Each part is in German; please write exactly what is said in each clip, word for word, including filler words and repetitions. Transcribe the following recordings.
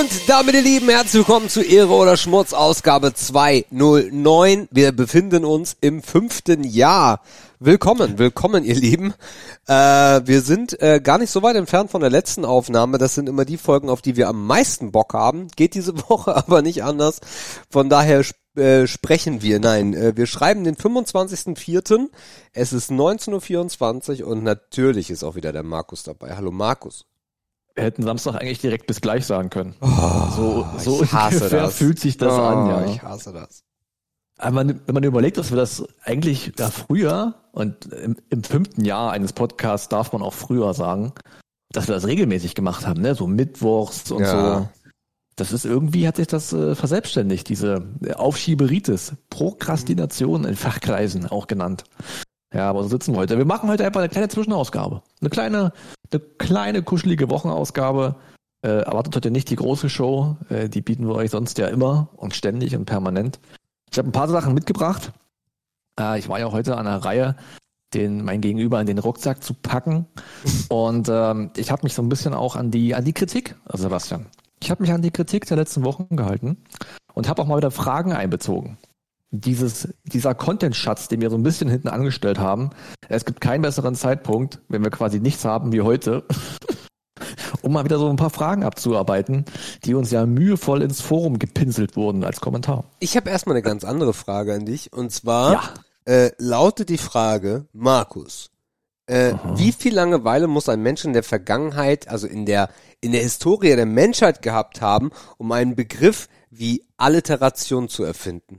Und damit, ihr Lieben, herzlich willkommen zu Ehre oder Schmutz, Ausgabe zweihundertneun. Wir befinden uns im fünften Jahr. Willkommen, willkommen, ihr Lieben. Äh, wir sind äh, gar nicht so weit entfernt von der letzten Aufnahme. Das sind immer die Folgen, auf die wir am meisten Bock haben. Geht diese Woche aber nicht anders. Von daher äh, sprechen wir. Nein, äh, wir schreiben den fünfundzwanzigsten vierten Es ist neunzehn Uhr vierundzwanzig und natürlich ist auch wieder der Markus dabei. Hallo Markus. Wir hätten Samstag eigentlich direkt bis gleich sagen können. Oh, so so ich hasse ungefähr das. fühlt sich das oh, an, ja. Ich hasse das. Aber wenn man überlegt, dass wir das eigentlich ja früher und im, im fünften Jahr eines Podcasts darf man auch früher sagen, dass wir das regelmäßig gemacht haben, ne? So mittwochs und Ja. so. Das ist irgendwie, hat sich das äh, verselbstständigt, diese Aufschieberitis, Prokrastination in Fachkreisen auch genannt. Ja, aber so sitzen wir heute. Wir machen heute einfach eine kleine Zwischenausgabe. Eine kleine, eine kleine kuschelige Wochenausgabe. Äh, erwartet heute nicht die große Show. Äh, die bieten wir euch sonst ja immer und ständig und permanent. Ich habe ein paar Sachen mitgebracht. Äh, ich war ja heute an der Reihe, den mein Gegenüber in den Rucksack zu packen. Und ähm, ich habe mich so ein bisschen auch an die, an die Kritik, also Sebastian, ich habe mich an die Kritik der letzten Wochen gehalten und habe auch mal wieder Fragen einbezogen. Dieses, dieser Content-Schatz, den wir so ein bisschen hinten angestellt haben, es gibt keinen besseren Zeitpunkt, wenn wir quasi nichts haben wie heute, um mal wieder so ein paar Fragen abzuarbeiten, die uns ja mühevoll ins Forum gepinselt wurden als Kommentar. Ich habe erstmal eine ganz andere Frage an dich. Und zwar Ja. äh, lautet die Frage, Markus, äh, wie viel Langeweile muss ein Mensch in der Vergangenheit, also in der in der Historie der Menschheit gehabt haben, um einen Begriff wie Alliteration zu erfinden?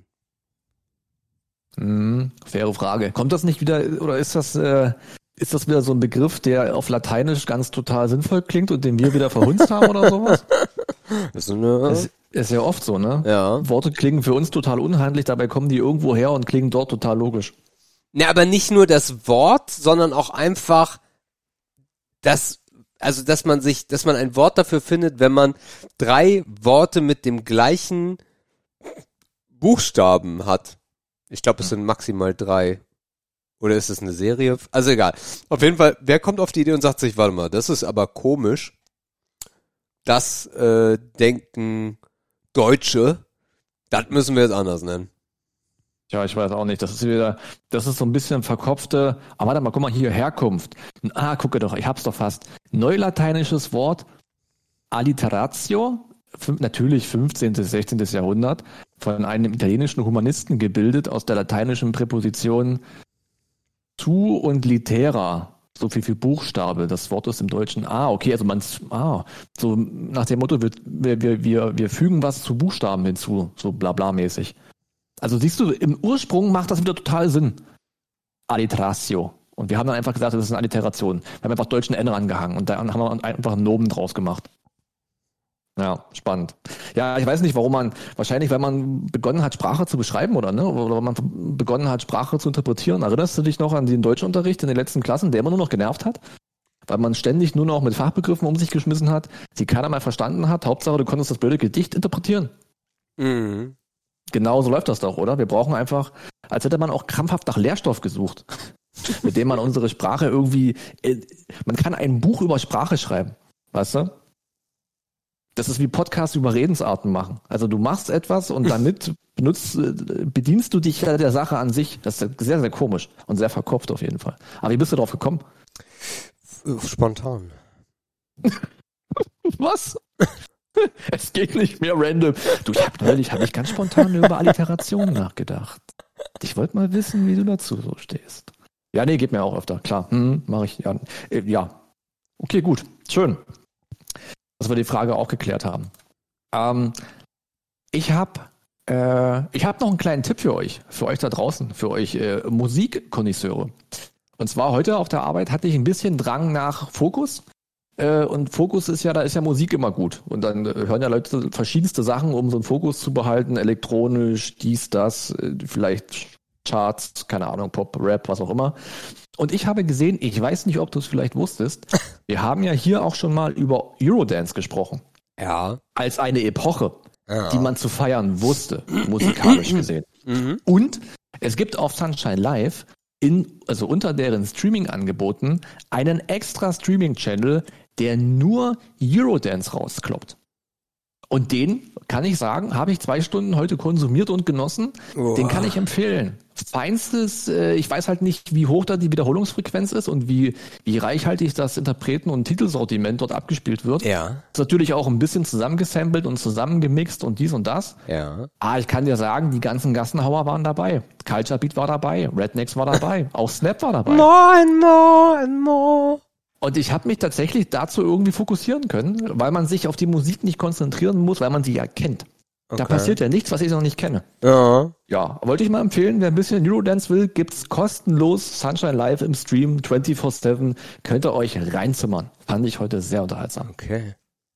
Hm, faire Frage. Kommt das nicht wieder, oder ist das, äh, ist das wieder so ein Begriff, der auf Lateinisch ganz total sinnvoll klingt und den wir wieder verhunzt haben oder sowas? Das ist eine, Ist, ist ja oft so, ne? ja. Worte klingen für uns total unhandlich, dabei kommen die irgendwo her und klingen dort total logisch. Ne, aber nicht nur das Wort, sondern auch einfach das, also dass man sich, dass man ein Wort dafür findet, wenn man drei Worte mit dem gleichen Buchstaben hat. Ich glaube, es sind maximal drei. Oder ist es eine Serie? Also egal. Auf jeden Fall, wer kommt auf die Idee und sagt sich, warte mal, das ist aber komisch. Das äh, denken Deutsche, das müssen wir jetzt anders nennen. Ja, ich weiß auch nicht. Das ist wieder, das ist so ein bisschen verkopfte, aber warte mal, guck mal hier, Herkunft. Ah, gucke doch, ich hab's doch fast. Neulateinisches Wort, Alliteratio, fün- natürlich fünfzehnten. sechzehnten. Jahrhundert, von einem italienischen Humanisten gebildet aus der lateinischen Präposition tu und litera. So viel für Buchstabe. Das Wort ist im Deutschen, ah, okay, also man, ah, so nach dem Motto, wir, wir, wir, wir fügen was zu Buchstaben hinzu, so blabla-mäßig. Also siehst du, im Ursprung macht das wieder total Sinn. Alliteratio. Und wir haben dann einfach gesagt, das ist eine Alliteration. Wir haben einfach deutschen N rangehangen und dann haben wir einfach einen Nomen draus gemacht. Ja, spannend. Ja, ich weiß nicht, warum man, wahrscheinlich, weil man begonnen hat, Sprache zu beschreiben, oder ne? Oder weil man begonnen hat, Sprache zu interpretieren. Erinnerst du dich noch an den Deutschunterricht in den letzten Klassen, der immer nur noch genervt hat? Weil man ständig nur noch mit Fachbegriffen um sich geschmissen hat, die keiner mal verstanden hat. Hauptsache, du konntest das blöde Gedicht interpretieren. Mhm. Genau so läuft das doch, oder? Wir brauchen einfach, als hätte man auch krampfhaft nach Lehrstoff gesucht, mit dem man unsere Sprache irgendwie, äh, man kann ein Buch über Sprache schreiben, weißt du? Das ist wie Podcasts über Redensarten machen. Also du machst etwas und damit benutzt, äh, bedienst du dich ja der Sache an sich. Das ist sehr, sehr komisch und sehr verkopft auf jeden Fall. Aber wie bist du drauf gekommen? Spontan. Was? Es geht nicht mehr random. Du, ich hab neulich, habe ich ganz spontan über Alliteration nachgedacht. Ich wollte mal wissen, wie du dazu so stehst. Ja, nee, geht mir auch öfter, klar. Hm, mache ich, ja. Äh, ja. Okay, gut. Schön. Dass wir die Frage auch geklärt haben. Ähm, ich habe äh, ich hab noch einen kleinen Tipp für euch, für euch da draußen, für euch äh, Musikkonnoisseure. Und zwar heute auf der Arbeit hatte ich ein bisschen Drang nach Fokus. Äh, und Fokus ist ja, da ist ja Musik immer gut. Und dann äh, hören ja Leute verschiedenste Sachen, um so einen Fokus zu behalten. Elektronisch, dies, das, äh, vielleicht Charts, keine Ahnung, Pop, Rap, was auch immer. Und ich habe gesehen, ich weiß nicht, ob du es vielleicht wusstest, wir haben ja hier auch schon mal über Eurodance gesprochen. Ja. Als eine Epoche, Ja. die man zu feiern wusste, musikalisch gesehen. Mhm. Und es gibt auf Sunshine Live, in, also unter deren Streaming-Angeboten, einen extra Streaming-Channel, der nur Eurodance rauskloppt. Und den, kann ich sagen, habe ich zwei Stunden heute konsumiert und genossen. Oh. Den kann ich empfehlen. Feinstes, äh, ich weiß halt nicht, wie hoch da die Wiederholungsfrequenz ist und wie, wie reichhaltig das Interpreten- und Titelsortiment dort abgespielt wird. Ja. Ist natürlich auch ein bisschen zusammengesampelt und zusammengemixt und dies und das. Ja. Ah, ich kann dir sagen, die ganzen Gassenhauer waren dabei. Culture Beat war dabei. Rednecks war dabei. Auch Snap war dabei. More and more and more. Und ich habe mich tatsächlich dazu irgendwie fokussieren können, weil man sich auf die Musik nicht konzentrieren muss, weil man sie ja kennt. Okay. Da passiert ja nichts, was ich noch nicht kenne. Ja. Ja, wollte ich mal empfehlen, wer ein bisschen Eurodance will, gibt's kostenlos Sunshine Live im Stream vierundzwanzig sieben. Könnt ihr euch reinzimmern. Fand ich heute sehr unterhaltsam. Okay.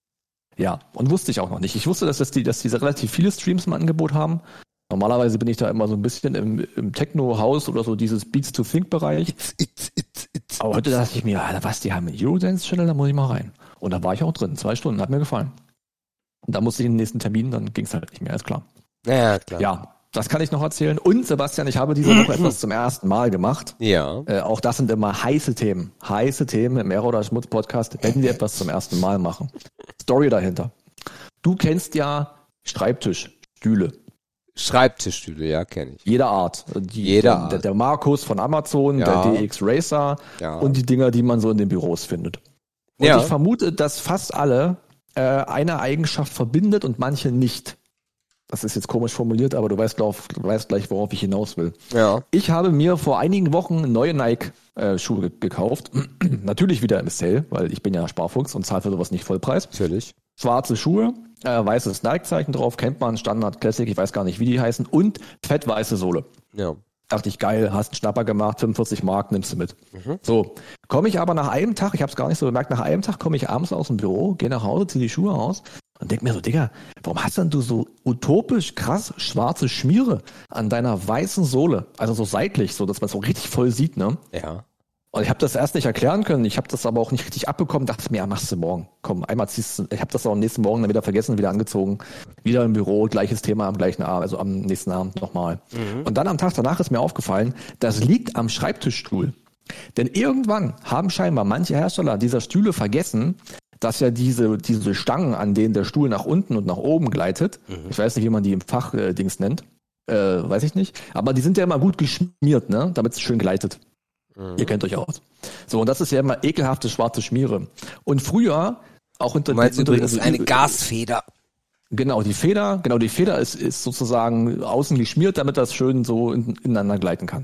Ja, und wusste ich auch noch nicht. Ich wusste, dass, das die, dass diese relativ viele Streams im Angebot haben. Normalerweise bin ich da immer so ein bisschen im, im Techno-House oder so dieses Beats-to-Think-Bereich. It's, it's, it's, it's, Aber heute dachte ich mir, Alter, was, die haben einen Eurodance-Channel, da muss ich mal rein. Und da war ich auch drin, zwei Stunden, hat mir gefallen. Und da musste ich in den nächsten Termin, dann ging's halt nicht mehr, ist klar. Ja, klar. Ja, das kann ich noch erzählen. Und Sebastian, ich habe diese Woche etwas zum ersten Mal gemacht. Ja. Äh, auch das sind immer heiße Themen. Heiße Themen im Ehre oder Schmutz Podcast, wenn wir etwas zum ersten Mal machen. Story dahinter. Du kennst ja Schreibtischstühle. Schreibtischstühle, ja, kenne ich. Jeder Art. Die, Jeder der, Art. Der, der Markus von Amazon, Ja. der D X Racer Ja. und die Dinger, die man so in den Büros findet. Und Ja. ich vermute, dass fast alle äh, eine Eigenschaft verbindet und manche nicht. Das ist jetzt komisch formuliert, aber du weißt, glaub, du weißt gleich, worauf ich hinaus will. Ja. Ich habe mir vor einigen Wochen neue Nike-Schuhe äh, gekauft. Natürlich wieder im Sale, weil ich bin ja Sparfuchs und zahle für sowas nicht Vollpreis. Natürlich. Schwarze Schuhe, äh, weißes Nike-Zeichen drauf, kennt man, Standard, Classic, ich weiß gar nicht, wie die heißen, und fettweiße Sohle. Ja. Dachte ich, geil, hast einen Schnapper gemacht, fünfundvierzig Mark, nimmst du mit. Mhm. So, komme ich aber nach einem Tag, ich habe es gar nicht so bemerkt, nach einem Tag komme ich abends aus dem Büro, gehe nach Hause, ziehe die Schuhe aus und denk mir so, Digga, warum hast denn du so utopisch krass schwarze Schmiere an deiner weißen Sohle? Also so seitlich, so dass man es so richtig voll sieht, ne? Ja. Und ich habe das erst nicht erklären können, ich habe das aber auch nicht richtig abbekommen, dachte mir, ja, machst du morgen. Komm, einmal ziehst du, ich habe das auch am nächsten Morgen dann wieder vergessen, wieder angezogen. Wieder im Büro, gleiches Thema am gleichen Abend, also am nächsten Abend nochmal. Mhm. Und dann am Tag danach ist mir aufgefallen, das liegt am Schreibtischstuhl. Denn irgendwann haben scheinbar manche Hersteller dieser Stühle vergessen, dass ja diese, diese Stangen, an denen der Stuhl nach unten und nach oben gleitet, mhm. ich weiß nicht, wie man die im Fachdings äh, nennt, äh, weiß ich nicht, aber die sind ja immer gut geschmiert, ne, damit es schön gleitet. Mhm. Ihr kennt euch aus. So, und das ist ja immer ekelhafte schwarze Schmiere. Und früher, auch unter... Du meinst unter, übrigens also, eine Gasfeder. Genau, die Feder, genau, die Feder ist, ist sozusagen außen geschmiert, damit das schön so in, ineinander gleiten kann.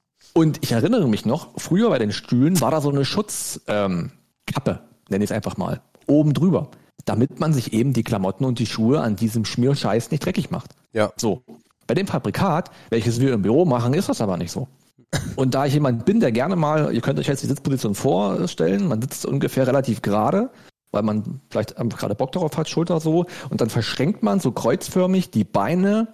Und ich erinnere mich noch, früher bei den Stühlen war da so eine Schutzkappe, ähm, Kappe, nenne ich es einfach mal, oben drüber, damit man sich eben die Klamotten und die Schuhe an diesem Schmierscheiß nicht dreckig macht. Ja. So. Bei dem Fabrikat, welches wir im Büro machen, ist das aber nicht so. Und da ich jemand bin, der gerne mal, ihr könnt euch jetzt die Sitzposition vorstellen, man sitzt ungefähr relativ gerade, weil man vielleicht einfach gerade Bock darauf hat, Schulter so, und dann verschränkt man so kreuzförmig die Beine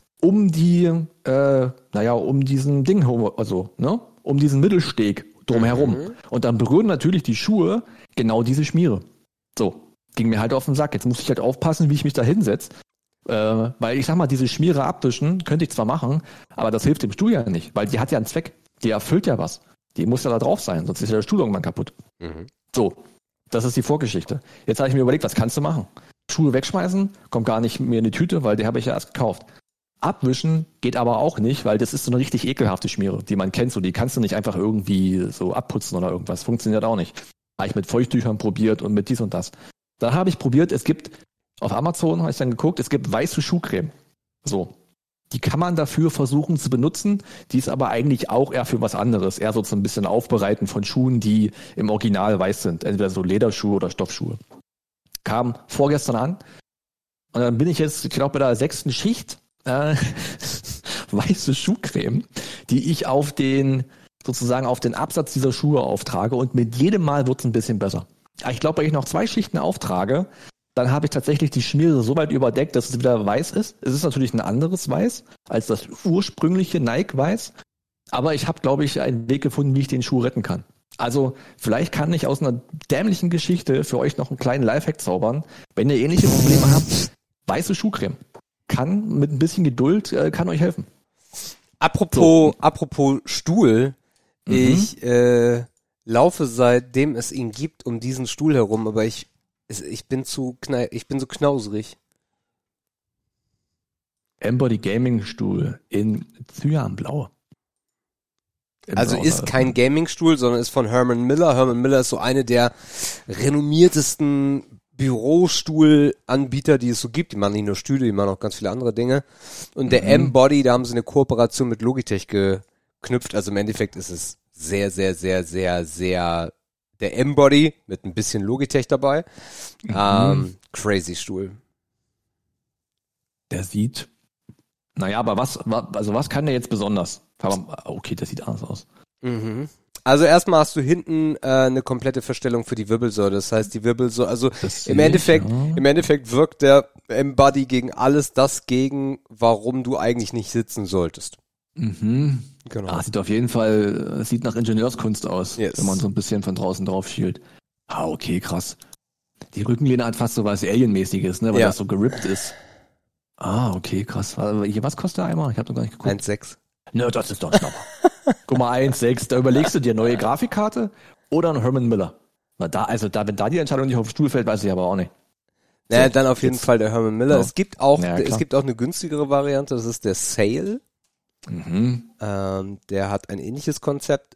um die, äh, naja, um diesen Ding, also, ne, um diesen Mittelsteg drumherum. Mhm. Und dann berühren natürlich die Schuhe genau diese Schmiere. So, ging mir halt auf den Sack. Jetzt muss ich halt aufpassen, wie ich mich da hinsetze. Äh, weil ich sag mal, diese Schmiere abwischen, könnte ich zwar machen, aber das hilft dem Stuhl ja nicht, weil die hat ja einen Zweck. Die erfüllt ja was. Die muss ja da drauf sein, sonst ist ja der Stuhl irgendwann kaputt. Mhm. So, das ist die Vorgeschichte. Jetzt habe ich mir überlegt, was kannst du machen? Schuhe wegschmeißen, kommt gar nicht mehr in die Tüte, weil die habe ich ja erst gekauft. Abwischen geht aber auch nicht, weil das ist so eine richtig ekelhafte Schmiere, die man kennt. So, die kannst du nicht einfach irgendwie so abputzen oder irgendwas. Funktioniert auch nicht. Habe ich mit Feuchttüchern probiert und mit dies und das. Da habe ich probiert, es gibt, auf Amazon habe ich dann geguckt, es gibt weiße Schuhcreme. So. Die kann man dafür versuchen zu benutzen, die ist aber eigentlich auch eher für was anderes. Eher so ein bisschen Aufbereiten von Schuhen, die im Original weiß sind. Entweder so Lederschuhe oder Stoffschuhe. Kam vorgestern an. Und dann bin ich jetzt, ich glaube, bei der sechsten Schicht äh, weiße Schuhcreme, die ich auf den, sozusagen auf den Absatz dieser Schuhe auftrage und mit jedem Mal wird es ein bisschen besser. Ich glaube, wenn ich noch zwei Schichten auftrage, dann habe ich tatsächlich die Schmiere so weit überdeckt, dass es wieder weiß ist. Es ist natürlich ein anderes Weiß als das ursprüngliche Nike-Weiß, aber ich habe, glaube ich, einen Weg gefunden, wie ich den Schuh retten kann. Also vielleicht kann ich aus einer dämlichen Geschichte für euch noch einen kleinen Lifehack zaubern. Wenn ihr ähnliche Probleme habt, weiße Schuhcreme kann mit ein bisschen Geduld, äh, kann euch helfen. Apropos, so. apropos Stuhl, Mhm. ich äh, laufe seitdem es ihn gibt um diesen Stuhl herum, aber ich ich bin zu knall, ich bin so knauserig. Embody Gaming Stuhl in Cyanblau. Also ist kein Gaming-Stuhl, sondern ist von Herman Miller. Herman Miller ist so eine der renommiertesten Bürostuhlanbieter, die es so gibt. Die machen nicht nur Stühle, die machen auch ganz viele andere Dinge. Und der mhm. Embody, da haben sie eine Kooperation mit Logitech geknüpft. Also im Endeffekt ist es sehr, sehr, sehr, sehr, sehr der Embody mit ein bisschen Logitech dabei. Mhm. Ähm, crazy Stuhl. Der sieht, naja, aber was, also was kann der jetzt besonders? Okay, das sieht anders aus. Mhm. Also erstmal hast du hinten äh, eine komplette Verstellung für die Wirbelsäule. Das heißt, die Wirbelsäule, also im Endeffekt, ich, ja. im Endeffekt wirkt der Embody gegen alles das gegen, warum du eigentlich nicht sitzen solltest. Mhm. Genau. Ah, sieht auf jeden Fall, sieht nach Ingenieurskunst aus, yes. wenn man so ein bisschen von draußen drauf schielt. Ah, okay, krass. Die Rückenlehne hat fast so was Alienmäßiges, ne, weil ja. das so gerippt ist. Ah, okay, krass. Was kostet der einmal? Ich habe noch gar nicht geguckt. eins Komma sechs. Ne, das ist doch schnapper. Guck mal, eins Komma sechs, da überlegst du dir neue Grafikkarte oder ein Herman Miller. Na da, also da, wenn da die Entscheidung nicht auf den Stuhl fällt, weiß ich aber auch nicht. Naja, so, dann auf jeden jetzt. Fall der Herman Miller. Ja. Es gibt auch, ja, es gibt auch eine günstigere Variante, das ist der Sale. Mhm. Ähm, der hat ein ähnliches Konzept.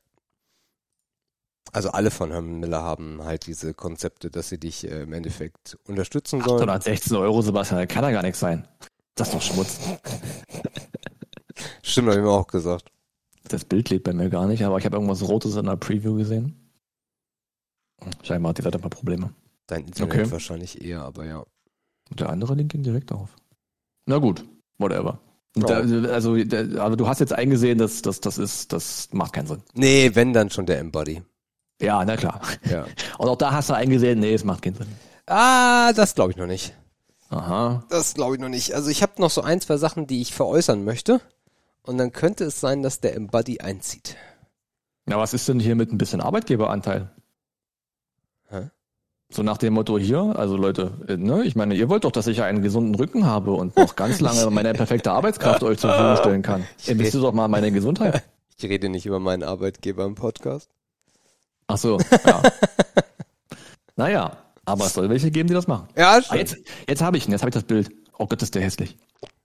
Also alle von Herman Miller haben halt diese Konzepte, dass sie dich äh, im Endeffekt unterstützen sollen. achthundertsechzehn Euro, Sebastian, das kann ja gar nichts sein. Das ist doch Schmutz. Stimmt, habe ich mir auch gesagt. Das Bild lädt bei mir gar nicht, aber ich habe irgendwas Rotes in der Preview gesehen. Scheinbar hat die Seite ein paar Probleme. Dein Internet okay. wahrscheinlich eher, aber ja. Und der andere Link ging direkt auf. Na gut, whatever. Oh. Da, also, da, aber du hast jetzt eingesehen, dass das, das ist, das macht keinen Sinn. Nee, wenn dann schon der Embody. Ja, na klar. Ja. Und auch da hast du eingesehen, nee, es macht keinen Sinn. Ah, das glaube ich noch nicht. Aha. Das glaube ich noch nicht. Also ich habe noch so ein, zwei Sachen, die ich veräußern möchte. Und dann könnte es sein, dass der Embody einzieht. Na, was ist denn hier mit ein bisschen Arbeitgeberanteil? Hä? So nach dem Motto hier, also Leute, ne, ich meine, ihr wollt doch, dass ich einen gesunden Rücken habe und noch ganz lange meine perfekte Arbeitskraft euch zur Verfügung stellen kann. Investiert doch mal in meine Gesundheit. Ich rede nicht über meinen Arbeitgeber im Podcast. Ach so, ja. Naja, aber es soll welche geben, die das machen. Ja, schon. Ah, jetzt jetzt habe ich ihn, jetzt habe ich das Bild. Oh Gott, ist der hässlich.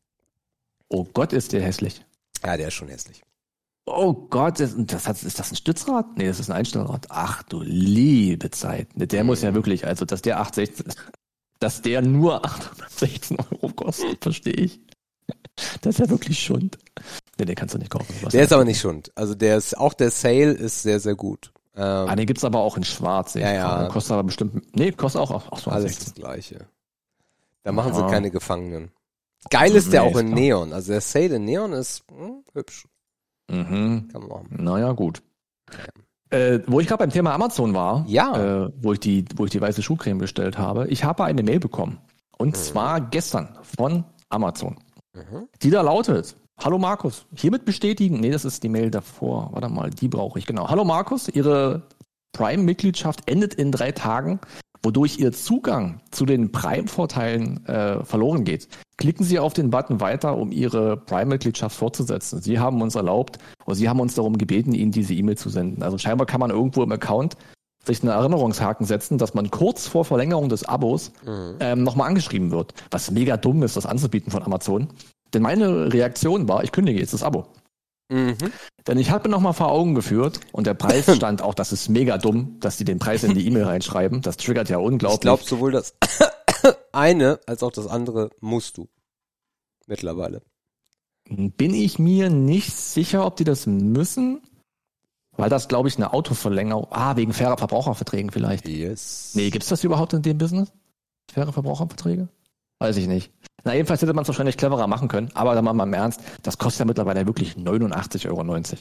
Oh Gott, ist der hässlich. Ja, der ist schon hässlich. Oh Gott, das, das hat, ist das ein Stützrad? Nee, das ist ein Einstellrad. Ach du liebe Zeit. Der muss ja wirklich, also dass der acht sechzehn, dass der nur achthundertsechzehn Euro kostet, verstehe ich. Das ist ja wirklich Schund. Nee, den kannst du nicht kaufen. Der ist aber nicht Schund. Also der ist, auch der Sale ist sehr, sehr gut. Ähm, ah, den gibt's aber auch in schwarz. Ja, ja. Der kostet aber bestimmt, nee, kostet auch achthundertsechzehn. Alles das Gleiche. Da machen Aha. sie keine Gefangenen. Geil ist der nee, auch in Neon. Also der Sale in Neon ist hm, hübsch. Mhm. Kann man machen. Naja, gut. Ja. Äh, wo ich gerade beim Thema Amazon war, ja. äh, wo ich die, wo ich die weiße Schuhcreme bestellt habe, ich habe eine Mail bekommen. Und mhm. zwar gestern von Amazon. Mhm. Die da lautet: Hallo Markus, hiermit bestätigen, nee, das ist die Mail davor, warte mal, die brauche ich, genau. Hallo Markus, Ihre Prime-Mitgliedschaft endet in drei Tagen, wodurch Ihr Zugang zu den Prime-Vorteilen äh, verloren geht. Klicken Sie auf den Button weiter, um Ihre Prime-Mitgliedschaft fortzusetzen. Sie haben uns erlaubt, oder Sie haben uns darum gebeten, Ihnen diese E-Mail zu senden. Also scheinbar kann man irgendwo im Account sich einen Erinnerungshaken setzen, dass man kurz vor Verlängerung des Abos mhm. ähm, nochmal angeschrieben wird. Was mega dumm ist, das anzubieten von Amazon. Denn meine Reaktion war, ich kündige jetzt das Abo. Mhm. Denn ich habe mir nochmal vor Augen geführt und der Preis stand auch, das ist mega dumm, dass die den Preis in die E-Mail reinschreiben. Das triggert ja unglaublich. Ich glaube, sowohl das eine als auch das andere musst du mittlerweile. Bin ich mir nicht sicher, ob die das müssen, weil das, glaube ich, eine Autoverlängerung, ah, wegen fairer Verbraucherverträgen vielleicht. Yes. Nee, gibt's das überhaupt in dem Business? Faire Verbraucherverträge? Weiß ich nicht. Na, jedenfalls hätte man es wahrscheinlich cleverer machen können, aber dann mal im Ernst, das kostet ja mittlerweile wirklich neunundachtzig Euro neunzig.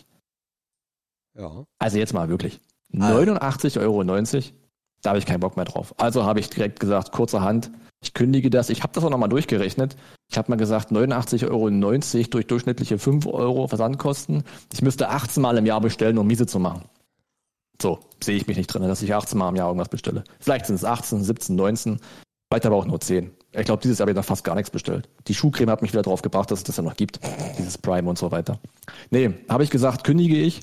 Ja. Also jetzt mal wirklich. neunundachtzig Euro neunzig, da habe ich keinen Bock mehr drauf. Also habe ich direkt gesagt, kurzerhand, ich kündige das. Ich habe das auch nochmal durchgerechnet. Ich habe mal gesagt, neunundachtzig Euro neunzig durch durchschnittliche fünf Euro Versandkosten. Ich müsste achtzehn Mal im Jahr bestellen, um miese zu machen. So, sehe ich mich nicht drin, dass ich achtzehn Mal im Jahr irgendwas bestelle. Vielleicht sind es achtzehn, siebzehn, neunzehn, weiter aber auch nur zehn. Ich glaube, dieses Jahr habe ich noch fast gar nichts bestellt. Die Schuhcreme hat mich wieder drauf gebracht, dass es das ja noch gibt. Dieses Prime und so weiter. Nee, habe ich gesagt, kündige ich.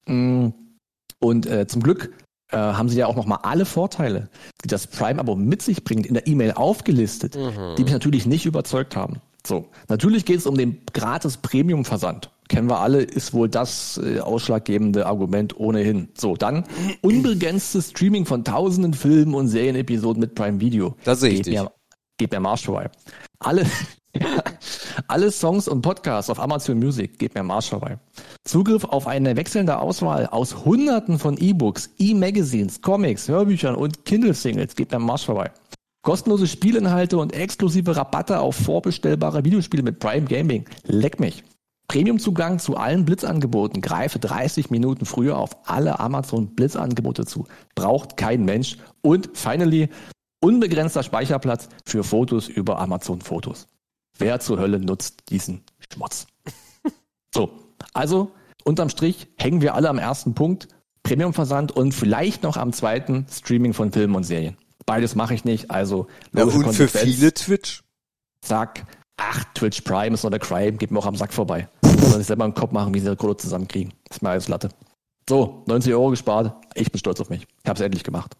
Und äh, zum Glück äh, haben sie ja auch nochmal alle Vorteile, die das Prime-Abo mit sich bringt, in der E-Mail aufgelistet, mhm. die mich natürlich nicht überzeugt haben. So, natürlich geht es um den gratis Premium-Versand. Kennen wir alle, ist wohl das äh, ausschlaggebende Argument ohnehin. So, dann unbegrenztes Streaming von tausenden Filmen und Serienepisoden mit Prime Video. Das sehe ich Geht dich. mir, geht mir am Arsch vorbei. Alle, ja, alle Songs und Podcasts auf Amazon Music, geht mir am Arsch vorbei. Zugriff auf eine wechselnde Auswahl aus hunderten von E-Books, E-Magazines, Comics, Hörbüchern und Kindle-Singles, geht mir am Arsch vorbei. Kostenlose Spielinhalte und exklusive Rabatte auf vorbestellbare Videospiele mit Prime Gaming. Leck mich. Premiumzugang zu allen Blitzangeboten. Greife dreißig Minuten früher auf alle Amazon Blitzangebote zu. Braucht kein Mensch. Und finally, unbegrenzter Speicherplatz für Fotos über Amazon Fotos. Wer zur Hölle nutzt diesen Schmutz? So, also unterm Strich hängen wir alle am ersten Punkt. Premiumversand und vielleicht noch am zweiten Streaming von Filmen und Serien. Beides mache ich nicht, also ja, und für viele Twitch? Zack, ach, Twitch Prime ist noch der Crime, geht mir auch am Sack vorbei. Soll ich selber im Kopf machen, wie sie die Kohle zusammenkriegen. Das ist mir alles Latte. So, neunzig Euro gespart, ich bin stolz auf mich. Ich habe es endlich gemacht.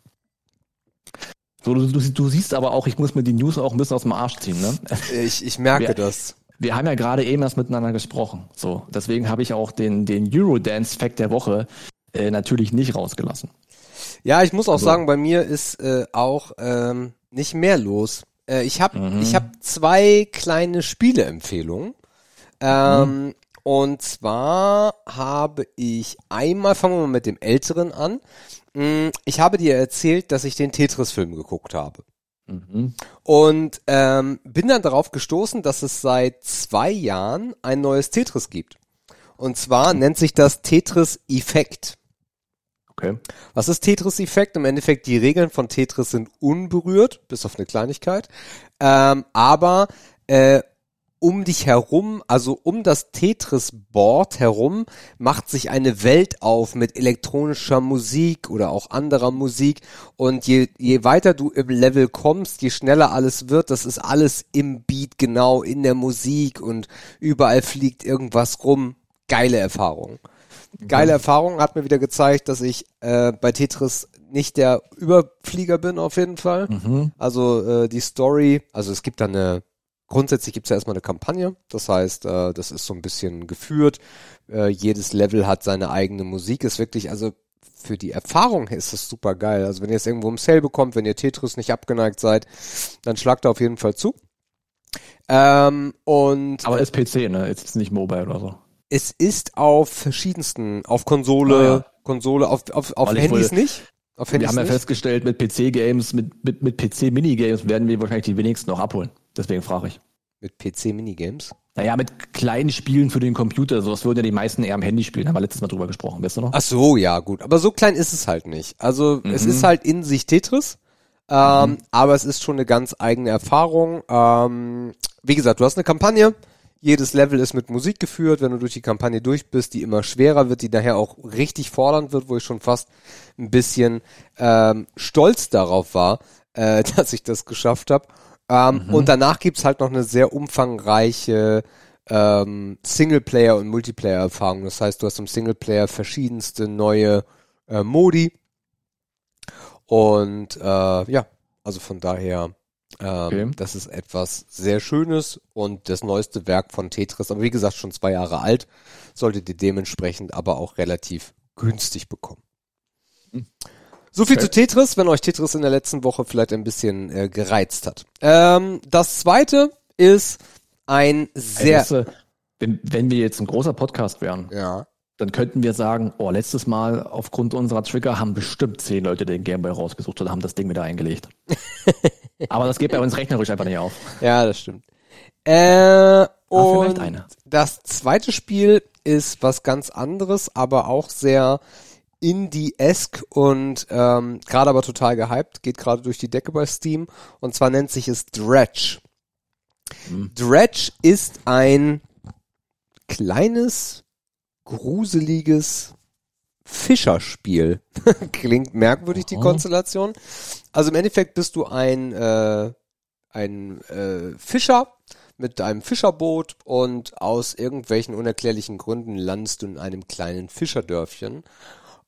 So, du, du, du siehst aber auch, ich muss mir die News auch ein bisschen aus dem Arsch ziehen, ne? Ich, ich merke wir, das. Wir haben ja gerade eben erst miteinander gesprochen. So, deswegen habe ich auch den, den Eurodance-Fact der Woche äh, natürlich nicht rausgelassen. Ja, ich muss auch Also, sagen, bei mir ist äh, auch ähm, nicht mehr los. Äh, ich habe Mhm. ich hab zwei kleine Spieleempfehlungen. Ähm, Mhm. Und zwar habe ich einmal, fangen wir mal mit dem Älteren an. Mm, Ich habe dir erzählt, dass ich den Tetris-Film geguckt habe. Mhm. Und ähm, bin dann darauf gestoßen, dass es seit zwei Jahren ein neues Tetris gibt. Und zwar nennt sich das Tetris-Effekt. Okay. Was ist Tetris-Effekt? Im Endeffekt, die Regeln von Tetris sind unberührt, bis auf eine Kleinigkeit. Ähm, aber äh, um dich herum, also um das Tetris-Board herum, macht sich eine Welt auf mit elektronischer Musik oder auch anderer Musik. Und je, je weiter du im Level kommst, je schneller alles wird. Das ist alles im Beat, genau, in der Musik und überall fliegt irgendwas rum. Geile Erfahrung. Geile Erfahrung, hat mir wieder gezeigt, dass ich äh, bei Tetris nicht der Überflieger bin auf jeden Fall. Mhm. Also äh, die Story, also es gibt da eine, grundsätzlich gibt es ja erstmal eine Kampagne, das heißt, äh, das ist so ein bisschen geführt, äh, jedes Level hat seine eigene Musik, ist wirklich, also für die Erfahrung ist das super geil. Also wenn ihr es irgendwo im Sale bekommt, wenn ihr Tetris nicht abgeneigt seid, dann schlagt da auf jeden Fall zu. Ähm, und Aber ist P C, ne? Jetzt ist nicht Mobile oder so. Es ist auf verschiedensten, auf Konsole, Ah, ja. Konsole, auf, auf, auf Weil ich Handys wohl- nicht. Auf Wir Handys haben ja nicht. festgestellt, mit P C-Games, mit, mit, mit P C-Minigames werden wir wahrscheinlich die wenigsten noch abholen. Deswegen frage ich. Mit P C-Minigames. Naja, mit kleinen Spielen für den Computer, sowas würden ja die meisten eher am Handy spielen. Haben wir letztes Mal drüber gesprochen, weißt du noch? Ach so, ja, gut. Aber so klein ist es halt nicht. Also, es Mhm. ist halt in sich Tetris. Ähm, aber es ist schon eine ganz eigene Erfahrung. Ähm, wie gesagt, du hast eine Kampagne. Jedes Level ist mit Musik geführt. Wenn du durch die Kampagne durch bist, die immer schwerer wird, die daher auch richtig fordernd wird, wo ich schon fast ein bisschen ähm, stolz darauf war, äh, dass ich das geschafft habe. Ähm, Mhm. Und danach gibt's halt noch eine sehr umfangreiche ähm, Singleplayer- und Multiplayer-Erfahrung. Das heißt, du hast im Singleplayer verschiedenste neue äh, Modi. Und äh, ja, also von daher, ähm, Okay. das ist etwas sehr Schönes und das neueste Werk von Tetris. Aber wie gesagt, schon zwei Jahre alt, solltet ihr dementsprechend aber auch relativ günstig bekommen. Mhm. So viel Okay. zu Tetris, wenn euch Tetris in der letzten Woche vielleicht ein bisschen äh, gereizt hat. Ähm, das zweite ist ein sehr... Weißt du, wenn, wenn wir jetzt ein großer Podcast wären, Ja. dann könnten wir sagen, oh, letztes Mal aufgrund unserer Trigger haben bestimmt zehn Leute den Gameboy rausgesucht und haben das Ding wieder eingelegt. Aber das geht bei uns rechnerisch einfach nicht auf. Ja, das stimmt. Äh, vielleicht und eine. das zweite Spiel ist was ganz anderes, aber auch sehr Indie-esque und ähm, gerade aber total gehypt, geht gerade durch die Decke bei Steam und zwar nennt sich es Dredge. Hm. Dredge ist ein kleines, gruseliges Fischerspiel. Klingt merkwürdig, die Aha. Konstellation. Also im Endeffekt bist du ein, äh, ein äh, Fischer mit einem Fischerboot und aus irgendwelchen unerklärlichen Gründen landest du in einem kleinen Fischerdörfchen.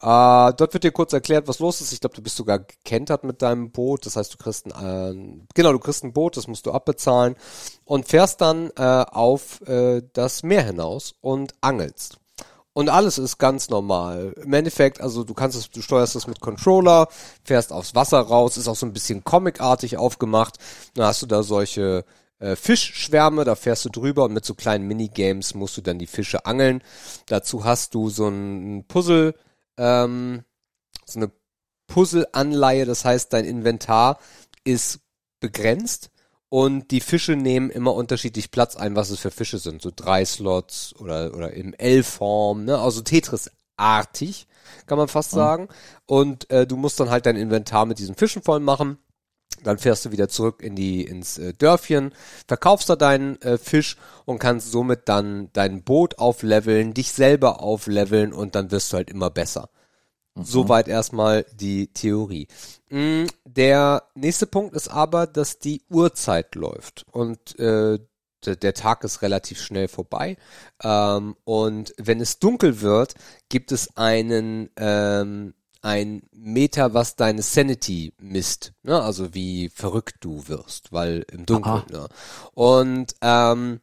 Äh, dort wird dir kurz erklärt, was los ist. Ich glaube, du bist sogar gekentert mit deinem Boot. Das heißt, du kriegst ein, äh, genau, du kriegst ein Boot, das musst du abbezahlen und fährst dann äh, auf äh, das Meer hinaus und angelst. Und alles ist ganz normal. Im Endeffekt, also du kannst es, du steuerst es mit Controller, fährst aufs Wasser raus, ist auch so ein bisschen comicartig aufgemacht. Dann hast du da solche äh, Fischschwärme, da fährst du drüber und mit so kleinen Minigames musst du dann die Fische angeln. Dazu hast du so ein Puzzle, ähm, so eine Puzzle-Anleihe, das heißt, dein Inventar ist begrenzt. Und die Fische nehmen immer unterschiedlich Platz ein, was es für Fische sind. So drei Slots oder oder im L-Form, ne? Also Tetris-artig, kann man fast sagen. Und äh, du musst dann halt dein Inventar mit diesen Fischen voll machen. Dann fährst du wieder zurück in die ins äh, Dörfchen, verkaufst da deinen äh, Fisch und kannst somit dann dein Boot aufleveln, dich selber aufleveln und dann wirst du halt immer besser. Mhm. Soweit erstmal die Theorie. Mm, der nächste Punkt ist aber, dass die Uhrzeit läuft und äh, der, der Tag ist relativ schnell vorbei. Ähm, und wenn es dunkel wird, gibt es einen ähm, ein Meter, was deine Sanity misst, ne? Also wie verrückt du wirst, weil im Dunkeln. Ne? Und ähm,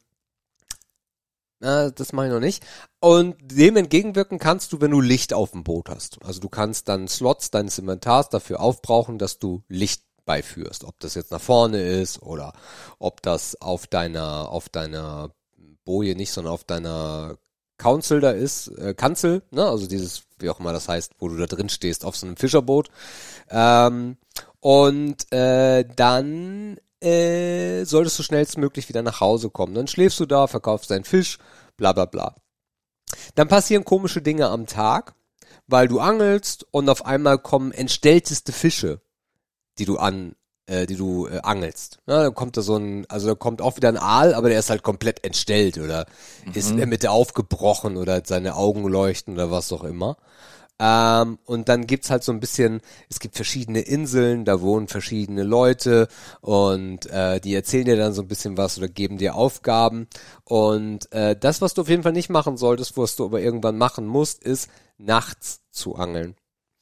äh, das mache ich noch nicht. Und dem entgegenwirken kannst du, wenn du Licht auf dem Boot hast. Also du kannst dann Slots deines Inventars dafür aufbrauchen, dass du Licht beiführst. Ob das jetzt nach vorne ist oder ob das auf deiner auf deiner Boje nicht, sondern auf deiner Council da ist, äh, Kanzel, ne? Also dieses, wie auch immer das heißt, wo du da drin stehst, auf so einem Fischerboot. Ähm, und äh, dann äh, solltest du schnellstmöglich wieder nach Hause kommen. Dann schläfst du da, verkaufst deinen Fisch, bla bla bla. Dann passieren komische Dinge am Tag, weil du angelst und auf einmal kommen entstellteste Fische, die du an, äh, die du äh, angelst. Ja, dann kommt da so ein, also da kommt auch wieder ein Aal, aber der ist halt komplett entstellt oder mhm. ist in der Mitte aufgebrochen oder seine Augen leuchten oder was auch immer. Ähm, und dann gibt's halt so ein bisschen, es gibt verschiedene Inseln, da wohnen verschiedene Leute und äh, die erzählen dir dann so ein bisschen was oder geben dir Aufgaben. Und äh, das, was du auf jeden Fall nicht machen solltest, was du aber irgendwann machen musst, ist nachts zu angeln.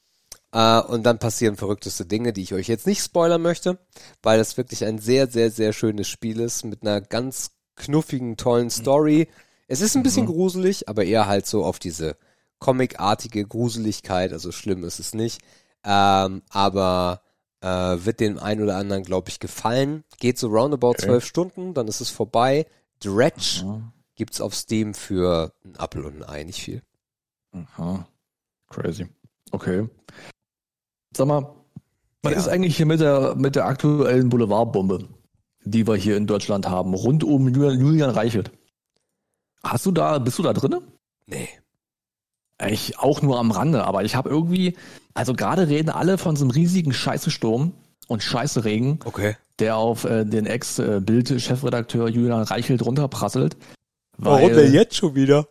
Uh, und dann passieren verrückteste Dinge, die ich euch jetzt nicht spoilern möchte, weil das wirklich ein sehr, sehr, sehr schönes Spiel ist mit einer ganz knuffigen, tollen Story. Es ist ein bisschen mhm. gruselig, aber eher halt so auf diese comicartige Gruseligkeit, also schlimm ist es nicht. Ähm, aber äh, wird dem einen oder anderen, glaube ich, gefallen. Geht so roundabout okay. zwölf Stunden, dann ist es vorbei. Dredge mhm. gibt's auf Steam für einen Apfel und ein Ei, nicht viel. Aha. Crazy. Okay. Sag mal, was ja. ist eigentlich hier mit der, mit der aktuellen Boulevardbombe, die wir hier in Deutschland haben, rund um Julian, Julian Reichelt? Hast du da, bist du da drinne? Nee. Ich auch nur am Rande, aber ich habe irgendwie, also gerade reden alle von so einem riesigen Scheißesturm und Scheißeregen, okay. der auf äh, den Ex-Bild-Chefredakteur Julian Reichelt runterprasselt. Warum denn jetzt schon wieder?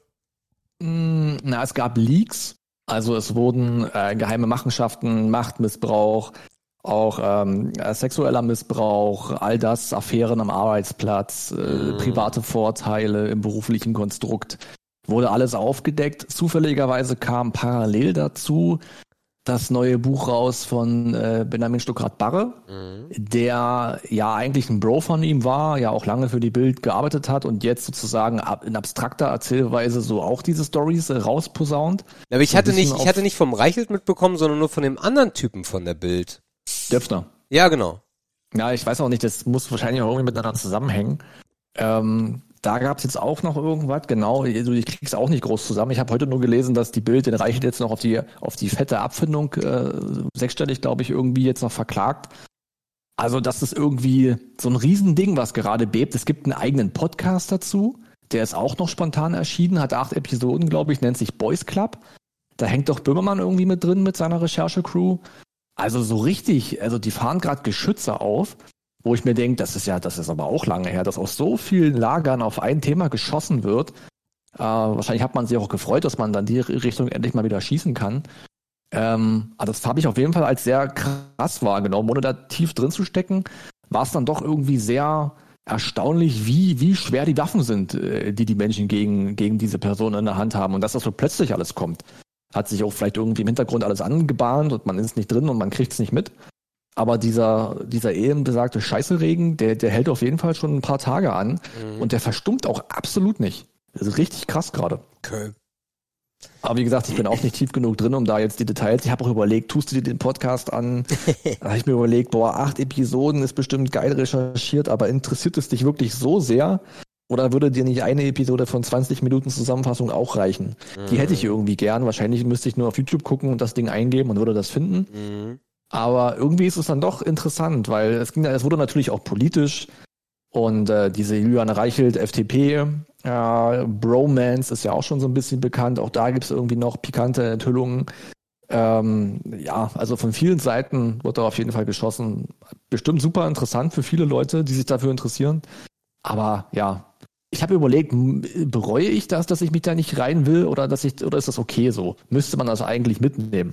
Mh, na, es gab Leaks. Also es wurden äh, geheime Machenschaften, Machtmissbrauch, auch ähm, äh, sexueller Missbrauch, all das, Affären am Arbeitsplatz, äh, mhm. private Vorteile im beruflichen Konstrukt, wurde alles aufgedeckt. Zufälligerweise kam parallel dazu das neue Buch raus von äh, Benjamin Stuckrad-Barre, mhm. der ja eigentlich ein Bro von ihm war, ja auch lange für die Bild gearbeitet hat und jetzt sozusagen ab, in abstrakter Erzählweise so auch diese Storys äh, rausposaunt. Ja, aber ich hatte nicht, ich hatte nicht vom Reichelt mitbekommen, sondern nur von dem anderen Typen von der Bild. Döpfner. Ja, genau. Ja, ich weiß auch nicht, das muss wahrscheinlich auch irgendwie miteinander zusammenhängen. Ähm, Da gab's jetzt auch noch irgendwas, genau, also ich krieg's auch nicht groß zusammen. Ich habe heute nur gelesen, dass die Bild den Reichelt jetzt noch auf die auf die fette Abfindung, äh, sechsstellig, glaube ich, irgendwie jetzt noch verklagt. Also das ist irgendwie so ein Riesending, was gerade bebt. Es gibt einen eigenen Podcast dazu, der ist auch noch spontan erschienen, hat acht Episoden, glaube ich, nennt sich Boys Club. Da hängt doch Böhmermann irgendwie mit drin mit seiner Recherchecrew. Also so richtig, also die fahren gerade Geschütze auf. Wo ich mir denke, das ist ja, das ist aber auch lange her, dass aus so vielen Lagern auf ein Thema geschossen wird. Äh, wahrscheinlich hat man sich auch gefreut, dass man dann die Richtung endlich mal wieder schießen kann. Ähm, aber das habe ich auf jeden Fall als sehr krass wahrgenommen. Ohne da tief drin zu stecken, war es dann doch irgendwie sehr erstaunlich, wie, wie schwer die Waffen sind, äh, die die Menschen gegen, gegen diese Person in der Hand haben. Und dass das so plötzlich alles kommt. Hat sich auch vielleicht irgendwie im Hintergrund alles angebahnt und man ist nicht drin und man kriegt es nicht mit. Aber dieser, dieser eben besagte Scheißeregen, der, der hält auf jeden Fall schon ein paar Tage an mhm. und der verstummt auch absolut nicht. Das ist richtig krass gerade. Okay. Aber wie gesagt, ich bin auch nicht tief genug drin, um da jetzt die Details. Ich habe auch überlegt, tust du dir den Podcast an? Da habe ich mir überlegt, boah, acht Episoden ist bestimmt geil recherchiert, aber interessiert es dich wirklich so sehr? Oder würde dir nicht eine Episode von zwanzig Minuten Zusammenfassung auch reichen? Mhm. Die hätte ich irgendwie gern. Wahrscheinlich müsste ich nur auf YouTube gucken und das Ding eingeben und würde das finden. Mhm. Aber irgendwie ist es dann doch interessant, weil es ging, es wurde natürlich auch politisch und äh, diese Juliane Reichelt, F D P, äh, Bromance ist ja auch schon so ein bisschen bekannt. Auch da gibt es irgendwie noch pikante Enthüllungen. Ähm, ja, also von vielen Seiten wird da auf jeden Fall geschossen. Bestimmt super interessant für viele Leute, die sich dafür interessieren. Aber ja, ich habe überlegt, bereue ich das, dass ich mich da nicht rein will oder dass ich oder ist das okay so? Müsste man das eigentlich mitnehmen?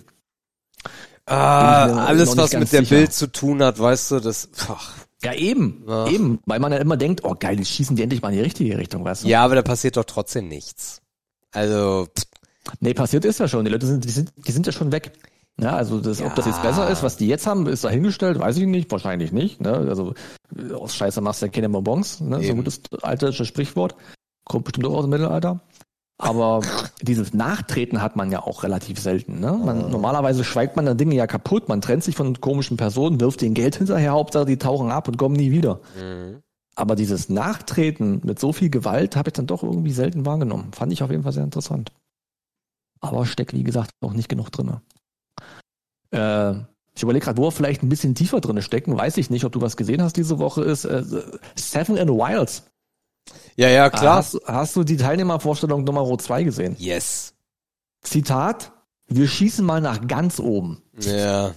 Ah, alles, was mit der sicher. Bild zu tun hat, weißt du, das... Ach. Ja, eben, ach. eben, weil man ja immer denkt, oh geil, die schießen die endlich mal in die richtige Richtung, weißt du? Ja, aber da passiert doch trotzdem nichts. Also... Nee, passiert ist ja schon, die Leute sind, die sind, die sind ja schon weg. Ja, also das, ja. ob das jetzt besser ist, was die jetzt haben, ist dahingestellt, weiß ich nicht, wahrscheinlich nicht. Ne? Also aus Scheiße machst du ja keine Bonbons, ne? So ein gutes altes Sprichwort, kommt bestimmt auch aus dem Mittelalter. Aber dieses Nachtreten hat man ja auch relativ selten. Ne? Man, oh. Normalerweise schweigt man dann Dinge ja kaputt, man trennt sich von komischen Personen, wirft denen Geld hinterher, Hauptsache die tauchen ab und kommen nie wieder. Mhm. Aber dieses Nachtreten mit so viel Gewalt habe ich dann doch irgendwie selten wahrgenommen. Fand ich auf jeden Fall sehr interessant. Aber steckt, wie gesagt, auch nicht genug drin. Äh, ich überlege gerade, wo wir vielleicht ein bisschen tiefer drin stecken. Weiß ich nicht, ob du was gesehen hast diese Woche. Ist äh, Seven and Wilds. Ja, ja, klar. Hast, hast du die Teilnehmervorstellung Nummer zwei gesehen? Yes. Zitat, wir schießen mal nach ganz oben. Ja.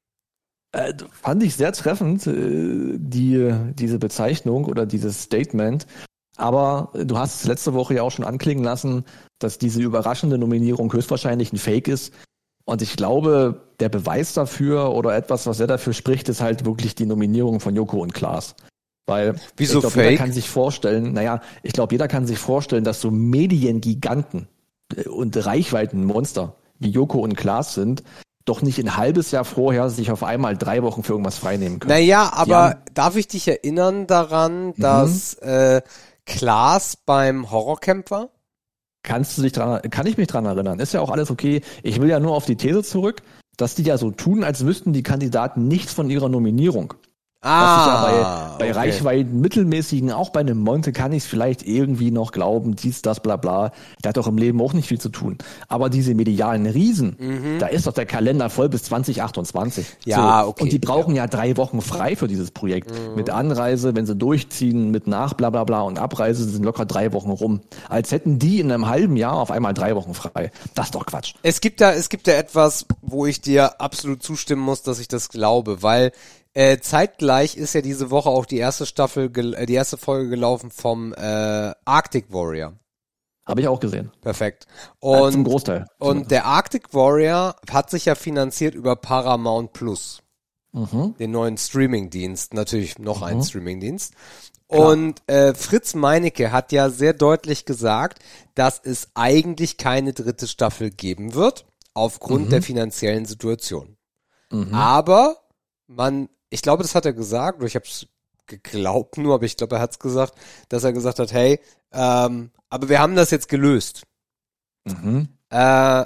Äh, fand ich sehr treffend, äh, die, diese Bezeichnung oder dieses Statement. Aber du hast es letzte Woche ja auch schon anklingen lassen, dass diese überraschende Nominierung höchstwahrscheinlich ein Fake ist. Und ich glaube, der Beweis dafür oder etwas, was er dafür spricht, ist halt wirklich die Nominierung von Joko und Klaas. Weil Wieso ich glaube, Fake? Jeder kann sich vorstellen, naja, ich glaube, jeder kann sich vorstellen, dass so Mediengiganten und Reichweitenmonster wie Joko und Klaas sind, doch nicht ein halbes Jahr vorher sich auf einmal drei Wochen für irgendwas freinehmen können. Naja, aber haben, darf ich dich erinnern daran, dass mhm. äh, Klaas beim Horrorcamp war? Kannst du dich dran, kann ich mich dran erinnern? Ist ja auch alles okay. Ich will ja nur auf die These zurück, dass die ja so tun, als wüssten die Kandidaten nichts von ihrer Nominierung. Ah, was ich ja bei, bei okay. Reichweiten mittelmäßigen, auch bei einem Monte kann ich es vielleicht irgendwie noch glauben, dies, das, bla bla. Der hat doch im Leben auch nicht viel zu tun. Aber diese medialen Riesen, mhm. da ist doch der Kalender voll bis zwanzig achtundzwanzig. Ja, so. okay. Und die brauchen ja. ja drei Wochen frei für dieses Projekt. Mhm. Mit Anreise, wenn sie durchziehen, mit nach, bla bla bla und Abreise sind locker drei Wochen rum. Als hätten die in einem halben Jahr auf einmal drei Wochen frei. Das ist doch Quatsch. Es gibt da, es gibt da etwas, wo ich dir absolut zustimmen muss, dass ich das glaube, weil Äh, zeitgleich ist ja diese Woche auch die erste Staffel, äh, die erste Folge gelaufen vom äh, Arctic Warrior. Habe ich auch gesehen. Perfekt. Und, ja, zum Großteil. Und der Arctic Warrior hat sich ja finanziert über Paramount Plus. Mhm. Den neuen Streamingdienst. Natürlich noch mhm. ein Streamingdienst. Klar. Und äh, Fritz Meinecke hat ja sehr deutlich gesagt, dass es eigentlich keine dritte Staffel geben wird, aufgrund mhm. der finanziellen Situation. Mhm. Aber man Ich glaube, das hat er gesagt, oder ich habe es geglaubt nur, aber ich glaube, er hat es gesagt, dass er gesagt hat, hey, ähm, aber wir haben das jetzt gelöst. Mhm. Äh,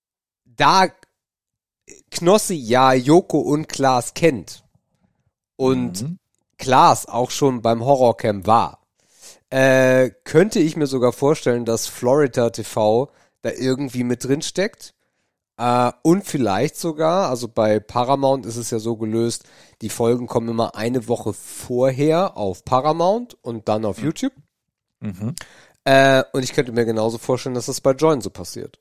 da Knossi ja Joko und Klaas kennt und mhm. Klaas auch schon beim Horrorcamp war, äh, könnte ich mir sogar vorstellen, dass Florida T V da irgendwie mit drin steckt. Uh, und vielleicht sogar, also bei Paramount ist es ja so gelöst, die Folgen kommen immer eine Woche vorher auf Paramount und dann auf mhm. YouTube. Mhm. Uh, und ich könnte mir genauso vorstellen, dass das bei Join so passiert.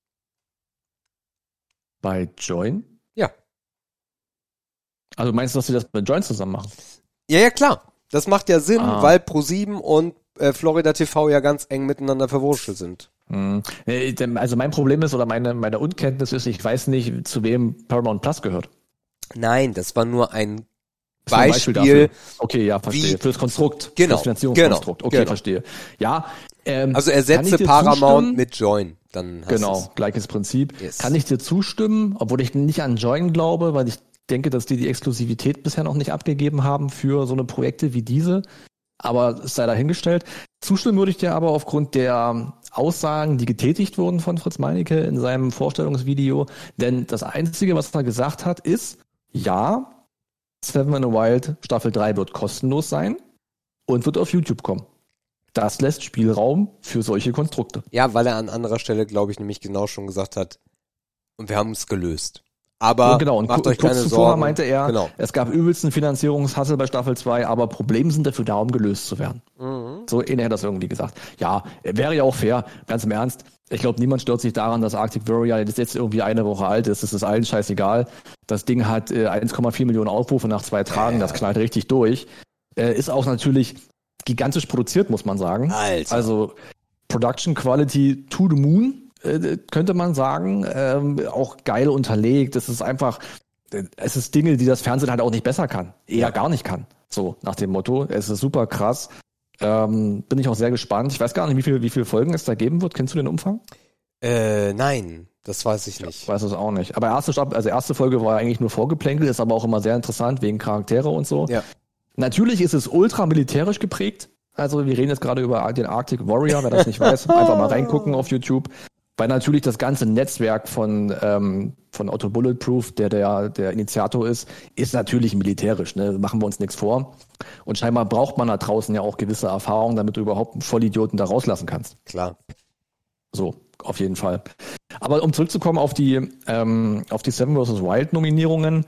Bei Join? Ja. Also meinst du, dass sie das bei Join zusammen machen? Ja, ja, klar. Das macht ja Sinn, ah. weil ProSieben und äh, Florida T V ja ganz eng miteinander verwurschtelt sind. Also mein Problem ist, oder meine, meine Unkenntnis ist, ich weiß nicht, zu wem Paramount Plus gehört. Nein, das war nur ein Beispiel. Ein Beispiel okay, ja, verstehe. Für das Konstrukt. Genau. Das Finanzierungskonstrukt. Genau, okay, genau. verstehe. Ja. Ähm, also ersetze Paramount mit Join. Dann hast genau, du's. gleiches Prinzip. Yes. Kann ich dir zustimmen, obwohl ich nicht an Join glaube, weil ich denke, dass die die Exklusivität bisher noch nicht abgegeben haben für so eine Projekte wie diese. Aber es sei dahingestellt. Zustimmen würde ich dir aber aufgrund der Aussagen, die getätigt wurden von Fritz Meinecke in seinem Vorstellungsvideo. Denn das Einzige, was er gesagt hat, ist, ja, Seven in the Wild Staffel drei wird kostenlos sein und wird auf YouTube kommen. Das lässt Spielraum für solche Konstrukte. Ja, weil er an anderer Stelle, glaube ich, nämlich genau schon gesagt hat, und wir haben es gelöst. Aber und genau, und macht ku- euch kurz keine zuvor Sorgen. meinte er, Genau. es gab übelsten Finanzierungshassel bei Staffel zwei, aber Probleme sind dafür da, um gelöst zu werden. Mhm. So ähnlich hat er das irgendwie gesagt. Ja, wäre ja auch fair, ganz im Ernst. Ich glaube, niemand stört sich daran, dass Arctic Warrior das jetzt irgendwie eine Woche alt ist. Das ist allen scheißegal. Das Ding hat äh, eins Komma vier Millionen Aufrufe nach zwei Tagen. Ja. Das knallt richtig durch. Äh, ist auch natürlich gigantisch produziert, muss man sagen. Alter. Also Production Quality to the moon, äh, könnte man sagen. Ähm, auch geil unterlegt. Das ist einfach, äh, es ist Dinge, die das Fernsehen halt auch nicht besser kann. Eher Ja. gar nicht kann. So, nach dem Motto. Es ist super krass. Ähm, bin ich auch sehr gespannt. Ich weiß gar nicht, wie viel, wie viele Folgen es da geben wird. Kennst du den Umfang? Äh, nein, das weiß ich nicht. Ich weiß es auch nicht. Aber erste Staffel, also erste Folge war eigentlich nur Vorgeplänkel, ist aber auch immer sehr interessant wegen Charaktere und so. Ja. Natürlich ist es ultra militärisch geprägt. Also wir reden jetzt gerade über den Arctic Warrior, wer das nicht weiß, einfach mal reingucken auf YouTube. Weil natürlich das ganze Netzwerk von ähm, von Otto Bulletproof, der der der Initiator ist, ist natürlich militärisch. Ne? Machen wir uns nichts vor. Und scheinbar braucht man da draußen ja auch gewisse Erfahrungen, damit du überhaupt einen Vollidioten da rauslassen kannst. Klar. So, auf jeden Fall. Aber um zurückzukommen auf die ähm, auf die Seven versus. Wild Nominierungen,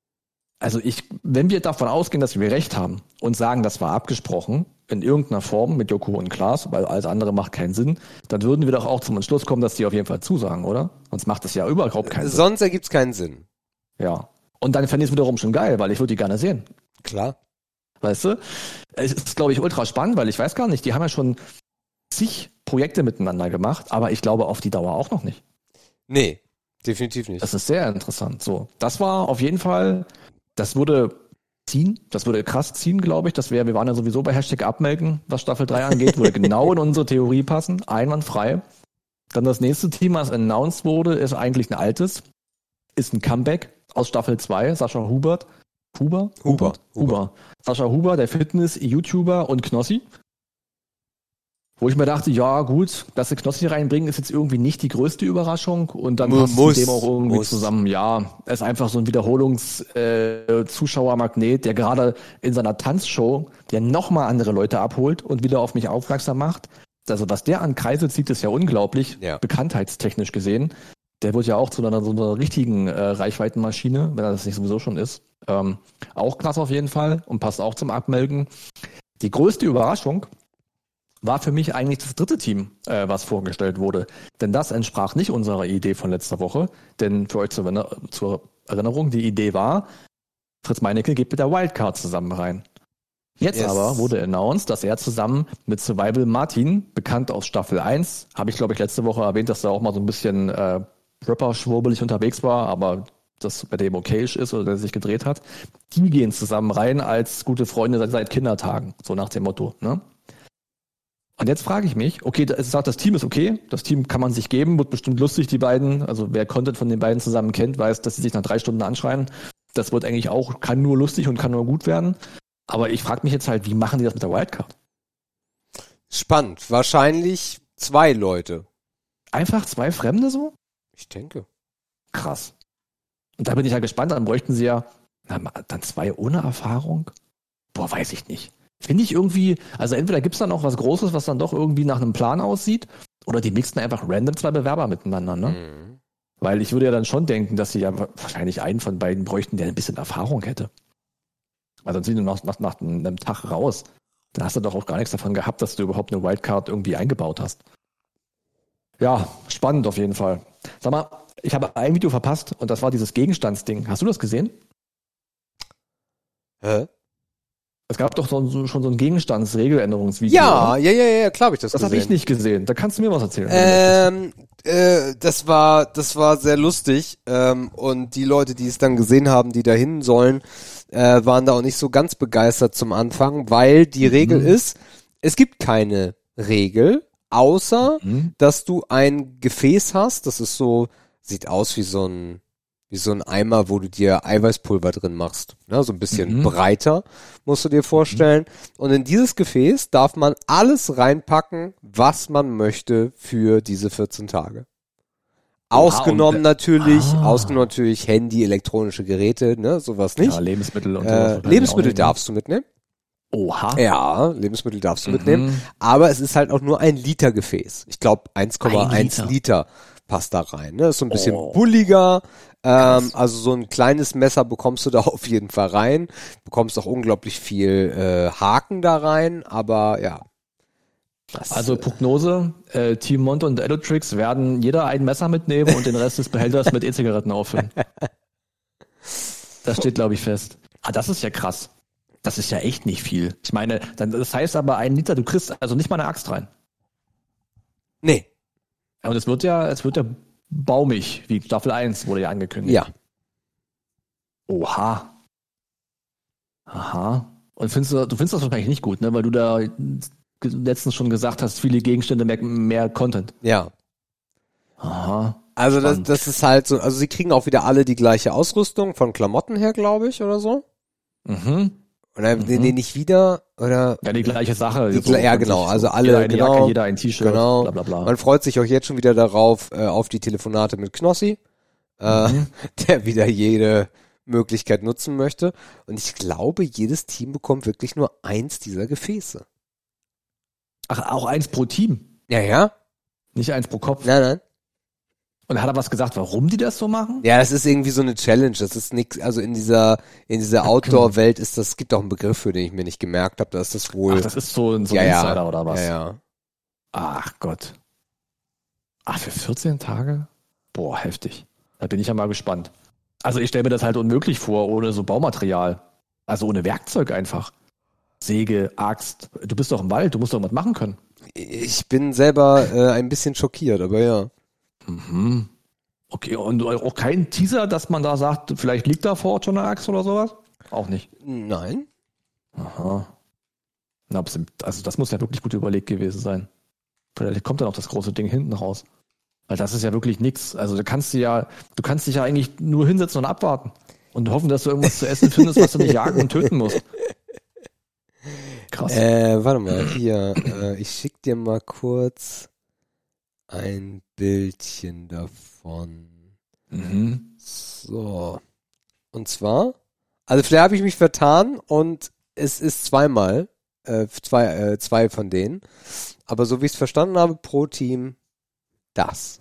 also ich, wenn wir davon ausgehen, dass wir recht haben und sagen, das war abgesprochen in irgendeiner Form mit Joko und Klaas, weil alles andere macht keinen Sinn, dann würden wir doch auch zum Entschluss kommen, dass die auf jeden Fall zusagen, oder? Sonst macht das ja überhaupt keinen Sinn. Sonst ergibt's keinen Sinn. Ja. Und dann fände ich es wiederum schon geil, weil ich würde die gerne sehen. Klar. Weißt du? Es ist, glaube ich, ultra spannend, weil ich weiß gar nicht, die haben ja schon zig Projekte miteinander gemacht, aber ich glaube auf die Dauer auch noch nicht. Nee, definitiv nicht. Das ist sehr interessant. So, das war auf jeden Fall, das würde ziehen, das würde krass ziehen, glaube ich. Das wäre, wir waren ja sowieso bei Hashtag Abmelken, was Staffel drei angeht, würde genau in unsere Theorie passen, einwandfrei. Dann das nächste Team, was announced wurde, ist eigentlich ein altes, ist ein Comeback aus Staffel zwei, Sascha Hubert. Huber? Huber. Huber. Huber. Sascha Huber, der Fitness-YouTuber und Knossi. Wo ich mir dachte, ja gut, dass sie Knossi reinbringen, ist jetzt irgendwie nicht die größte Überraschung und dann Mu- passt es muss, mit dem auch irgendwie muss. zusammen. Ja, er ist einfach so ein Wiederholungs-Zuschauermagnet, der gerade in seiner Tanzshow, der nochmal andere Leute abholt und wieder auf mich aufmerksam macht. Also was der an Kreise zieht, ist ja unglaublich, Ja. bekanntheitstechnisch gesehen. Der wird ja auch zu einer, so einer richtigen äh, Reichweitenmaschine, wenn er das nicht sowieso schon ist. Ähm, auch krass auf jeden Fall und passt auch zum Abmelden. Die größte Überraschung war für mich eigentlich das dritte Team, äh, was vorgestellt wurde. Denn das entsprach nicht unserer Idee von letzter Woche. Denn für euch zur, Erinner- zur Erinnerung, die Idee war, Fritz Meinecke geht mit der Wildcard zusammen rein. Jetzt Yes. aber wurde announced, dass er zusammen mit Survival Martin, bekannt aus Staffel eins, habe ich glaube ich letzte Woche erwähnt, dass er auch mal so ein bisschen äh, rapper-schwurbelig unterwegs war, aber das bei dem okayisch ist oder der sich gedreht hat, die gehen zusammen rein als gute Freunde seit, seit Kindertagen, so nach dem Motto, ne? Und jetzt frage ich mich, okay, es sagt, das Team ist okay, das Team kann man sich geben, wird bestimmt lustig, die beiden, also wer Content von den beiden zusammen kennt, weiß, dass sie sich nach drei Stunden anschreien. Das wird eigentlich auch, kann nur lustig und kann nur gut werden. Aber ich frage mich jetzt halt, wie machen die das mit der Wildcard? Spannend. Wahrscheinlich zwei Leute. Einfach zwei Fremde so? Ich denke. Krass. Und da bin ich ja gespannt, dann bräuchten sie ja, na, dann zwei ohne Erfahrung? Boah, weiß ich nicht. Finde ich irgendwie, also entweder gibt's da noch was Großes, was dann doch irgendwie nach einem Plan aussieht, oder die mixen einfach random zwei Bewerber miteinander, ne? Mhm. Weil ich würde ja dann schon denken, dass sie ja wahrscheinlich einen von beiden bräuchten, der ein bisschen Erfahrung hätte. Weil sonst sind die nach, nach, nach einem Tag raus. Da hast du doch auch gar nichts davon gehabt, dass du überhaupt eine Wildcard irgendwie eingebaut hast. Ja, spannend auf jeden Fall. Sag mal, ich habe ein Video verpasst und das war dieses Gegenstandsding. Hast du das gesehen? Hä? Es gab doch so, so, schon so ein Gegenstandsregeländerungsvideo. Ja, oder? ja, ja, ja, klar habe ich das, Das habe gesehen. ich nicht gesehen. Da kannst du mir was erzählen. Ähm, äh, das war, das war sehr lustig. Ähm, und die Leute, die es dann gesehen haben, die da hin sollen, äh, waren da auch nicht so ganz begeistert zum Anfang, weil die Regel Mhm. ist, es gibt keine Regel, außer, Mhm. dass du ein Gefäß hast, das ist so, sieht aus wie so ein, wie so ein Eimer, wo du dir Eiweißpulver drin machst. Ne? So ein bisschen Mhm. breiter, musst du dir vorstellen. Und in dieses Gefäß darf man alles reinpacken, was man möchte für diese vierzehn Tage. Ausgenommen und- natürlich, Ah. ausgenommen natürlich Handy, elektronische Geräte, ne, sowas nicht. Ja, Lebensmittel und äh, sowas. Lebensmittel darfst du mitnehmen. Oha. Ja, Lebensmittel darfst du Mhm. mitnehmen. Aber es ist halt auch nur ein Liter Gefäß. Ich glaube eins Komma eins Ein Liter. Liter. passt da rein. Ne? Ist so ein bisschen Oh. bulliger. Ähm, Krass. also so ein kleines Messer bekommst du da auf jeden Fall rein. Bekommst auch unglaublich viel äh, Haken da rein. Aber ja. Das, Also Prognose, äh, Team Monte und Elotrix werden jeder ein Messer mitnehmen und den Rest des Behälters mit E-Zigaretten auffüllen. Das steht, glaube ich, fest. Ah, das ist ja krass. Das ist ja echt nicht viel. Ich meine, dann, das heißt aber ein Liter, du kriegst also nicht mal eine Axt rein. nee. Und es wird ja, es wird ja baumig, wie Staffel eins wurde ja angekündigt. Ja. Oha. Aha. Und findest du, du findest das wahrscheinlich nicht gut, ne? Weil du da letztens schon gesagt hast, viele Gegenstände, mehr, mehr Content. Ja. Aha. Also das, Spannend. das ist halt so, also sie kriegen auch wieder alle die gleiche Ausrüstung von Klamotten her, glaube ich, oder so. Mhm. Oder Mhm. nee, nee, nicht wieder, oder Ja, die gleiche Sache. Die Gla- ja, genau, also alle, jeder eine genau, Jacke, jeder ein T-Shirt, genau. bla bla bla. Man freut sich auch jetzt schon wieder darauf, äh, auf die Telefonate mit Knossi, äh, Mhm. der wieder jede Möglichkeit nutzen möchte. Und ich glaube, jedes Team bekommt wirklich nur eins dieser Gefäße. Ach, auch eins pro Team, Ja, ja. nicht eins pro Kopf. Nein, nein. Und hat er was gesagt, warum die das so machen? Ja, das ist irgendwie so eine Challenge. Das ist nix, also in dieser, in dieser Outdoor-Welt ist das, es gibt auch einen Begriff für, den ich mir nicht gemerkt habe. Da ist das wohl. Ach, das ist so, ein- so ja, ein ja. Insider oder was? Ja, ja. Ach Gott. Ach, für vierzehn Tage? Boah, heftig. Da bin ich ja mal gespannt. Also ich stelle mir das halt unmöglich vor, ohne so Baumaterial. Also ohne Werkzeug einfach. Säge, Axt. Du bist doch im Wald, du musst doch was machen können. Ich bin selber äh, ein bisschen schockiert, aber ja. Mhm. Okay, und auch kein Teaser, dass man da sagt, vielleicht liegt da vor Ort schon eine Axt oder sowas? Auch nicht. Nein. Aha. Na, also das muss ja wirklich gut überlegt gewesen sein. Vielleicht kommt dann auch das große Ding hinten raus. Weil das ist ja wirklich nix. Also da kannst du ja, du kannst dich ja eigentlich nur hinsetzen und abwarten. Und hoffen, dass du irgendwas zu essen findest, was du nicht jagen und töten musst. Krass. Äh, warte mal, hier, äh, ich schick dir mal kurz ein Bildchen davon. Mhm. So. Und zwar, also vielleicht habe ich mich vertan und es ist zweimal, äh, zwei, äh, zwei von denen. Aber so wie ich es verstanden habe, pro Team das.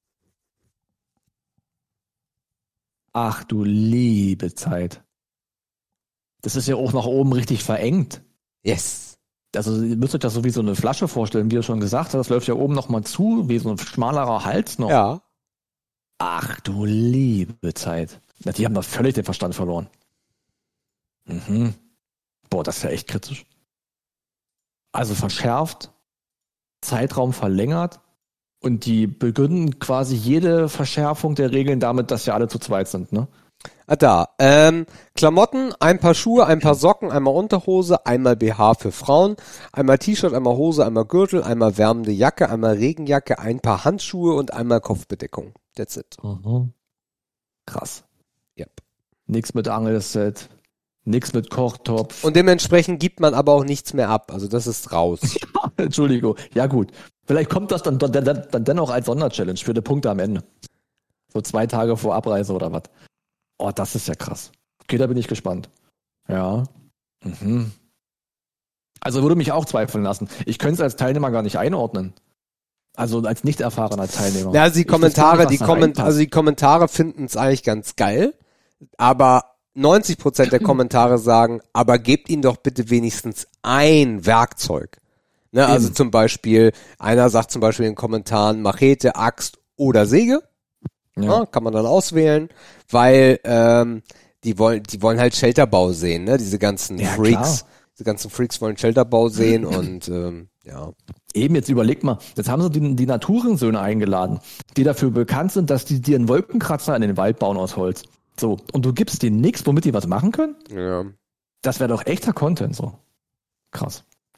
Ach du liebe Zeit. Das ist ja auch nach oben richtig verengt. Yes. Also ihr müsst euch das so wie so eine Flasche vorstellen, wie ihr schon gesagt habt, das läuft ja oben nochmal zu, wie so ein schmalerer Hals noch. Ja. Ach du liebe Zeit. Ja, die haben da völlig den Verstand verloren. Mhm. Boah, das ist ja echt kritisch. Also verschärft, Zeitraum verlängert und die begründen quasi jede Verschärfung der Regeln damit, dass ja alle zu zweit sind, ne? Ah, da. Ähm, Klamotten, ein paar Schuhe, ein paar Socken, einmal Unterhose, einmal B H für Frauen, einmal T-Shirt, einmal Hose, einmal Gürtel, einmal wärmende Jacke, einmal Regenjacke, ein paar Handschuhe und einmal Kopfbedeckung. That's it. Mhm. Krass. Yep. Nix mit Angelset, nix mit Kochtopf. Und dementsprechend gibt man aber auch nichts mehr ab. Also das ist raus. Entschuldigung. Ja gut. Vielleicht kommt das dann, dann, dann, dann dennoch als Sonderchallenge für die Punkte am Ende. So zwei Tage vor Abreise oder was. Oh, das ist ja krass. Okay, da bin ich gespannt. Ja. Mhm. Also würde mich auch zweifeln lassen. Ich könnte es als Teilnehmer gar nicht einordnen. Also als nicht erfahrener Teilnehmer. Ja, also die Ich wüsste Kommentare, gar nicht, die was da Komment reinpasst. also die Kommentare finden es eigentlich ganz geil, aber neunzig Prozent der Kommentare sagen, aber gebt ihnen doch bitte wenigstens ein Werkzeug. Ne, also Eben. zum Beispiel, einer sagt zum Beispiel in den Kommentaren Machete, Axt oder Säge. Ja. Ja, kann man dann auswählen, weil ähm, die wollen, die wollen halt Shelterbau sehen, ne? Diese ganzen Ja, Freaks, klar. diese ganzen Freaks wollen Shelterbau sehen und ähm, ja. Eben, jetzt überleg mal, jetzt haben sie die, die Naturensöhne eingeladen, die dafür bekannt sind, dass die dir einen Wolkenkratzer in den Wald bauen aus Holz. So, und du gibst denen nichts, womit die was machen können? Ja. Das wäre doch echter Content, so. Krass.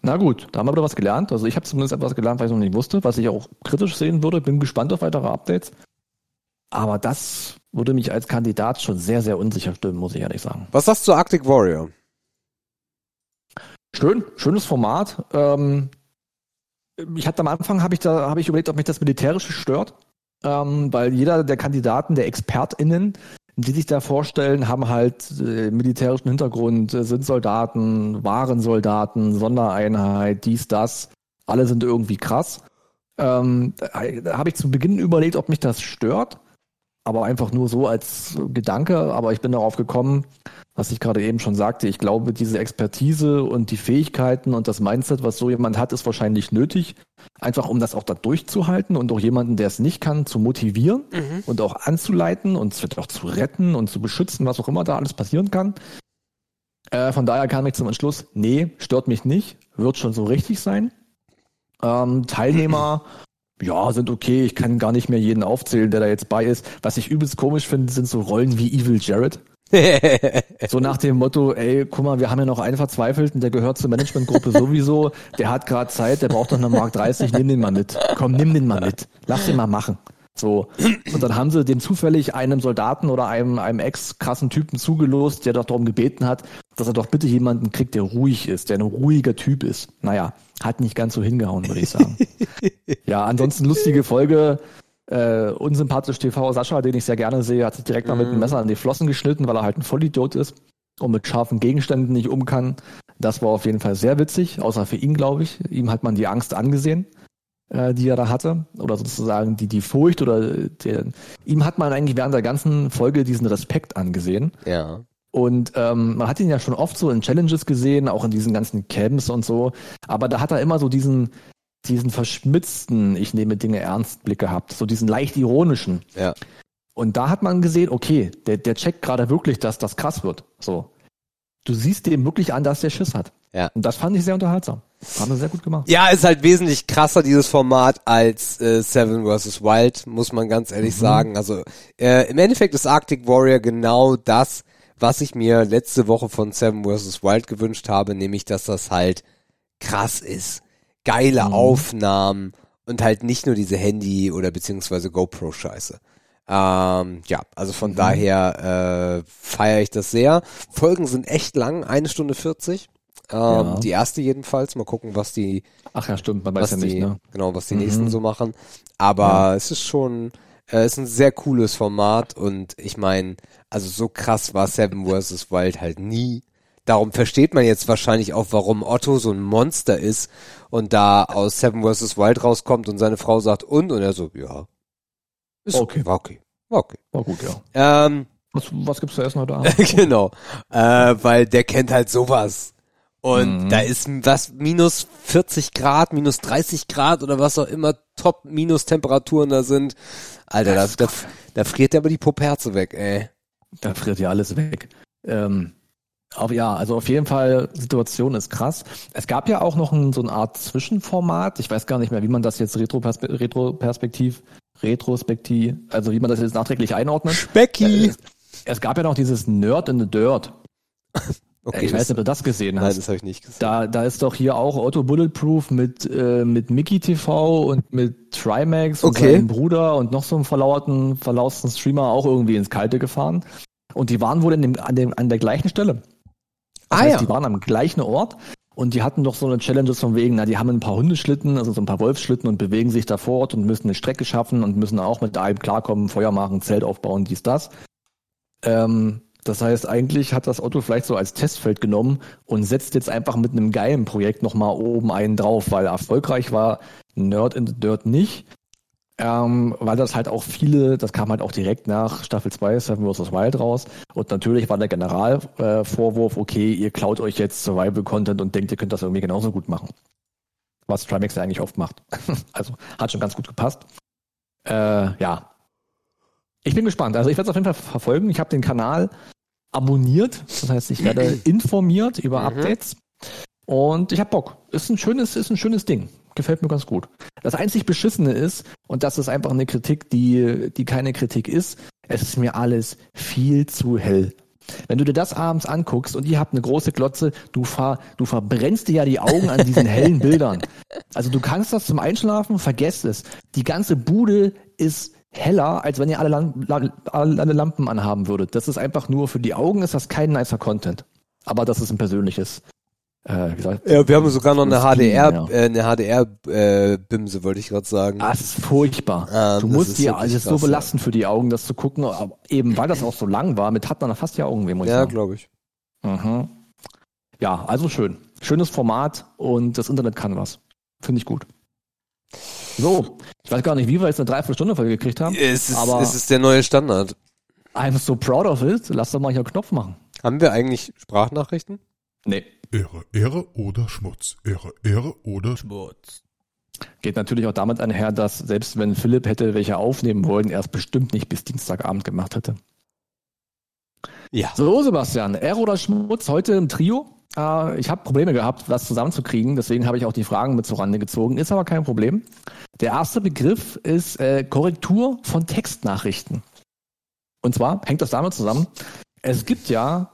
Na gut, da haben wir wieder was gelernt. Also ich habe zumindest etwas gelernt, was ich noch nicht wusste, was ich auch kritisch sehen würde. Bin gespannt auf weitere Updates. Aber das würde mich als Kandidat schon sehr, sehr unsicher stimmen, muss ich ehrlich sagen. Was sagst du zu Arctic Warrior? Schön, schönes Format. Ähm, ich hatte am Anfang, habe ich da, habe ich überlegt, ob mich das Militärische stört. Ähm, weil jeder der Kandidaten, der ExpertInnen, die sich da vorstellen, haben halt äh, militärischen Hintergrund, äh, sind Soldaten, waren Soldaten, Sondereinheit, dies, das. Alle sind irgendwie krass. Ähm, da habe ich zu Beginn überlegt, ob mich das stört. Aber einfach nur so als Gedanke. Aber ich bin darauf gekommen, was ich gerade eben schon sagte. Ich glaube, diese Expertise und die Fähigkeiten und das Mindset, was so jemand hat, ist wahrscheinlich nötig. Einfach um das auch da durchzuhalten und auch jemanden, der es nicht kann, zu motivieren mhm. und auch anzuleiten und vielleicht auch zu retten und zu beschützen, was auch immer da alles passieren kann. Äh, von daher kam ich zum Entschluss, nee, stört mich nicht, wird schon so richtig sein. Ähm, Teilnehmer, ja, sind okay, ich kann gar nicht mehr jeden aufzählen, der da jetzt bei ist. Was ich übelst komisch finde, sind so Rollen wie Evil Jared. So nach dem Motto, ey, guck mal, wir haben ja noch einen Verzweifelten, der gehört zur Managementgruppe sowieso, der hat gerade Zeit, der braucht doch eine Mark dreißig, nimm den mal mit. Komm, nimm den mal mit. Lass den mal machen. So. Und dann haben sie dem zufällig einem Soldaten oder einem, einem ex-krassen Typen zugelost, der doch darum gebeten hat, dass er doch bitte jemanden kriegt, der ruhig ist, der ein ruhiger Typ ist. Naja, hat nicht ganz so hingehauen, würde ich sagen. Ja, ansonsten lustige Folge. Äh, unsympathisch T V Sascha, den ich sehr gerne sehe, hat sich direkt mal mit dem Messer an die Flossen geschnitten, weil er halt ein Vollidiot ist und mit scharfen Gegenständen nicht um kann. Das war auf jeden Fall sehr witzig, außer für ihn, glaube ich. Ihm hat man die Angst angesehen, äh, die er da hatte. Oder sozusagen die, die Furcht oder der, ihm hat man eigentlich während der ganzen Folge diesen Respekt angesehen. Ja. Und ähm, man hat ihn ja schon oft so in Challenges gesehen, auch in diesen ganzen Camps und so. Aber da hat er immer so diesen diesen verschmitzten, ich nehme Dinge ernst Blick gehabt, so diesen leicht ironischen. Ja. Und da hat man gesehen, okay, der, der checkt gerade wirklich, dass das krass wird. So. Du siehst dem wirklich an, dass der Schiss hat. Ja. Und das fand ich sehr unterhaltsam. Haben wir sehr gut gemacht. Ja, ist halt wesentlich krasser, dieses Format, als äh, Seven versus. Wild, muss man ganz ehrlich mhm. sagen. Also äh, im Endeffekt ist Arctic Warrior genau das, was ich mir letzte Woche von Seven versus. Wild gewünscht habe, nämlich, dass das halt krass ist. Geile mhm. Aufnahmen und halt nicht nur diese Handy- oder beziehungsweise GoPro-Scheiße. Ähm, ja, also von mhm. daher äh, feiere ich das sehr. Folgen sind echt lang, eine Stunde vierzig. Ähm, ja. Die erste jedenfalls. Mal gucken, was die Ach ja, stimmt, man weiß ja die, nicht, ne? Genau, was die mhm. nächsten so machen. Aber ja. es ist schon, äh, es ist ein sehr cooles Format und ich meine, also so krass war Seven versus. Wild halt nie. Darum versteht man jetzt wahrscheinlich auch, warum Otto so ein Monster ist und da aus Seven versus. Wild rauskommt und seine Frau sagt und und er so, ja, ist okay, war okay, war okay. War gut, ja. Ähm, was, was gibt's zu essen heute Abend? Genau, äh, weil der kennt halt sowas und mhm. da ist was minus vierzig Grad, minus dreißig Grad oder was auch immer Top Minus Temperaturen da sind. Alter, da, da, da friert der aber die Poperze weg, ey. Da friert ja alles weg. Ähm, Aber ja, also auf jeden Fall, Situation ist krass. Es gab ja auch noch ein, so eine Art Zwischenformat. Ich weiß gar nicht mehr, wie man das jetzt Retro-Perspe- Retro-Perspektiv, Retrospektiv, also wie man das jetzt nachträglich einordnet. Specki! Es, es gab ja noch dieses Nerd in the Dirt. Okay, ich weiß nicht, ob du das gesehen hast. Nein, das habe ich nicht gesehen. Da, da ist doch hier auch Otto Bulletproof mit, äh, mit Mickey T V und mit Trimax und okay. seinem Bruder und noch so einem verlauerten, verlausten Streamer auch irgendwie ins Kalte gefahren. Und die waren wohl in dem, an, dem, an der gleichen Stelle. Das ah heißt, ja. die waren am gleichen Ort und die hatten doch so eine Challenges von wegen, na, die haben ein paar Hundeschlitten, also so ein paar Wolfsschlitten und bewegen sich da fort und müssen eine Strecke schaffen und müssen auch mit allem klarkommen, Feuer machen, Zelt aufbauen, dies, das. Ähm, das heißt, eigentlich hat das Otto vielleicht so als Testfeld genommen und setzt jetzt einfach mit einem geilen Projekt nochmal oben einen drauf, weil erfolgreich war Nerd in the Dirt nicht. Ähm, weil das halt auch viele, das kam halt auch direkt nach Staffel zwei, Seven versus. Wild raus. Und natürlich war der Generalvorwurf, äh, okay, ihr klaut euch jetzt Survival-Content und denkt, ihr könnt das irgendwie genauso gut machen. Was Trimax ja eigentlich oft macht. Also hat schon ganz gut gepasst. Äh, ja. Ich bin gespannt. Also ich werde es auf jeden Fall verfolgen. Ich habe den Kanal abonniert. Das heißt, ich werde informiert über mhm. Updates. Und ich habe Bock. Ist ein schönes, ist ein schönes Ding. Gefällt mir ganz gut. Das einzig Beschissene ist, und das ist einfach eine Kritik, die, die keine Kritik ist, es ist mir alles viel zu hell. Wenn du dir das abends anguckst und ihr habt eine große Glotze, du, ver, du verbrennst dir ja die Augen an diesen hellen Bildern. Also du kannst das zum Einschlafen, vergesst es. Die ganze Bude ist heller, als wenn ihr alle, Lamp- alle Lampen anhaben würdet. Das ist einfach nur, für die Augen ist das kein nicer Content. Aber das ist ein persönliches, äh, wie gesagt. Ja, wir haben sogar noch eine H D R, ja. äh, eine H D R-Bimse, wollte ich gerade sagen. Ah, es ist furchtbar. Ah, du das musst ist dir, wirklich also es ist so krass, belastend für die Augen, das zu gucken, aber eben weil das auch so lang war, mit hat man fast die Augenweh, muss ich Ja, sagen. glaube ich. Mhm. Ja, also schön. Schönes Format und das Internet kann was. Finde ich gut. So, ich weiß gar nicht, wie wir jetzt eine Dreiviertelstunde Folge gekriegt haben, Es ist, aber es ist der neue Standard. I'm so proud of it. Lass doch mal hier einen Knopf machen. Haben wir eigentlich Sprachnachrichten? Nee. Ehre, Ehre oder Schmutz. Ehre, Ehre oder Schmutz. Geht natürlich auch damit einher, dass selbst wenn Philipp hätte welche aufnehmen wollen, er es bestimmt nicht bis Dienstagabend gemacht hätte. Ja. So, Sebastian, Ehre oder Schmutz heute im Trio. Äh, ich habe Probleme gehabt, was zusammenzukriegen, deswegen habe ich auch die Fragen mit zurande gezogen. Ist aber kein Problem. Der erste Begriff ist äh, Korrektur von Textnachrichten. Und zwar hängt das damit zusammen, es gibt ja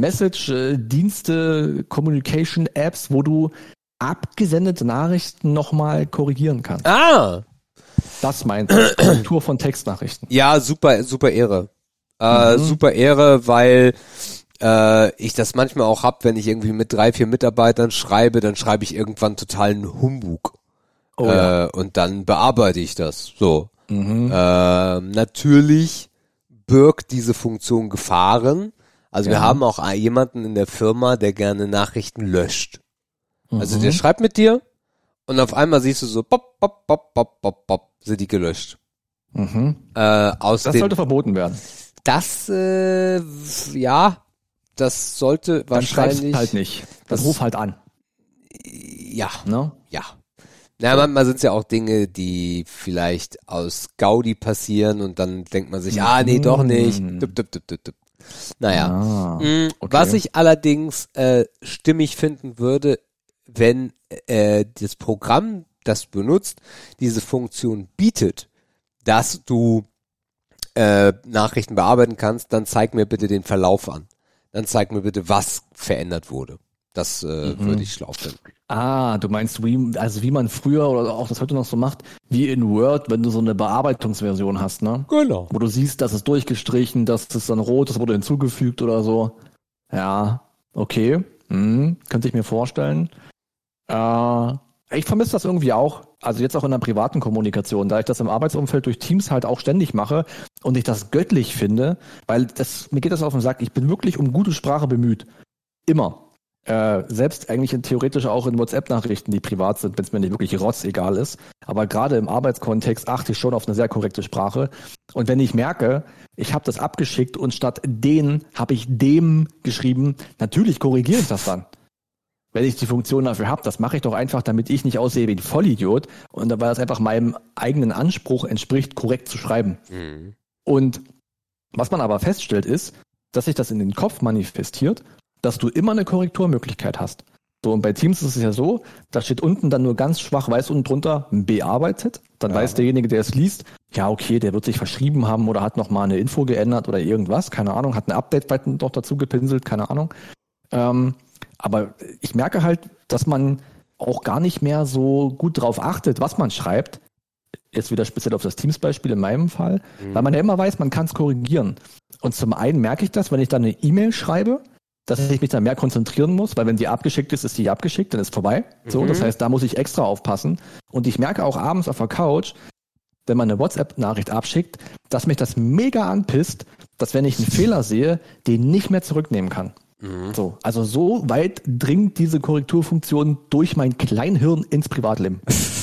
Message-Dienste, Communication-Apps, wo du abgesendete Nachrichten nochmal korrigieren kannst. Ah! Das meint Korrektur von Textnachrichten. Ja, super, super Ehre. Äh, Mhm. Super Ehre, weil äh, ich das manchmal auch hab, wenn ich irgendwie mit drei, vier Mitarbeitern schreibe, dann schreibe ich irgendwann totalen Humbug. Oh, ja. äh, und dann bearbeite ich das. So. Mhm. Äh, natürlich birgt diese Funktion Gefahren. Also wir Ja. haben auch jemanden in der Firma, der gerne Nachrichten löscht. Also Mhm. der schreibt mit dir und auf einmal siehst du so, pop, pop, pop, pop, pop, pop, sind die gelöscht. Mhm. Äh, aus Das dem, sollte verboten werden. das, äh, ja, das sollte Dann schreib's wahrscheinlich, halt nicht. Das, das- ruf halt an. ja, Ne? ja. Na, manchmal sind es ja auch Dinge, die vielleicht aus Gaudi passieren und dann denkt man sich, ah, nee, doch nicht. Mhm. Dup, dup, dup, dup, dup. Naja. Ah, Mm, okay. Was ich allerdings äh, stimmig finden würde, wenn äh, das Programm, das du benutzt, diese Funktion bietet, dass du äh, Nachrichten bearbeiten kannst, dann zeig mir bitte den Verlauf an. Dann zeig mir bitte, was verändert wurde. Das äh, Mhm. würde ich schlau finden. Ah, du meinst, wie, also wie man früher oder auch das heute noch so macht, wie in Word, wenn du so eine Bearbeitungsversion hast, ne? Genau. Wo du siehst, das ist durchgestrichen, das ist dann rot, das wurde hinzugefügt oder so. Ja, okay. Hm, könnte ich mir vorstellen. Äh, ich vermisse das irgendwie auch. Also jetzt auch in der privaten Kommunikation, da ich das im Arbeitsumfeld durch Teams halt auch ständig mache und ich das göttlich finde, weil das, mir geht das auf den Sack. Ich bin wirklich um gute Sprache bemüht. Immer. Äh, selbst eigentlich in, theoretisch auch in WhatsApp-Nachrichten, die privat sind, wenn es mir nicht wirklich rotzegal ist. Aber gerade im Arbeitskontext achte ich schon auf eine sehr korrekte Sprache. Und wenn ich merke, ich habe das abgeschickt und statt den habe ich dem geschrieben, natürlich korrigiere ich das dann. Wenn ich die Funktion dafür habe, das mache ich doch einfach, damit ich nicht aussehe wie ein Vollidiot und weil das einfach meinem eigenen Anspruch entspricht, korrekt zu schreiben. Mhm. Und was man aber feststellt ist, dass sich das in den Kopf manifestiert, dass du immer eine Korrekturmöglichkeit hast. So, und bei Teams ist es ja so, da steht unten dann nur ganz schwach weiß unten drunter bearbeitet. Dann Ja. weiß derjenige, der es liest, ja okay, der wird sich verschrieben haben oder hat nochmal eine Info geändert oder irgendwas, keine Ahnung, hat ein Update noch dazu gepinselt, keine Ahnung. Ähm, aber ich merke halt, dass man auch gar nicht mehr so gut drauf achtet, was man schreibt. Jetzt wieder speziell auf das Teams-Beispiel in meinem Fall, Mhm. weil man ja immer weiß, man kann es korrigieren. Und zum einen merke ich das, wenn ich dann eine E-Mail schreibe, dass ich mich dann mehr konzentrieren muss, weil wenn die abgeschickt ist, ist die abgeschickt, dann ist vorbei. So, Mhm. das heißt, da muss ich extra aufpassen. Und ich merke auch abends auf der Couch, wenn man eine WhatsApp-Nachricht abschickt, dass mich das mega anpisst, dass wenn ich einen Fehler sehe, den nicht mehr zurücknehmen kann. Mhm. So, also so weit dringt diese Korrekturfunktion durch mein Kleinhirn ins Privatleben.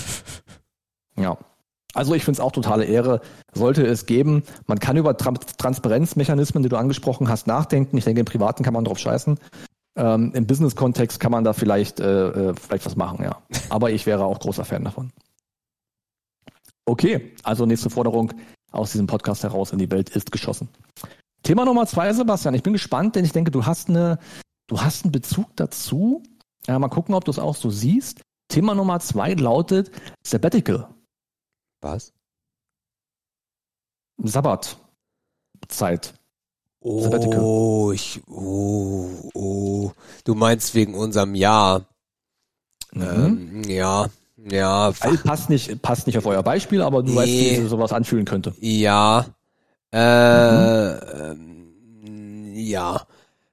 Ja. Also ich finde es auch totale Ehre, sollte es geben. Man kann über Tra- Transparenzmechanismen, die du angesprochen hast, nachdenken. Ich denke, im Privaten kann man drauf scheißen. Ähm, Im Business-Kontext kann man da vielleicht, äh, vielleicht was machen, ja. Aber ich wäre auch großer Fan davon. Okay, also nächste Forderung aus diesem Podcast heraus in die Welt ist geschossen. Thema Nummer zwei, Sebastian. Ich bin gespannt, denn ich denke, du hast eine, du hast einen Bezug dazu. Ja, mal gucken, ob du es auch so siehst. Thema Nummer zwei lautet Sabbatical. Was? Sabbatzeit. Oh, ich, oh, oh. Du meinst wegen unserem Jahr. Mhm. Ähm, ja, ja. Also passt nicht, passt nicht auf euer Beispiel, aber du Nee. weißt, wie sich sowas anfühlen könnte. Ja. Äh, ähm, ja.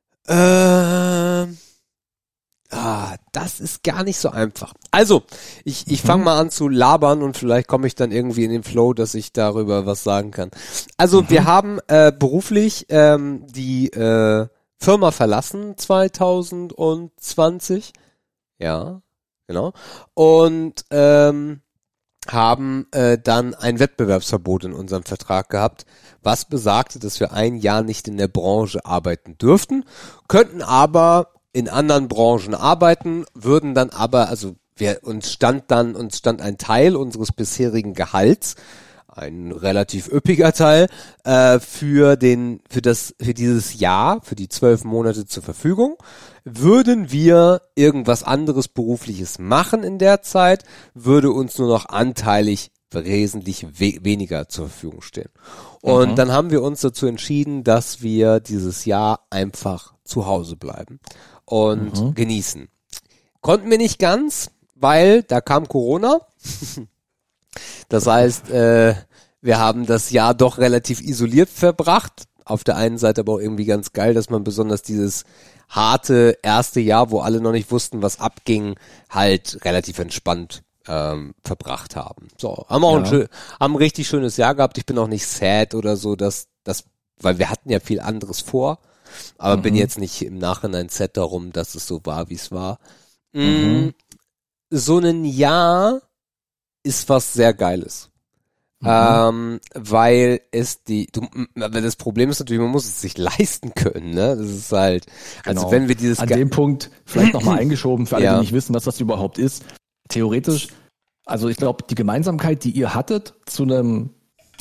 Ähm. Ah, das ist gar nicht so einfach. Also, ich, ich fange mal an zu labern und vielleicht komme ich dann irgendwie in den Flow, dass ich darüber was sagen kann. Also, Mhm. wir haben äh, beruflich ähm, die äh, Firma verlassen zwanzig zwanzig. Ja, genau. Und ähm, haben äh, dann ein Wettbewerbsverbot in unserem Vertrag gehabt, was besagte, dass wir ein Jahr nicht in der Branche arbeiten dürften, könnten aber in anderen Branchen arbeiten, würden dann aber, also wir, uns stand dann, uns stand ein Teil unseres bisherigen Gehalts, ein relativ üppiger Teil, äh, für den, für das, für dieses Jahr, für die zwölf Monate zur Verfügung. Würden wir irgendwas anderes Berufliches machen in der Zeit, würde uns nur noch anteilig wesentlich we- weniger zur Verfügung stehen. Und Mhm. dann haben wir uns dazu entschieden, dass wir dieses Jahr einfach zu Hause bleiben und Mhm. genießen. Konnten wir nicht ganz, weil da kam Corona. Das heißt, äh, wir haben das Jahr doch relativ isoliert verbracht. Auf der einen Seite aber auch irgendwie ganz geil, dass man besonders dieses harte erste Jahr, wo alle noch nicht wussten, was abging, halt relativ entspannt ähm, verbracht haben. So, haben auch Ja. ein, schön, haben ein richtig schönes Jahr gehabt. Ich bin auch nicht sad oder so, dass das, weil wir hatten ja viel anderes vor, aber Mhm. bin jetzt nicht im Nachhinein sad darum, dass es so war, wie es war. Mm, Mhm. So ein Jahr ist was sehr Geiles. Mhm. Ähm, weil es die, du, aber das Problem ist natürlich, man muss es sich leisten können, ne? Das ist halt, also Genau. wenn wir dieses, An Ge- dem Punkt vielleicht nochmal eingeschoben, für alle, Ja. die nicht wissen, was das überhaupt ist. Theoretisch, also ich glaube, die Gemeinsamkeit, die ihr hattet zu einem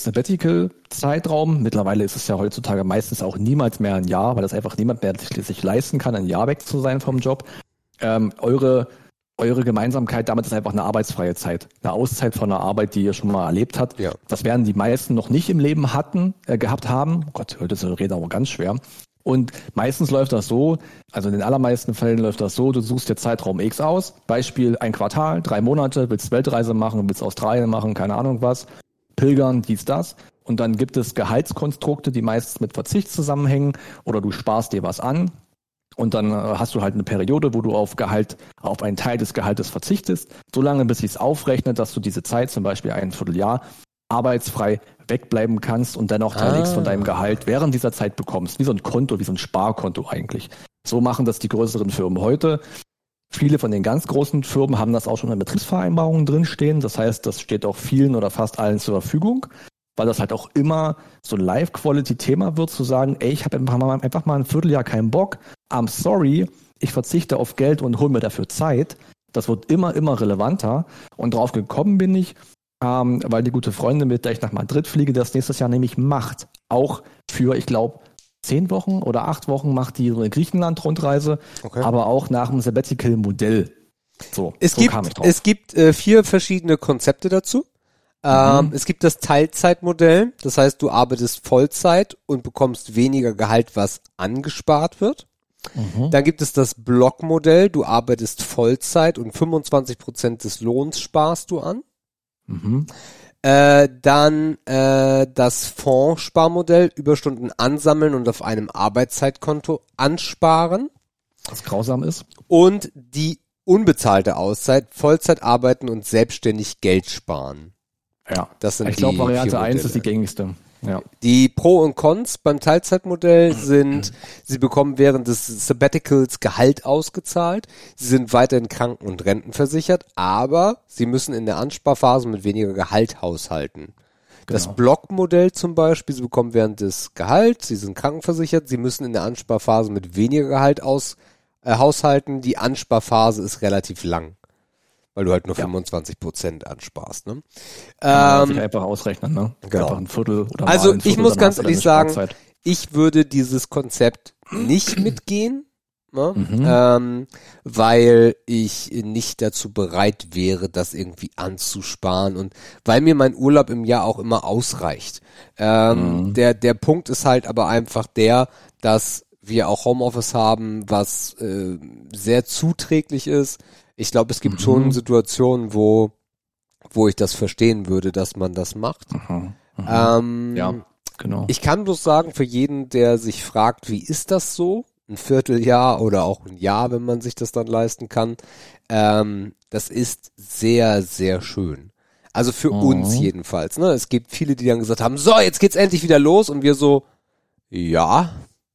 Sabbatical-Zeitraum, mittlerweile ist es ja heutzutage meistens auch niemals mehr ein Jahr, weil das einfach niemand mehr sich, sich leisten kann, ein Jahr weg zu sein vom Job. Ähm, eure Eure Gemeinsamkeit damit ist einfach eine arbeitsfreie Zeit, eine Auszeit von einer Arbeit, die ihr schon mal erlebt habt. Ja. Das werden die meisten noch nicht im Leben hatten, äh, gehabt haben. Oh Gott, heute ist die Rede aber ganz schwer. Und meistens läuft das so, also in den allermeisten Fällen läuft das so, du suchst dir Zeitraum X aus, Beispiel ein Quartal, drei Monate, willst Weltreise machen, willst Australien machen, keine Ahnung was, pilgern, dies, das. Und dann gibt es Gehaltskonstrukte, die meistens mit Verzicht zusammenhängen oder du sparst dir was an. Und dann äh, hast du halt eine Periode, wo du auf Gehalt, auf einen Teil des Gehaltes verzichtest, solange bis sich's aufrechnet, dass du diese Zeit, zum Beispiel ein Vierteljahr, arbeitsfrei wegbleiben kannst und dennoch Teil Ah. X von deinem Gehalt während dieser Zeit bekommst. Wie so ein Konto, wie so ein Sparkonto eigentlich. So machen das die größeren Firmen heute. Viele von den ganz großen Firmen haben das auch schon in Betriebsvereinbarungen drinstehen. Das heißt, das steht auch vielen oder fast allen zur Verfügung, weil das halt auch immer so ein Live-Quality-Thema wird, zu sagen, ey, ich habe einfach mal, einfach mal ein Vierteljahr keinen Bock, I'm sorry, ich verzichte auf Geld und hole mir dafür Zeit. Das wird immer, immer relevanter. Und drauf gekommen bin ich, ähm, weil die gute Freundin, mit der ich nach Madrid fliege, das nächstes Jahr nämlich macht. Auch für, ich glaube, zehn Wochen oder acht Wochen macht die so eine Griechenland-Rundreise, Okay. aber auch nach dem Sabbatical-Modell. So, es so gibt, kam ich drauf. es gibt äh, vier verschiedene Konzepte dazu. Ähm, Mhm. Es gibt das Teilzeitmodell, das heißt, du arbeitest Vollzeit und bekommst weniger Gehalt, was angespart wird. Mhm. Dann gibt es das Blockmodell, du arbeitest Vollzeit und fünfundzwanzig Prozent des Lohns sparst du an. Mhm. Äh, dann äh, das Fondssparmodell, Überstunden ansammeln und auf einem Arbeitszeitkonto ansparen. Was grausam ist. Und die unbezahlte Auszeit, Vollzeit arbeiten und selbstständig Geld sparen. Ja. Das sind Ich glaube, die Variante vier eins ist die Modelle. gängigste. Ja. Die Pro und Cons beim Teilzeitmodell sind, sie bekommen während des Sabbaticals Gehalt ausgezahlt, sie sind weiterhin kranken- und rentenversichert, aber sie müssen in der Ansparphase mit weniger Gehalt haushalten. Das Genau. Blockmodell zum Beispiel, sie bekommen während des Gehalts, sie sind krankenversichert, sie müssen in der Ansparphase mit weniger Gehalt aus, äh, haushalten, die Ansparphase ist relativ lang, weil du halt nur Ja. fünfundzwanzig Prozent ansparst, ne? Kann man Ähm, sich einfach ausrechnen, ne? genau. Einfach ein Viertel oder Also mal ein Viertel, ich muss dann ganz hast du ehrlich deine sagen, Sparzeit. ich würde dieses Konzept nicht mitgehen, ne? Mhm. ähm, weil ich nicht dazu bereit wäre, das irgendwie anzusparen und weil mir mein Urlaub im Jahr auch immer ausreicht. Ähm, Mhm. der, der Punkt ist halt aber einfach der, dass wir auch Homeoffice haben, was äh, sehr zuträglich ist. Ich glaube, es gibt Mhm. schon Situationen, wo wo ich das verstehen würde, dass man das macht. Mhm. Mhm. Ähm, Ja, genau. Ich kann bloß sagen, für jeden, der sich fragt, wie ist das so? Ein Vierteljahr oder auch ein Jahr, wenn man sich das dann leisten kann. Ähm, das ist sehr, sehr schön. Also für Mhm. uns jedenfalls. Ne? Es gibt viele, die dann gesagt haben, so, jetzt geht's endlich wieder los. Und wir so, ja.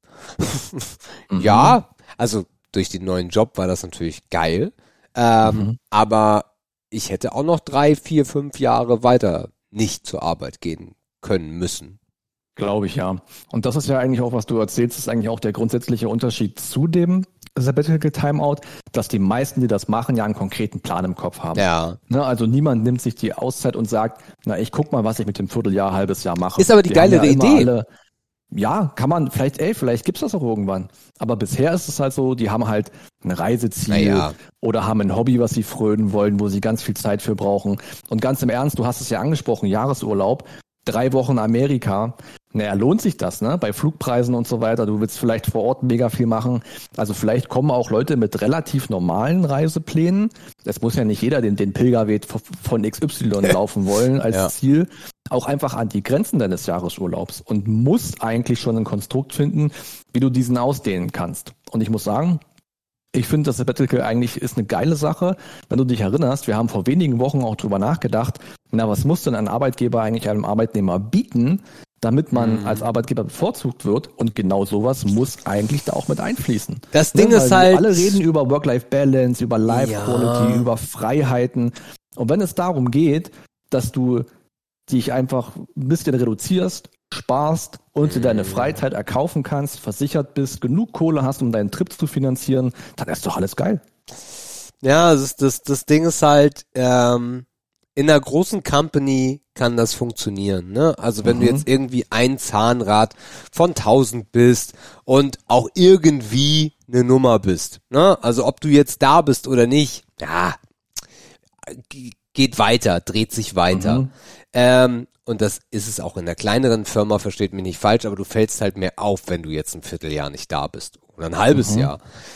Mhm. Ja. Also durch den neuen Job war das natürlich geil. Ähm, Mhm. aber ich hätte auch noch drei, vier, fünf Jahre weiter nicht zur Arbeit gehen können müssen. Glaube ich, ja. Und das ist ja eigentlich auch, was du erzählst, ist eigentlich auch der grundsätzliche Unterschied zu dem Sabbatical Timeout, dass die meisten, die das machen, ja einen konkreten Plan im Kopf haben. Ja. Ne, also niemand nimmt sich die Auszeit und sagt, na, ich guck mal, was ich mit dem Vierteljahr, halbes Jahr mache. Ist aber die Die haben geilere ja immer Idee. Alle, ja, kann man, vielleicht, ey, vielleicht gibt's das auch irgendwann. Aber bisher ist es halt so, die haben halt ein Reiseziel Naja. oder haben ein Hobby, was sie frönen wollen, wo sie ganz viel Zeit für brauchen. Und ganz im Ernst, du hast es ja angesprochen, Jahresurlaub, drei Wochen Amerika. Naja, lohnt sich das, ne? Bei Flugpreisen und so weiter. Du willst vielleicht vor Ort mega viel machen. Also vielleicht kommen auch Leute mit relativ normalen Reiseplänen. Es muss ja nicht jeder den, den Pilgerweg von X Y laufen wollen als Ja. Ziel. Auch einfach an die Grenzen deines Jahresurlaubs und muss eigentlich schon ein Konstrukt finden, wie du diesen ausdehnen kannst. Und ich muss sagen, ich finde, das Sabbatical eigentlich ist eine geile Sache. Wenn du dich erinnerst, wir haben vor wenigen Wochen auch drüber nachgedacht, na, was muss denn ein Arbeitgeber eigentlich einem Arbeitnehmer bieten, damit man Mhm. als Arbeitgeber bevorzugt wird? Und genau sowas muss eigentlich da auch mit einfließen. Das Ding Ne, ist weil halt. Alle reden über Work-Life-Balance, über Life-Quality, Ja. über Freiheiten. Und wenn es darum geht, dass du dich einfach ein bisschen reduzierst, sparst und dir deine Freizeit erkaufen kannst, versichert bist, genug Kohle hast, um deinen Trip zu finanzieren, dann ist doch alles geil. Ja, das, das, das Ding ist halt, ähm, in einer großen Company kann das funktionieren, ne? Also wenn Mhm. du jetzt irgendwie ein Zahnrad von tausend bist und auch irgendwie eine Nummer bist, ne? Also ob du jetzt da bist oder nicht, ja, g- geht weiter, dreht sich weiter. Mhm. Ähm, und das ist es auch in der kleineren Firma, versteht mich nicht falsch, aber du fällst halt mehr auf, wenn du jetzt ein Vierteljahr nicht da bist. Oder ein halbes Mhm. Jahr.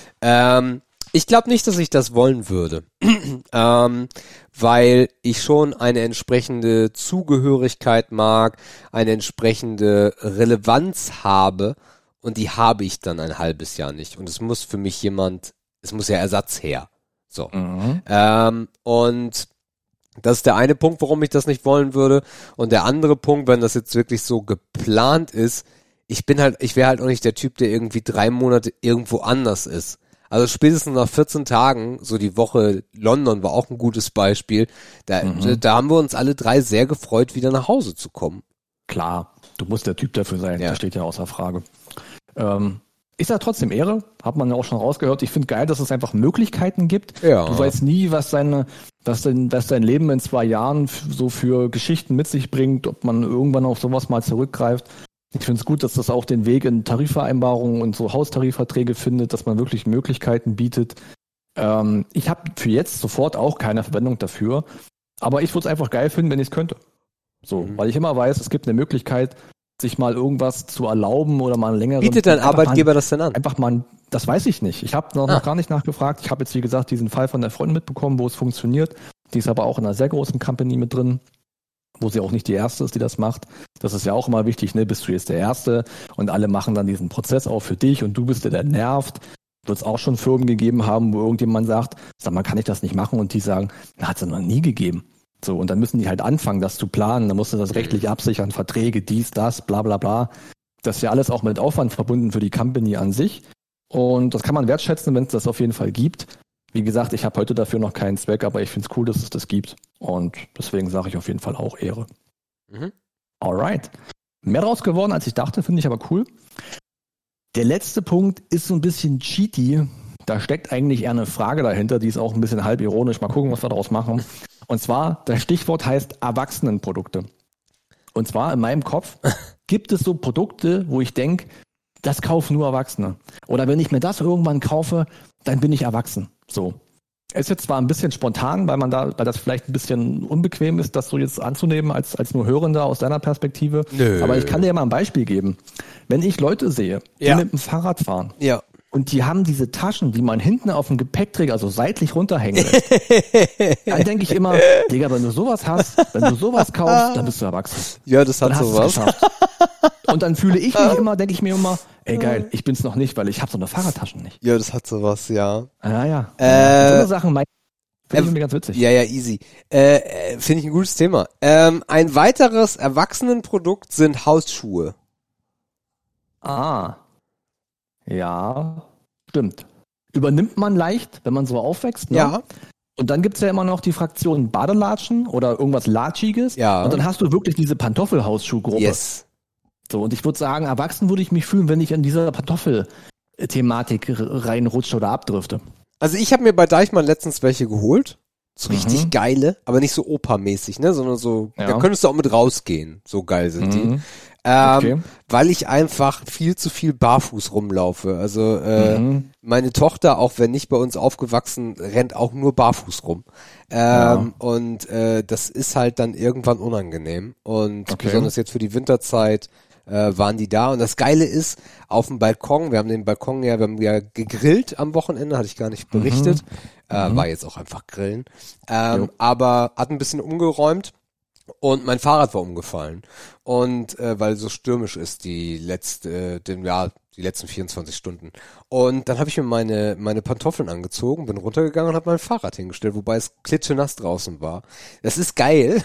Ähm, ich glaube nicht, dass ich das wollen würde. ähm, weil ich schon eine entsprechende Zugehörigkeit mag, eine entsprechende Relevanz habe und die habe ich dann ein halbes Jahr nicht. Und es muss für mich jemand, es muss ja Ersatz her. So. Mhm. Ähm, und das ist der eine Punkt, warum ich das nicht wollen würde. Und der andere Punkt, wenn das jetzt wirklich so geplant ist, ich bin halt, ich wäre halt auch nicht der Typ, der irgendwie drei Monate irgendwo anders ist. Also spätestens nach vierzehn Tagen, so die Woche London war auch ein gutes Beispiel, da, Mhm. da haben wir uns alle drei sehr gefreut, wieder nach Hause zu kommen. Klar, du musst der Typ dafür sein, Ja. das steht ja außer Frage. Ähm, ist ja trotzdem Ehre, hat man ja auch schon rausgehört. Ich finde geil, dass es einfach Möglichkeiten gibt. Ja. Du weißt nie, was deine, was dein, was dein Leben in zwei Jahren f- so für Geschichten mit sich bringt, ob man irgendwann auf sowas mal zurückgreift. Ich finde es gut, dass das auch den Weg in Tarifvereinbarungen und so Haustarifverträge findet, dass man wirklich Möglichkeiten bietet. Ähm, ich habe für jetzt sofort auch keine Verwendung dafür, aber ich würde es einfach geil finden, wenn ich es könnte. So, Mhm. weil ich immer weiß, es gibt eine Möglichkeit, sich mal irgendwas zu erlauben oder mal einen längeren. Bietet dein einfach Arbeitgeber mal, das denn an? Einfach mal, ein- das weiß ich nicht. Ich habe noch, Ah. noch gar nicht nachgefragt. Ich habe jetzt, wie gesagt, diesen Fall von der Freundin mitbekommen, wo es funktioniert. Die ist aber auch in einer sehr großen Company mit drin, wo sie auch nicht die Erste ist, die das macht. Das ist ja auch immer wichtig, ne? Bist du jetzt der Erste und alle machen dann diesen Prozess auch für dich und du bist der, der nervt. Wird es auch schon Firmen gegeben haben, wo irgendjemand sagt, sag mal, kann ich das nicht machen? Und die sagen, na, hat es noch nie gegeben. So, und dann müssen die halt anfangen, das zu planen. Dann musst du das rechtlich absichern, Verträge, dies, das, bla bla bla. Das ist ja alles auch mit Aufwand verbunden für die Company an sich. Und das kann man wertschätzen, wenn es das auf jeden Fall gibt. Wie gesagt, ich habe heute dafür noch keinen Zweck, aber ich finde es cool, dass es das gibt. Und deswegen sage ich auf jeden Fall auch Ehre. Mhm. Alright. Mehr draus geworden, als ich dachte, finde ich aber cool. Der letzte Punkt ist so ein bisschen cheaty. Da steckt eigentlich eher eine Frage dahinter, die ist auch ein bisschen halb ironisch. Mal gucken, was wir daraus machen. Und zwar, das Stichwort heißt Erwachsenenprodukte. Und zwar in meinem Kopf gibt es so Produkte, wo ich denke, das kaufen nur Erwachsene. Oder wenn ich mir das irgendwann kaufe, dann bin ich erwachsen. So. Ist jetzt zwar ein bisschen spontan, weil man da, weil das vielleicht ein bisschen unbequem ist, das so jetzt anzunehmen als, als nur Hörender aus deiner Perspektive. Nö. Aber ich kann dir mal ein Beispiel geben. Wenn ich Leute sehe, die Ja. mit dem Fahrrad fahren, Ja. und die haben diese Taschen, die man hinten auf dem Gepäckträger, also seitlich runterhängen lässt. Dann denke ich immer, Digga, wenn du sowas hast, wenn du sowas kaufst, dann bist du erwachsen. Ja, das hat Dann hast du es sowas. geschafft. Und dann fühle ich mich immer, denke ich mir immer, ey geil, ich bin's noch nicht, weil ich habe so eine Fahrradtasche nicht. Ja, das hat sowas, ja. Ja, ja. Äh, so eine Sachen mein, finde ich äh, mir ganz witzig. Ja, ja, easy. Äh, äh, finde ich ein gutes Thema. Ähm, ein weiteres Erwachsenenprodukt sind Hausschuhe. Ah. Ja, stimmt. Übernimmt man leicht, wenn man so aufwächst, ne? Ja. Und dann gibt's ja immer noch die Fraktion Badelatschen oder irgendwas Latschiges. Ja. Und dann hast du wirklich diese Pantoffelhausschuhgruppe. Yes. So, und ich würde sagen, erwachsen würde ich mich fühlen, wenn ich in dieser Pantoffel-Thematik r- reinrutsche oder abdrifte. Also ich habe mir bei Deichmann letztens welche geholt. So richtig Mhm. geile, aber nicht so Opa-mäßig, ne, sondern so, Ja. da könntest du auch mit rausgehen. So geil sind die. Mhm. Ähm, Okay. Weil ich einfach viel zu viel barfuß rumlaufe. Also äh, Mhm. meine Tochter, auch wenn nicht bei uns aufgewachsen, rennt auch nur barfuß rum. Ähm, Ja. Und äh, das ist halt dann irgendwann unangenehm. Und Okay. besonders jetzt für die Winterzeit äh, waren die da. Und das Geile ist, auf dem Balkon, wir haben den Balkon ja, wir haben ja gegrillt am Wochenende, hatte ich gar nicht berichtet. Äh, war jetzt auch einfach grillen. Ähm, Jo. aber hat ein bisschen umgeräumt. Und mein Fahrrad war umgefallen. Und äh, weil so stürmisch ist die letzte, äh, den, ja, die letzten vierundzwanzig Stunden. Und dann habe ich mir meine meine Pantoffeln angezogen, bin runtergegangen und habe mein Fahrrad hingestellt, wobei es klitschenass draußen war. Das ist geil,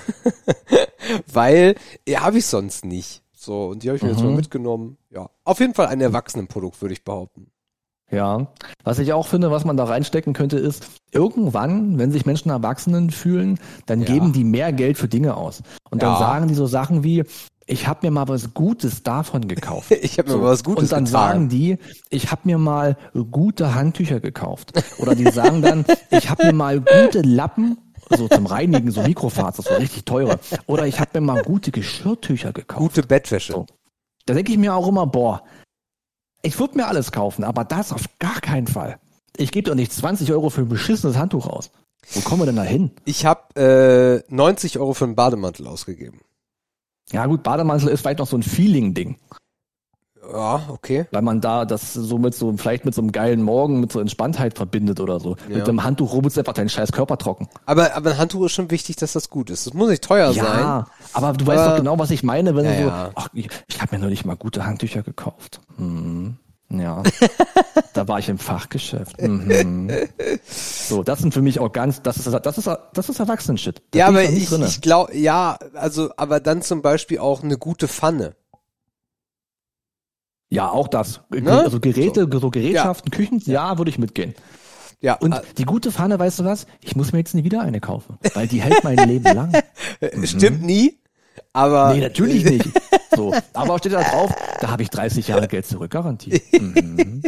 weil ja, habe ich sonst nicht. So, und die habe ich mir jetzt Mhm. mal mitgenommen. Ja, auf jeden Fall ein Erwachsenenprodukt, würde ich behaupten. Ja, was ich auch finde, was man da reinstecken könnte, ist, irgendwann, wenn sich Menschen Erwachsenen fühlen, dann Ja. geben die mehr Geld für Dinge aus. Und dann Ja. sagen die so Sachen wie, ich habe mir mal was Gutes davon gekauft. Ich habe mir So. mal was Gutes Und dann getan. sagen die, ich habe mir mal gute Handtücher gekauft. Oder die sagen dann, ich habe mir mal gute Lappen, so zum Reinigen, so Mikrofaser, so richtig teure. Oder ich habe mir mal gute Geschirrtücher gekauft. Gute Bettwäsche. So. Da denke ich mir auch immer, boah, ich würde mir alles kaufen, aber das auf gar keinen Fall. Ich gebe doch nicht zwanzig Euro für ein beschissenes Handtuch aus. Wo kommen wir denn da hin? Ich habe äh, neunzig Euro für einen Bademantel ausgegeben. Ja gut, Bademantel ist vielleicht noch so ein Feeling-Ding, Ja, okay. weil man da das so mit so, vielleicht mit so einem geilen Morgen, mit so Entspanntheit verbindet oder so. Ja. Mit einem Handtuch rubbelst du einfach deinen scheiß Körper trocken. Aber, aber ein Handtuch ist schon wichtig, dass das gut ist. Das muss nicht teuer sein. Ja, aber du weißt Aber- doch genau, was ich meine, wenn Ja, du so, ja. ach, ich, ich habe mir neulich mal gute Handtücher gekauft. Hm, ja, da war ich im Fachgeschäft. Mhm. So, das sind für mich auch ganz, das ist, das ist, das ist Erwachsenen-Shit. Da Ja, bin aber noch nicht ich, drinne. ich glaube, ja, also, aber dann zum Beispiel auch eine gute Pfanne. Ja, auch das. Ge- Ne? Also Geräte, so, Gerätschaften, Küchen, ja, Ja. würde ich mitgehen. Ja, Und äh, die gute Pfanne, weißt du was? Ich muss mir jetzt nie wieder eine kaufen, weil die hält mein Leben lang. äh, stimmt nie, aber Nee, natürlich nicht. So, aber steht da drauf, da habe ich dreißig Jahre Geld zurückgarantie. Mhm.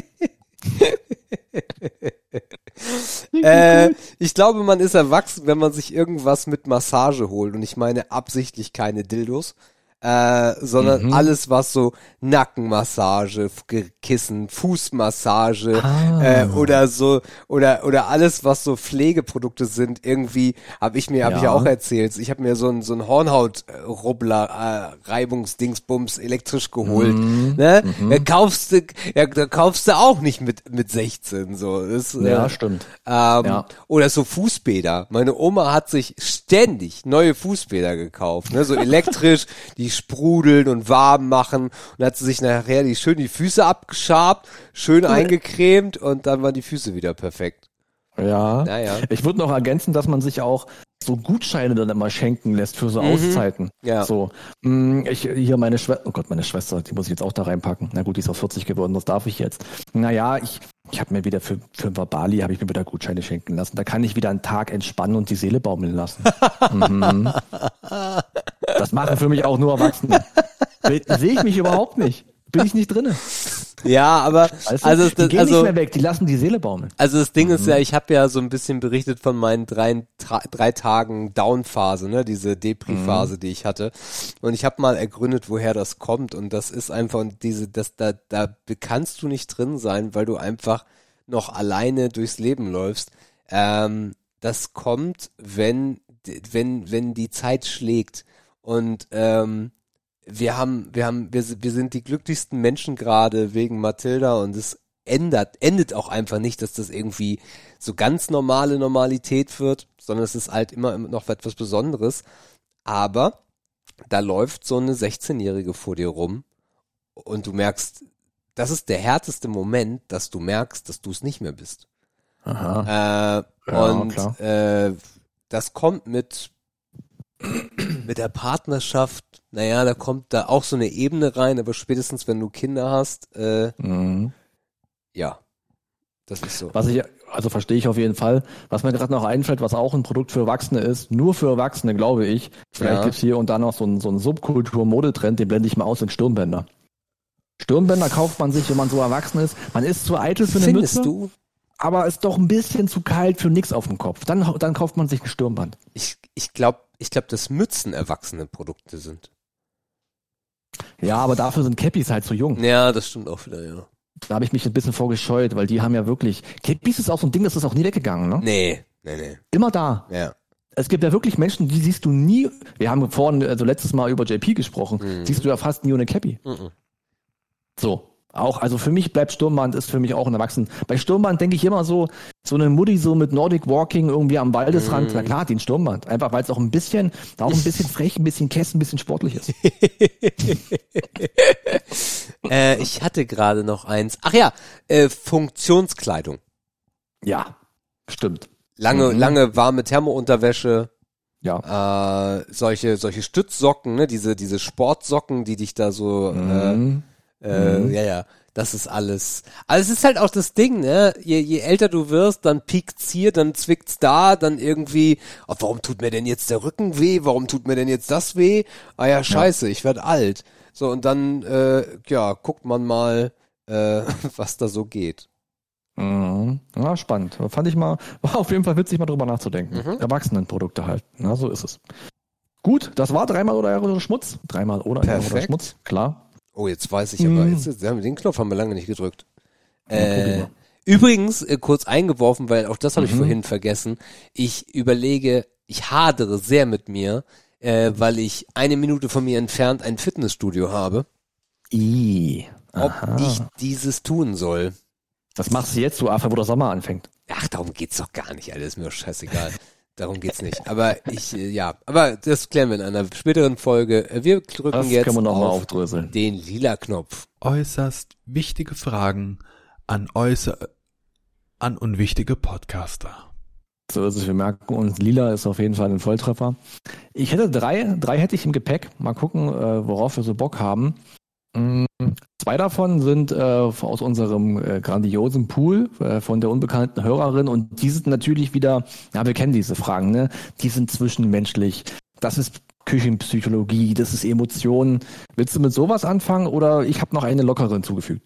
äh, ich glaube, man ist erwachsen, wenn man sich irgendwas mit Massage holt. Und ich meine absichtlich keine Dildos. Äh, sondern Mhm. alles, was so Nackenmassage, F- Ge- Kissen, Fußmassage Ah. äh, oder so oder oder alles, was so Pflegeprodukte sind. Irgendwie habe ich mir, habe ich ja Ja. auch erzählt. Ich habe mir so ein so ein Hornhaut-Rubbler, äh, Reibungsdingsbums elektrisch geholt. Mhm. Ne? Da kaufst du, ja, da kaufst du auch nicht mit mit sechzehn so. Das, Ja, äh, stimmt. ähm, Ja. Oder so Fußbäder. Meine Oma hat sich ständig neue Fußbäder gekauft, ne? So elektrisch, die sprudeln und warm machen. Und dann hat sie sich nachher die schön die Füße abgeschabt, schön eingecremt und dann waren die Füße wieder perfekt. Ja. Naja. Ich würde noch ergänzen, dass man sich auch so Gutscheine dann immer schenken lässt für so Auszeiten. Ja. So, mh, ich hier meine Schwester, oh Gott, meine Schwester, die muss ich jetzt auch da reinpacken. Na gut, die ist auf vierzig geworden, das darf ich jetzt. Naja, ich, ich habe mir wieder für, für Bali habe ich mir wieder Gutscheine schenken lassen. Da kann ich wieder einen Tag entspannen und die Seele baumeln lassen. mhm. Das machen für mich auch nur Erwachsene. Sehe ich mich überhaupt nicht. Bin ich nicht drinne. Ja, aber Weißt du? also, die das, gehen also nicht mehr weg, die lassen die Seele baumeln. Also das Ding mhm. ist ja, ich habe ja so ein bisschen berichtet von meinen drei, drei Tagen Down-Phase, ne, diese Depri-Phase, mhm. die ich hatte. Und ich habe mal ergründet, woher das kommt. Und das ist einfach diese, das da, da kannst du nicht drin sein, weil du einfach noch alleine durchs Leben läufst. Ähm, das kommt, wenn, wenn, wenn die Zeit schlägt. Und ähm, wir haben, wir haben, wir, wir sind die glücklichsten Menschen gerade wegen Mathilda und es ändert, endet auch einfach nicht, dass das irgendwie so ganz normale Normalität wird, sondern es ist halt immer noch etwas Besonderes. Aber da läuft so eine sechzehnjährige vor dir rum und du merkst, das ist der härteste Moment, dass du merkst, dass du es nicht mehr bist. Aha. Äh, ja, und äh, das kommt mit mit der Partnerschaft, naja, da kommt da auch so eine Ebene rein, aber spätestens, wenn du Kinder hast, äh, mhm. ja, das ist so. Was ich, also verstehe ich auf jeden Fall. Was mir gerade noch einfällt, was auch ein Produkt für Erwachsene ist, nur für Erwachsene, glaube ich. Vielleicht Ja. gibt's hier und da noch so einen, so einen Subkultur-Modetrend, den blende ich mal aus, in Stirnbänder. Stirnbänder kauft man sich, wenn man so erwachsen ist. Man ist zu eitel für eine Findest Mütze, du? aber ist doch ein bisschen zu kalt für nix auf dem Kopf. Dann, dann kauft man sich ein Stirnband. Ich, ich glaube, ich glaube, dass Mützen erwachsene Produkte sind. Ja, aber dafür sind Cappies halt zu jung. Ja, das stimmt auch wieder, ja. Da habe ich mich ein bisschen vorgescheut, weil die haben ja wirklich... Cappies ist auch so ein Ding, das ist auch nie weggegangen, ne? Nee, nee, nee. Immer da. Ja. Es gibt ja wirklich Menschen, die siehst du nie... Wir haben vorhin, also letztes Mal über J P gesprochen, Mhm. siehst du ja fast nie ohne Cappy. Mhm. So. Auch, also für mich bleibt Sturmband, ist für mich auch ein Erwachsenen. Bei Sturmband denke ich immer so, so eine Mutti so mit Nordic Walking irgendwie am Waldesrand, Mhm. na klar, den Sturmband. Einfach, weil es auch ein bisschen, auch ein bisschen frech, ein bisschen Käse, ein bisschen sportlich ist. äh, ich hatte gerade noch eins. Ach ja, äh, Funktionskleidung. Ja, stimmt. Lange, Mhm. lange warme Thermounterwäsche, Ja. äh, solche, solche Stützsocken, ne, diese, diese Sportsocken, die dich da so, Mhm. äh, äh, Mhm. ja, ja, das ist alles. Also es ist halt auch das Ding, ne, je, je älter du wirst, dann piekt's hier, dann zwickt's da, dann irgendwie, oh, warum tut mir denn jetzt der Rücken weh, warum tut mir denn jetzt das weh? Ah ja, scheiße, ich werd alt. So, und dann, äh, ja, guckt man mal, äh, was da so geht. Mhm. Ja, spannend. Fand ich mal, war auf jeden Fall witzig, mal drüber nachzudenken. Mhm. Erwachsenenprodukte halt. Na, so ist es. Gut, das war dreimal oder Ehre oder Schmutz. Dreimal oder Ehre oder Perfekt. Schmutz, klar. Oh, jetzt weiß ich aber, Mhm. jetzt, jetzt, den Knopf haben wir lange nicht gedrückt. Ja, probier Äh, mal. übrigens, äh, kurz eingeworfen, weil auch das habe ich Mhm. vorhin vergessen. Ich überlege, ich hadere sehr mit mir, äh, weil ich eine Minute von mir entfernt ein Fitnessstudio habe, I. ob Aha. ich dieses tun soll. Was machst du jetzt, du Affe, wo der Sommer anfängt? Ach, darum geht's doch gar nicht, Alter, ist mir doch scheißegal. Darum geht's nicht. Aber ich, äh, ja, aber das klären wir in einer späteren Folge. Äh, Wir drücken Das jetzt können wir noch mal auf aufdröseln. den lila Knopf. Äußerst wichtige Fragen an äußer an unwichtige Podcaster. So ist es, wir merken uns, lila ist auf jeden Fall ein Volltreffer. Ich hätte drei, drei hätte ich im Gepäck. Mal gucken, äh, worauf wir so Bock haben. Mm, Zwei davon sind äh, aus unserem äh, grandiosen Pool äh, von der unbekannten Hörerin und die sind natürlich wieder, ja, wir kennen diese Fragen, ne? Die sind zwischenmenschlich. Das ist Küchenpsychologie, das ist Emotionen. Willst du mit sowas anfangen oder ich habe noch eine lockere hinzugefügt?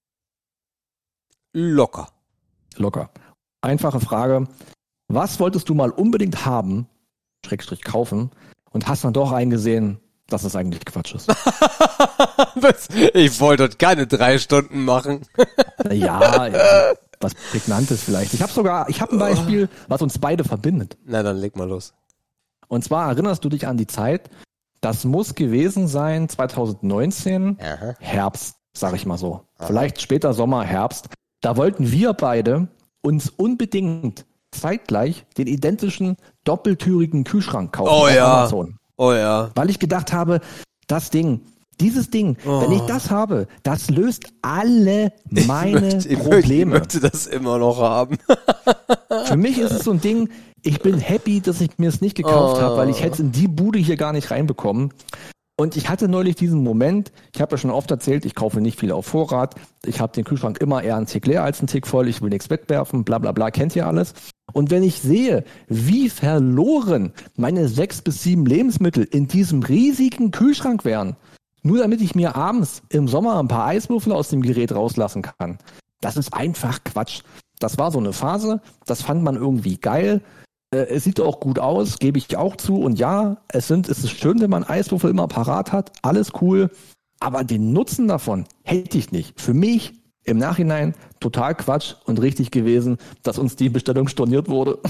Locker. Locker. Einfache Frage. Was wolltest du mal unbedingt haben, Schrägstrich kaufen, und hast dann doch eingesehen, dass es eigentlich Quatsch ist? Was? Ich wollte dort keine drei Stunden machen. Ja, ja, was Prägnantes vielleicht. Ich habe sogar, ich habe ein Beispiel, was uns beide verbindet. Na, dann leg mal los. Und zwar erinnerst du dich an die Zeit, das muss gewesen sein zwanzig neunzehn, Aha. Herbst, sag ich mal so. Vielleicht später Sommer, Herbst. Da wollten wir beide uns unbedingt zeitgleich den identischen doppeltürigen Kühlschrank kaufen Oh auf ja. Amazon. Oh ja. Weil ich gedacht habe, das Ding, dieses Ding, Oh. wenn ich das habe, das löst alle meine ich möchte, ich Probleme. Möchte, ich möchte das immer noch haben. Für mich ist es so ein Ding, ich bin happy, dass ich mir es nicht gekauft Oh. habe, weil ich hätte es in die Bude hier gar nicht reinbekommen. Und ich hatte neulich diesen Moment, ich habe ja schon oft erzählt, ich kaufe nicht viel auf Vorrat. Ich habe den Kühlschrank immer eher einen Tick leer als einen Tick voll. Ich will nichts wegwerfen, bla bla bla, kennt ihr alles. Und wenn ich sehe, wie verloren meine sechs bis sieben Lebensmittel in diesem riesigen Kühlschrank wären, Nur damit ich mir abends im Sommer ein paar Eiswürfel aus dem Gerät rauslassen kann. Das ist einfach Quatsch. Das war so eine Phase, das fand man irgendwie geil. Äh, es sieht auch gut aus, gebe ich auch zu. Und ja, es sind, es ist schön, wenn man Eiswürfel immer parat hat. Alles cool. Aber den Nutzen davon hätte ich nicht. Für mich im Nachhinein total Quatsch und richtig gewesen, dass uns die Bestellung storniert wurde.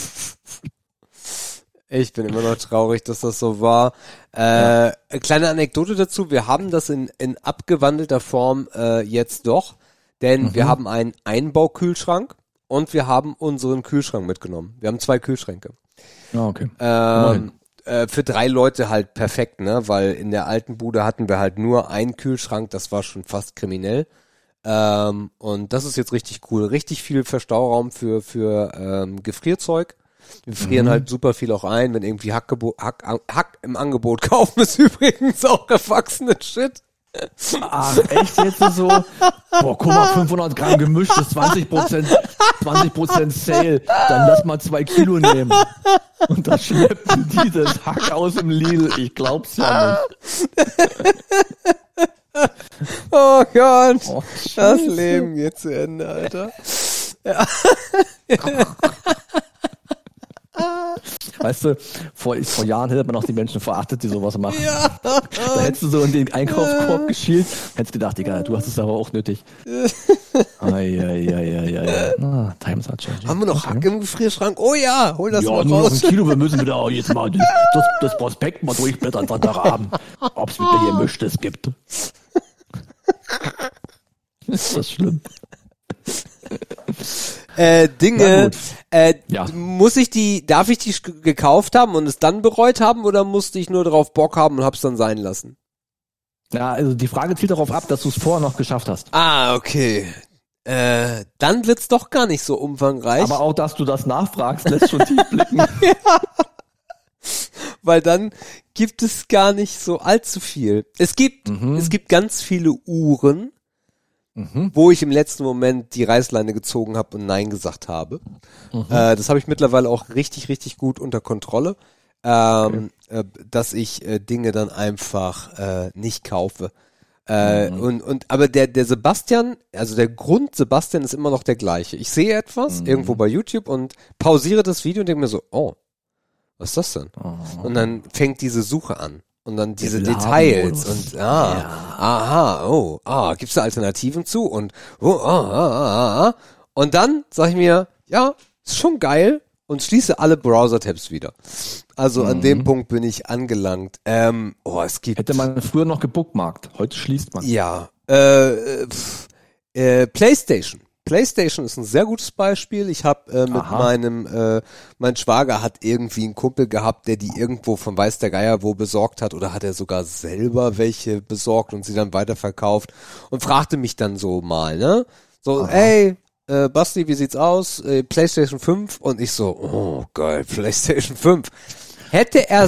Ich bin immer noch traurig, dass das so war. Äh, ja. Kleine Anekdote dazu, wir haben das in, in abgewandelter Form äh, jetzt doch, denn mhm. wir haben einen Einbaukühlschrank und wir haben unseren Kühlschrank mitgenommen. Wir haben zwei Kühlschränke. Ah, okay. Ähm, äh, für drei Leute halt perfekt, ne? Weil in der alten Bude hatten wir halt nur einen Kühlschrank, das war schon fast kriminell. Ähm, und das ist jetzt richtig cool. Richtig viel Verstauraum für, für ähm, Gefrierzeug. Wir frieren mhm. halt super viel auch ein, wenn irgendwie Hackgebo- Hack, Hack im Angebot kaufen, ist übrigens auch erwachsene Shit. Ach, echt jetzt so? Boah, guck mal, fünfhundert Gramm Gemisch ist zwanzig Prozent, zwanzig Prozent Sale. Dann lass mal zwei Kilo nehmen. Und da schleppen die das Hack aus dem Lidl. Ich glaub's ja nicht. Oh Gott, oh, das Leben geht zu Ende, Alter. Ja. Weißt du, vor, vor Jahren hätte man auch die Menschen verachtet, die sowas machen. Ja. Da hättest du so in den Einkaufskorb geschielt, hättest gedacht, Digga, du hast es aber auch nötig. Eieieiei. Ah, times are changing. Haben wir noch okay. Hack im Gefrierschrank? Oh ja, hol das ja, mal nur raus. Noch ein Kilo, wir müssen wieder auch jetzt mal das, das Prospekt mal durchblättern von der Rahmen, ob es wieder hier Mischtes gibt. Ist das schlimm? Äh, Dinge, äh, ja. muss ich die, darf ich die gekauft haben und es dann bereut haben oder musste ich nur drauf Bock haben und hab's dann sein lassen? Ja, also die Frage zielt darauf ab, dass du es vorher noch geschafft hast. Ah, okay. Äh, dann wird's doch gar nicht so umfangreich. Aber auch, dass du das nachfragst, lässt schon tief blicken. Ja. Weil dann gibt es gar nicht so allzu viel. Es gibt, mhm. es gibt ganz viele Uhren, Mhm. wo ich im letzten Moment die Reißleine gezogen habe und Nein gesagt habe. Mhm. Äh, das habe ich mittlerweile auch richtig, richtig gut unter Kontrolle, ähm, okay. äh, dass ich äh, Dinge dann einfach äh, nicht kaufe. Äh, mhm. und, und, aber der, der Sebastian, also der Grund Sebastian ist immer noch der gleiche. Ich sehe etwas mhm. irgendwo bei YouTube und pausiere das Video und denke mir so, oh, was ist das denn? Oh. Und dann fängt diese Suche an. Und dann diese Details und ah, ja. aha, oh, ah, gibt's da Alternativen zu und oh, ah, ah, ah, ah. Und dann sag ich mir, ja, ist schon geil und schließe alle Browser-Tabs wieder. Also mhm. an dem Punkt bin ich angelangt. Ähm, oh, es gibt hätte man früher noch gebookmarkt, heute schließt man. Ja, äh, pff, äh PlayStation. PlayStation ist ein sehr gutes Beispiel. Ich habe äh, mit Aha. meinem, äh, mein Schwager hat irgendwie einen Kumpel gehabt, der die irgendwo von weiß der Geier wo besorgt hat oder hat er sogar selber welche besorgt und sie dann weiterverkauft und fragte mich dann so mal, ne? So, Aha. ey, äh, Basti, wie sieht's aus? Äh, PlayStation fünf? Und ich so, oh geil, PlayStation fünf. Hätte er,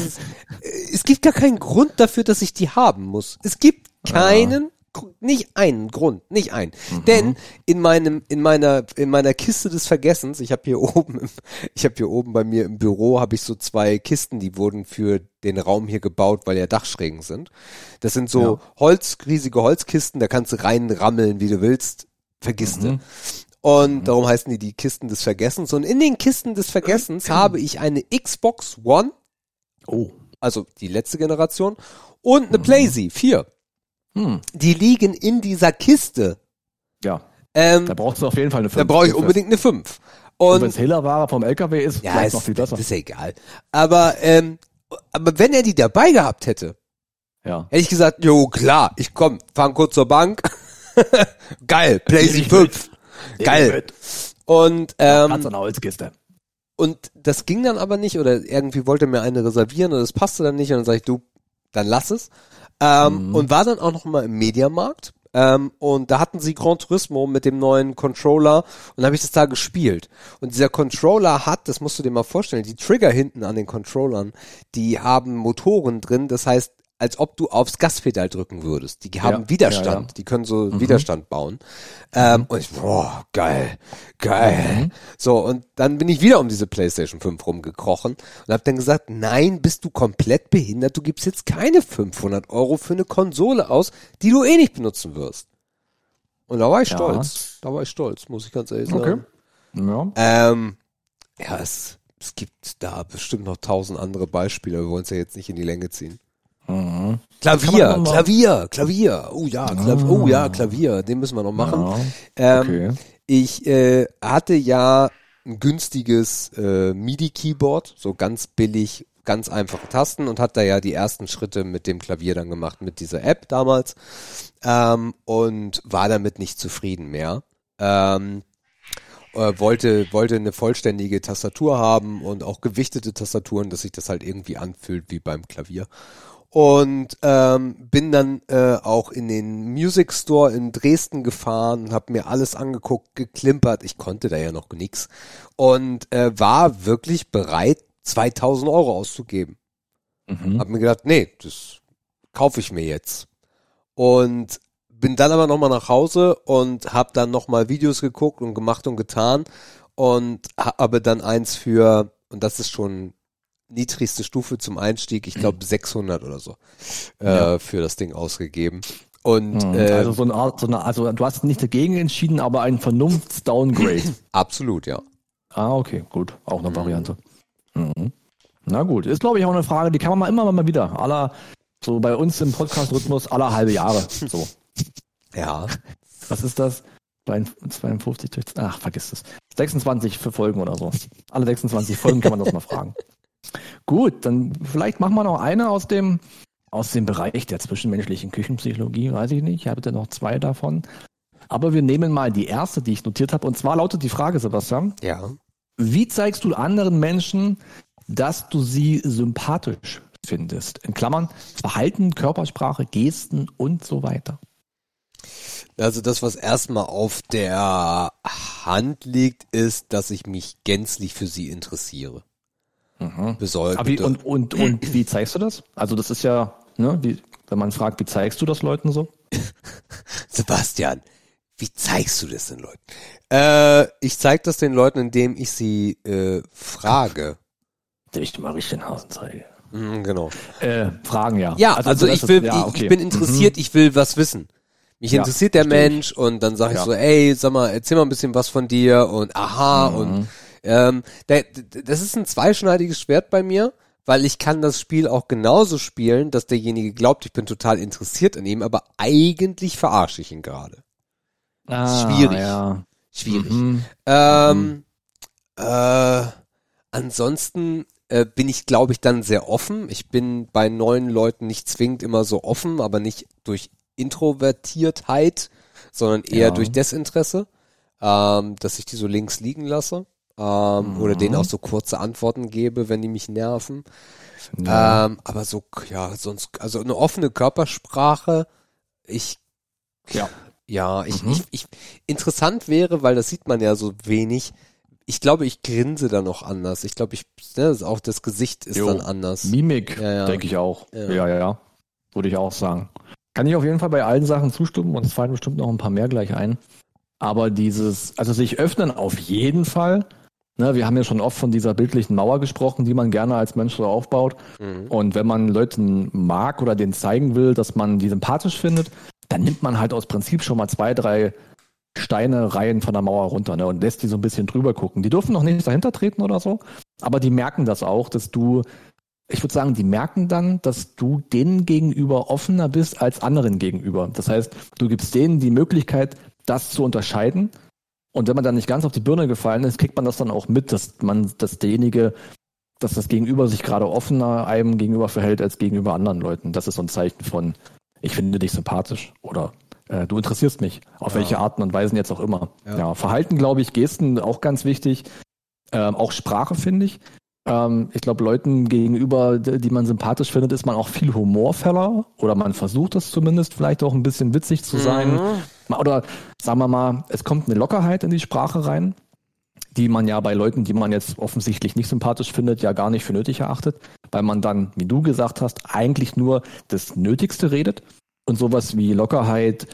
es gibt gar keinen Grund dafür, dass ich die haben muss. Es gibt keinen ja. Nicht einen Grund, nicht einen. Mhm. Denn in meinem, in meiner, in meiner Kiste des Vergessens, ich habe hier oben, im, ich habe hier oben bei mir im Büro habe ich so zwei Kisten, die wurden für den Raum hier gebaut, weil ja Dachschrägen sind. Das sind so ja. Holz, riesige Holzkisten, da kannst du rein rammeln, wie du willst, vergiss mhm. Und mhm. darum heißen die die Kisten des Vergessens. Und in den Kisten des Vergessens habe ich eine Xbox One, oh, also die letzte Generation, und eine mhm. PlayStation vier. Hm. Die liegen in dieser Kiste. Ja. Ähm, da brauchst du auf jeden Fall eine fünf. Da brauche ich unbedingt eine fünf. Und, Und wenn es Hehlerware vom L K W ist, ja, ist noch viel besser. Das ist ja egal. Aber, ähm, aber wenn er die dabei gehabt hätte, ja. hätte ich gesagt, jo, klar, ich komm, fahren kurz zur Bank. Geil, PlayStation fünf. Geil. Und, ähm, Platz an der Holzkiste. Und das ging dann aber nicht, oder irgendwie wollte er mir eine reservieren, oder das passte dann nicht, und dann sag ich, du, dann lass es. Ähm, mhm. Und war dann auch noch mal im Mediamarkt. Ähm, und da hatten sie Gran Turismo mit dem neuen Controller und da habe ich das da gespielt. Und dieser Controller hat, das musst du dir mal vorstellen, die Trigger hinten an den Controllern, die haben Motoren drin. Das heißt, als ob du aufs Gaspedal drücken würdest. Die haben Ja, Widerstand, ja, ja. die können so Mhm. Widerstand bauen. Ähm, und ich, boah, geil, geil. Mhm. So, und dann bin ich wieder um diese PlayStation fünf rumgekrochen und habe dann gesagt, nein, bist du komplett behindert, du gibst jetzt keine fünfhundert Euro für eine Konsole aus, die du eh nicht benutzen wirst. Und da war ich Ja. stolz, da war ich stolz, muss ich ganz ehrlich Okay. sagen. Ja. Ähm, ja, es, es gibt da bestimmt noch tausend andere Beispiele, wir wollen es ja jetzt nicht in die Länge ziehen. Mhm. Klavier, Kann man noch mal- Klavier, Klavier. Oh ja, Klavier, oh ja, Klavier, den müssen wir noch machen. Ja, Ähm, okay. Ich äh, hatte ja ein günstiges äh, MIDI-Keyboard, so ganz billig, ganz einfache Tasten und hat da ja die ersten Schritte mit dem Klavier dann gemacht, mit dieser App damals ähm, und war damit nicht zufrieden mehr. Ähm, äh, wollte wollte eine vollständige Tastatur haben und auch gewichtete Tastaturen, dass sich das halt irgendwie anfühlt wie beim Klavier. Und ähm, bin dann äh, auch in den Music Store in Dresden gefahren, habe mir alles angeguckt, geklimpert. Ich konnte da ja noch nix und äh, war wirklich bereit, zweitausend Euro auszugeben. Mhm. Hab mir gedacht, nee, das kaufe ich mir jetzt. Und bin dann aber nochmal nach Hause und habe dann nochmal Videos geguckt und gemacht und getan und habe dann eins für, und das ist schon niedrigste Stufe zum Einstieg, ich glaube sechshundert oder so, äh, Ja. für das Ding ausgegeben. Und Mhm. äh, Also so eine Art, so eine, also du hast nicht dagegen entschieden, aber ein Vernunfts-Downgrade. absolut, ja. Ah, okay, gut. Auch eine Variante. Mhm. Na gut, ist glaube ich auch eine Frage, die kann man mal immer mal wieder, aller, so bei uns im Podcast-Rhythmus, aller halbe Jahre. So. Ja. Was ist das? zweiundfünfzig durch, ach, vergiss das. sechsundzwanzig für Folgen oder so. Alle sechsundzwanzig Folgen kann man das mal fragen. Gut, dann vielleicht machen wir noch eine aus dem, aus dem Bereich der zwischenmenschlichen Küchenpsychologie, weiß ich nicht. Ich habe da noch zwei davon. Aber wir nehmen mal die erste, die ich notiert habe. Und zwar lautet die Frage, Sebastian. Ja. Wie zeigst du anderen Menschen, dass du sie sympathisch findest? In Klammern, Verhalten, Körpersprache, Gesten und so weiter. Also das, was erstmal auf der Hand liegt, ist, dass ich mich gänzlich für sie interessiere. Mhm. Besoll, Aber wie, und, und, und wie zeigst du das? Also das ist ja, ne, wie, wenn man fragt, wie zeigst du das Leuten so? Sebastian, wie zeigst du das den Leuten? Äh, ich zeige das den Leuten, indem ich sie äh, frage. Ich mal richtig den Hasen zeige. Mhm, genau. Äh, Fragen, ja. Ja, also, also das ich ist- will, ja, ich, okay. ich bin interessiert, Mhm. ich will was wissen. Mich Ja, interessiert der verstehe ich. Mensch und dann sage ich Ja. so, ey, sag mal, erzähl mal ein bisschen was von dir und aha Mhm. und ähm, der, d- das ist ein zweischneidiges Schwert bei mir, weil ich kann das Spiel auch genauso spielen, dass derjenige glaubt, ich bin total interessiert an ihm, aber eigentlich verarsche ich ihn gerade. Ah, Schwierig. Ja. Schwierig. Mhm. Ähm, äh, ansonsten äh, bin ich, glaube ich, dann sehr offen. Ich bin bei neuen Leuten nicht zwingend immer so offen, aber nicht durch Introvertiertheit, sondern eher Ja. durch Desinteresse, ähm, dass ich die so links liegen lasse ähm, Mhm. oder denen auch so kurze Antworten gebe, wenn die mich nerven. Ja. Ähm, aber so, ja, sonst, also eine offene Körpersprache, ich Ja. ja, ich, Mhm. ich, ich, interessant wäre, weil das sieht man ja so wenig. Ich glaube, ich grinse da noch anders. Ich glaube, ich, ne, das- auch das Gesicht ist Jo. dann anders. Mimik, Ja, ja. denke ich auch. Ja. Ja. ja, ja, würde ich auch sagen. Kann ich auf jeden Fall bei allen Sachen zustimmen und es fallen bestimmt noch ein paar mehr gleich ein. Aber dieses, also sich öffnen auf jeden Fall. Ne, wir haben ja schon oft von dieser bildlichen Mauer gesprochen, die man gerne als Mensch so aufbaut. Mhm. Und wenn man Leuten mag oder denen zeigen will, dass man die sympathisch findet, dann nimmt man halt aus Prinzip schon mal zwei, drei Steine, Reihen von der Mauer runter, ne, und lässt die so ein bisschen drüber gucken. Die dürfen noch nicht dahinter treten oder so, aber die merken das auch, dass du, ich würde sagen, die merken dann, dass du denen gegenüber offener bist als anderen gegenüber. Das heißt, du gibst denen die Möglichkeit, das zu unterscheiden. Und wenn man dann nicht ganz auf die Birne gefallen ist, kriegt man das dann auch mit, dass man, dass derjenige, dass das Gegenüber sich gerade offener einem gegenüber verhält als gegenüber anderen Leuten. Das ist so ein Zeichen von, ich finde dich sympathisch oder äh, du interessierst mich, auf Ja. welche Arten und Weisen jetzt auch immer. Ja. Ja, Verhalten, glaube ich, Gesten auch ganz wichtig. Ähm, auch Sprache, finde ich. Ähm, ich glaube, Leuten gegenüber, die die man sympathisch findet, ist man auch viel humorvoller oder man versucht es zumindest vielleicht auch ein bisschen witzig zu sein. Mhm. Oder sagen wir mal, es kommt eine Lockerheit in die Sprache rein, die man ja bei Leuten, die man jetzt offensichtlich nicht sympathisch findet, ja gar nicht für nötig erachtet, weil man dann, wie du gesagt hast, eigentlich nur das Nötigste redet und sowas wie Lockerheit,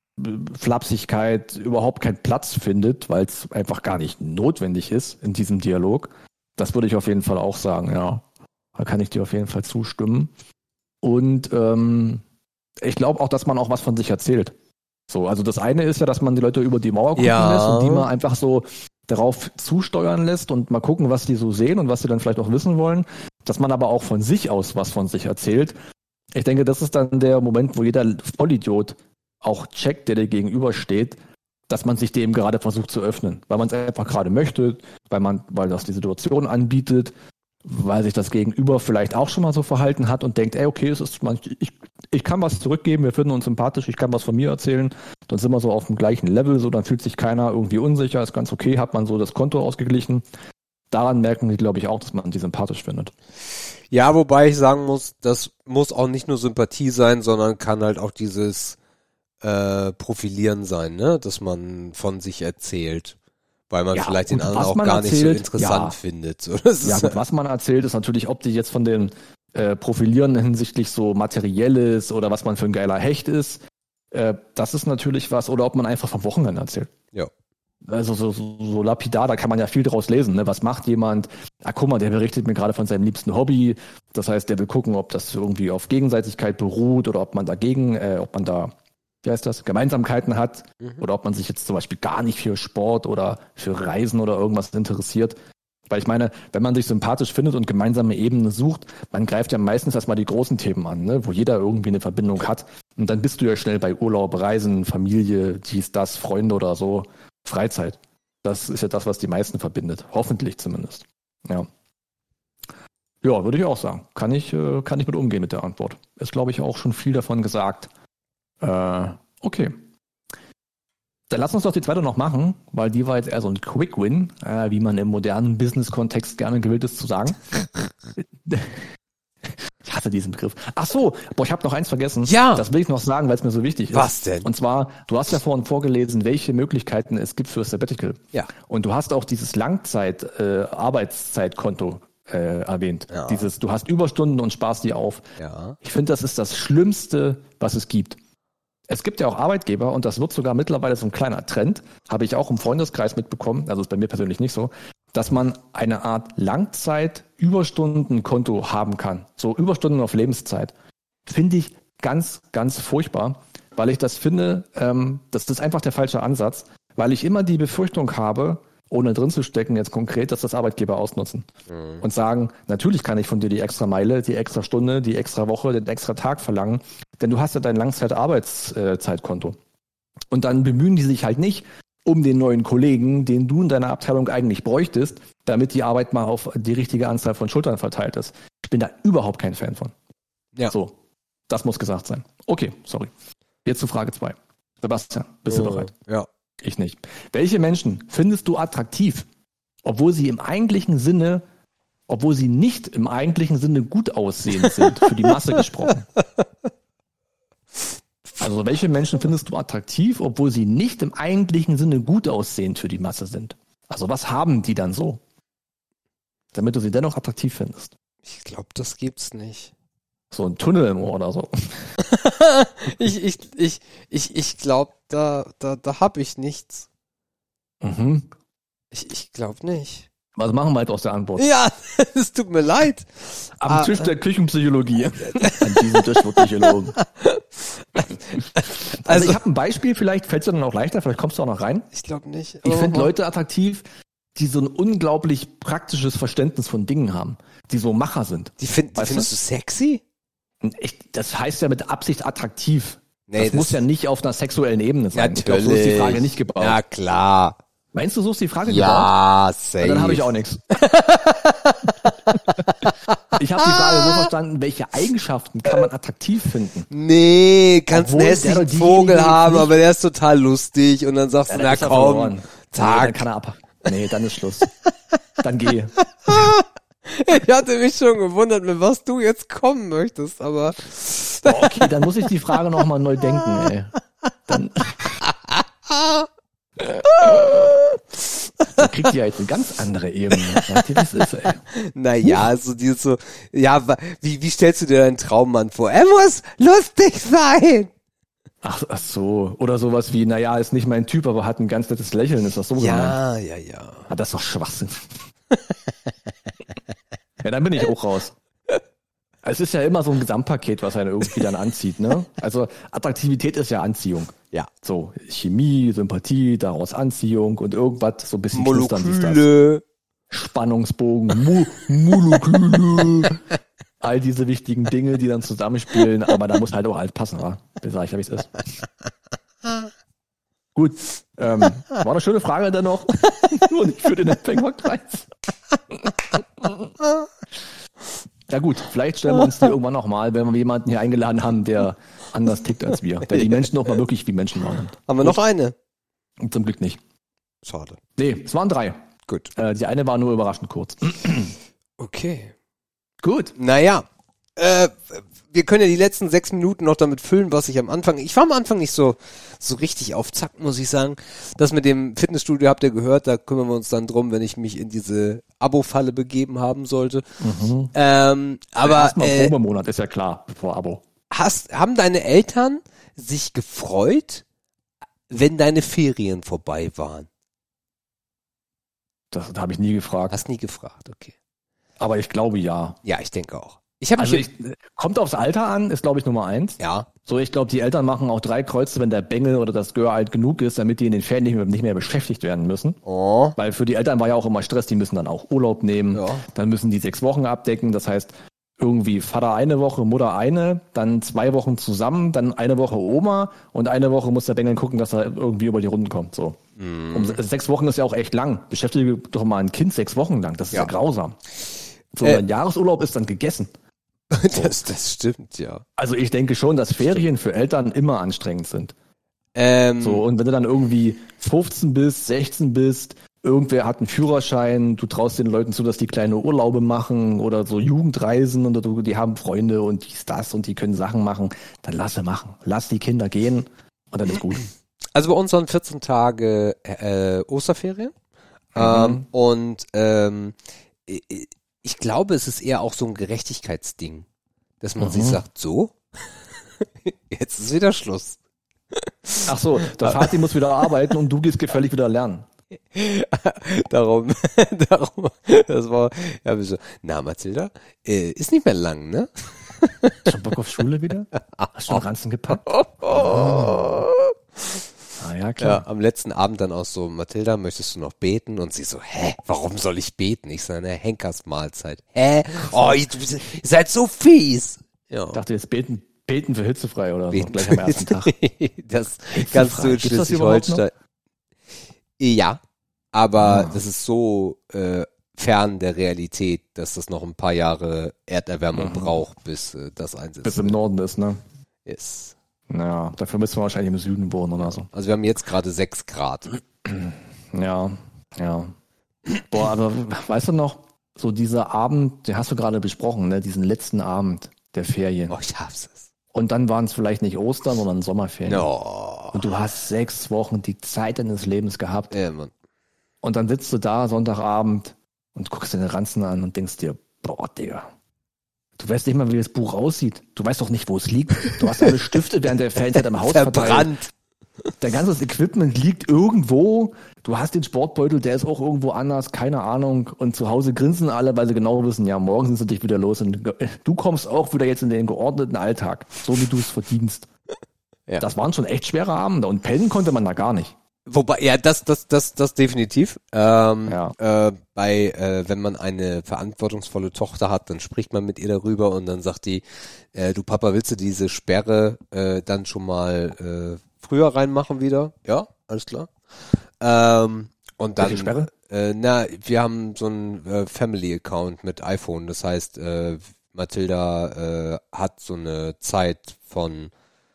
Flapsigkeit überhaupt keinen Platz findet, weil es einfach gar nicht notwendig ist in diesem Dialog. Das würde ich auf jeden Fall auch sagen, ja. Da kann ich dir auf jeden Fall zustimmen. Und ähm, ich glaube auch, dass man auch was von sich erzählt. So, also das eine ist ja, dass man die Leute über die Mauer gucken Ja. lässt und die mal einfach so darauf zusteuern lässt und mal gucken, was die so sehen und was sie dann vielleicht auch wissen wollen. Dass man aber auch von sich aus was von sich erzählt. Ich denke, das ist dann der Moment, wo jeder Vollidiot auch checkt, der dir gegenübersteht, dass man sich dem gerade versucht zu öffnen. Weil man es einfach gerade möchte, weil man, weil das die Situation anbietet, weil sich das Gegenüber vielleicht auch schon mal so verhalten hat und denkt, ey, okay, es ist, ich, ich kann was zurückgeben, wir finden uns sympathisch, ich kann was von mir erzählen, dann sind wir so auf dem gleichen Level, so dann fühlt sich keiner irgendwie unsicher, ist ganz okay, hat man so das Konto ausgeglichen. Daran merken die, glaube ich, auch, dass man die sympathisch findet. Ja, wobei ich sagen muss, das muss auch nicht nur Sympathie sein, sondern kann halt auch dieses äh, Profilieren sein, ne, dass man von sich erzählt, weil man Ja, vielleicht den und anderen was auch man gar nicht so erzählt, interessant ja. findet. So, das Ja ist, gut, was man erzählt, ist natürlich, ob die jetzt von dem äh, Profilieren hinsichtlich so Materielles oder was man für ein geiler Hecht ist, äh, das ist natürlich was, oder ob man einfach vom Wochenende erzählt. ja. Also so, so, so lapidar, da kann man ja viel draus lesen. Ne? Was macht jemand? Ah, guck mal, der berichtet mir gerade von seinem liebsten Hobby. Das heißt, der will gucken, ob das irgendwie auf Gegenseitigkeit beruht oder ob man dagegen, äh, ob man da, wie heißt das, Gemeinsamkeiten hat Mhm. oder ob man sich jetzt zum Beispiel gar nicht für Sport oder für Reisen oder irgendwas interessiert. Weil ich meine, wenn man sich sympathisch findet und gemeinsame Ebenen sucht, man greift ja meistens erstmal die großen Themen an, ne? Wo jeder irgendwie eine Verbindung hat. Und dann bist du ja schnell bei Urlaub, Reisen, Familie, dies, das, Freunde oder so. Freizeit. Das ist ja das, was die meisten verbindet. Hoffentlich zumindest. Ja. Ja, würde ich auch sagen. Kann ich, äh, kann ich mit umgehen mit der Antwort. Ist, glaube ich, auch schon viel davon gesagt. Äh, okay. Dann lass uns doch die zweite noch machen, weil die war jetzt eher so ein Quick-Win, äh, wie man im modernen Business-Kontext gerne gewillt ist zu sagen. Ich hasse diesen Begriff. Ach so, boah, ich habe noch eins vergessen. Ja. Das will ich noch sagen, weil es mir so wichtig ist. Was denn? Und zwar, du hast ja vorhin vorgelesen, welche Möglichkeiten es gibt für Sabbatical. Ja. Und du hast auch dieses Langzeit-Arbeitszeitkonto äh, erwähnt. Ja. Dieses, du hast Überstunden und sparst die auf. Ja. Ich finde, das ist das Schlimmste, was es gibt. Es gibt ja auch Arbeitgeber, und das wird sogar mittlerweile so ein kleiner Trend, habe ich auch im Freundeskreis mitbekommen, also ist bei mir persönlich nicht so, dass man eine Art Langzeit-Überstundenkonto haben kann. So Überstunden auf Lebenszeit. Finde ich ganz, ganz furchtbar, weil ich das finde, ähm, das ist einfach der falsche Ansatz, weil ich immer die Befürchtung habe, ohne drin zu stecken jetzt konkret, dass das Arbeitgeber ausnutzen mhm. und sagen, natürlich kann ich von dir die extra Meile, die extra Stunde, die extra Woche, den extra Tag verlangen, denn du hast ja dein Langzeit-Arbeitszeitkonto. Und dann bemühen die sich halt nicht um den neuen Kollegen, den du in deiner Abteilung eigentlich bräuchtest, damit die Arbeit mal auf die richtige Anzahl von Schultern verteilt ist. Ich bin da überhaupt kein Fan von. Ja. So, das muss gesagt sein. Okay, sorry. Jetzt zu Frage zwei. Sebastian, bist du Oh, bereit? Ja. Ich nicht. Welche Menschen findest du attraktiv, obwohl sie im eigentlichen Sinne, obwohl sie nicht im eigentlichen Sinne gut aussehend sind, für die Masse gesprochen? Also welche Menschen findest du attraktiv, obwohl sie nicht im eigentlichen Sinne gut aussehend für die Masse sind? Also was haben die dann so, damit du sie dennoch attraktiv findest? Ich glaube, das gibt's nicht. So ein Tunnel im Ohr oder so. ich ich ich ich ich glaube, da da da hab ich nichts. Mhm. Ich ich glaube nicht. Was machen wir jetzt aus der Antwort? Ja, es tut mir leid. Am Ah, Tisch der Küchenpsychologie. An diesem Tisch wird Psychologen. Also, Also- ich habe ein Beispiel, vielleicht fällt es dir dann auch leichter, vielleicht kommst du auch noch rein. Ich glaube nicht. Ich Oh, finde oh. Leute attraktiv, die so ein unglaublich praktisches Verständnis von Dingen haben, die so Macher sind. Die, find, die Weißt findest du? du sexy? Ich, das heißt ja mit Absicht attraktiv. Nee, das, das- muss ja nicht auf einer sexuellen Ebene sein. Ich glaube, so ist die Natürlich. Frage nicht gebaut. Ja, klar. Meinst du, so ist die Frage gebaut? Ja, safe. Dann habe ich auch nichts. Ich habe die Frage so verstanden, welche Eigenschaften kann man attraktiv finden? Nee, kannst Obwohl einen der hässlichen oder diejenige Vogel jetzt haben, nicht- aber der ist total lustig und dann sagst du, dann na ist er komm, verloren. Nee, zack. dann kann er ab. Nee, dann ist Schluss. Dann geh. Ich hatte mich schon gewundert, mit was du jetzt kommen möchtest, aber Boah, okay, dann muss ich die Frage nochmal neu denken, ey. Dann. kriegt die ja jetzt eine ganz andere Ebene. Weißt du, wie es ist, ey? Naja, also dieses so, ja, wa- wie, wie stellst du dir deinen Traummann vor? Er muss lustig sein! Ach, ach so. Oder sowas wie, naja, ist nicht mein Typ, aber hat ein ganz nettes Lächeln. Ist das so gemeint? Ja, ja, ja. Ah, das ist doch Schwachsinn. Ja, dann bin ich auch raus. Es ist ja immer so ein Gesamtpaket, was einen irgendwie dann anzieht, ne? Also Attraktivität ist ja Anziehung. Ja. So Chemie, Sympathie, daraus Anziehung und irgendwas so ein bisschen knistern, dies, das. Moleküle. Spannungsbogen, Mo Moleküle, all diese wichtigen Dinge, die dann zusammenspielen, aber da muss halt auch alles passen, wa? Das sag ich ja, wie es ist. Gut, ähm, war eine schöne Frage dann noch. Nur nicht für den Empfängerkreis. Ja gut, vielleicht stellen wir uns die irgendwann nochmal, wenn wir jemanden hier eingeladen haben, der anders tickt als wir. Der die Menschen auch mal wirklich wie Menschen wahrnimmt. Haben wir noch eine? Und zum Glück nicht. Schade. Nee, es waren drei. Gut. Äh, die eine war nur überraschend kurz. Okay. Gut. Naja, äh, wir können ja die letzten sechs Minuten noch damit füllen, was ich am Anfang, ich war am Anfang nicht so, so richtig auf Zack, muss ich sagen. Das mit dem Fitnessstudio habt ihr gehört, da kümmern wir uns dann drum, wenn ich mich in diese Abo-Falle begeben haben sollte. Mhm. Ähm, aber, Erstmal äh, Probemonat, ist ja klar, bevor Abo. hast, haben deine Eltern sich gefreut, wenn deine Ferien vorbei waren? Das, das habe ich nie gefragt. Hast nie gefragt, okay. Aber ich glaube ja. Ja, ich denke auch. Ich habe Also mich, ich, kommt aufs Alter an, ist glaube ich Nummer eins. ja, So, ich glaube, die Eltern machen auch drei Kreuze, wenn der Bengel oder das Gör alt genug ist, damit die in den Ferien nicht mehr, nicht mehr beschäftigt werden müssen. oh, Weil für die Eltern war ja auch immer Stress, die müssen dann auch Urlaub nehmen, Ja. dann müssen die sechs Wochen abdecken, das heißt irgendwie Vater eine Woche, Mutter eine, dann zwei Wochen zusammen, dann eine Woche Oma und eine Woche muss der Bengel gucken, dass er irgendwie über die Runden kommt. So. Mhm. Um, sechs Wochen ist ja auch echt lang. Beschäftige doch mal ein Kind sechs Wochen lang, das ist ja, Ja. grausam. So, Äh. ein Jahresurlaub ist dann gegessen. das, das stimmt, ja. Also ich denke schon, dass Ferien für Eltern immer anstrengend sind. Ähm, So, und wenn du dann irgendwie fünfzehn bist, sechzehn bist, irgendwer hat einen Führerschein, du traust den Leuten zu, dass die kleine Urlaube machen oder so Jugendreisen und du, die haben Freunde und dies, das und die können Sachen machen, dann lass sie machen. Lass die Kinder gehen und dann ist gut. Also bei uns waren vierzehn Tage äh, Osterferien. Ähm, und ähm, ich, ich glaube, es ist eher auch so ein Gerechtigkeitsding, dass man Mhm. sich sagt, so, jetzt ist wieder Schluss. Ach so, der Vati muss wieder arbeiten und du gehst gefällig wieder lernen. darum, darum, das war, ja, wir so, na Mathilda, äh, ist nicht mehr lang, ne? Schon Bock auf Schule wieder? Hast du den Ranzen gepackt? Oh. Ah ja, Ja, klar. am letzten Abend dann auch so, Mathilda, möchtest du noch beten? Und sie so, hä, warum soll ich beten? Ich so, eine Henkersmahlzeit. Hä? Oh, ihr, ihr seid so fies. Ja. Ich dachte jetzt beten, beten für hitzefrei oder Beten. so, gleich am ersten Tag. Das kannst du in Gibt's das Schleswig-Holstein. Ja, aber Ah. das ist so äh, fern der Realität, dass das noch ein paar Jahre Erderwärmung Mhm. braucht, bis äh, das einsetzt. Bis im Norden ist, ne? Yes. Ja, dafür müssen wir wahrscheinlich im Süden wohnen oder so. Also wir haben jetzt gerade sechs Grad. Ja, ja. Boah, aber weißt du noch, so dieser Abend, den hast du gerade besprochen, ne? Diesen letzten Abend der Ferien. Oh, ich hab's es. Und dann waren es vielleicht nicht Ostern, sondern Sommerferien. No. Und du hast sechs Wochen die Zeit deines Lebens gehabt. Ja, Mann. Und dann sitzt du da Sonntagabend und guckst dir den Ranzen an und denkst dir, boah, Digga. Du weißt nicht mal, wie das Buch aussieht. Du weißt doch nicht, wo es liegt. Du hast alle Stifte während der Ferienzeit im Haus verteilt. Verbrannt. Dein ganzes Equipment liegt irgendwo. Du hast den Sportbeutel, der ist auch irgendwo anders, keine Ahnung. Und zu Hause grinsen alle, weil sie genau wissen, ja, morgen sind sie dich wieder los. Und du kommst auch wieder jetzt in den geordneten Alltag, so wie du es verdienst. Ja. Das waren schon echt schwere Abende und pennen konnte man da gar nicht. Wobei, ja, das, das, das, das definitiv. Ähm, Ja. äh, bei, äh, wenn man eine verantwortungsvolle Tochter hat, dann spricht man mit ihr darüber und dann sagt die, äh, du Papa, willst du diese Sperre äh, dann schon mal äh, früher reinmachen wieder? Ja, alles klar. Ähm, und dann, Welche Sperre? Äh, na, wir haben so einen äh, Family-Account mit iPhone. Das heißt, äh, Mathilda äh, hat so eine Zeit von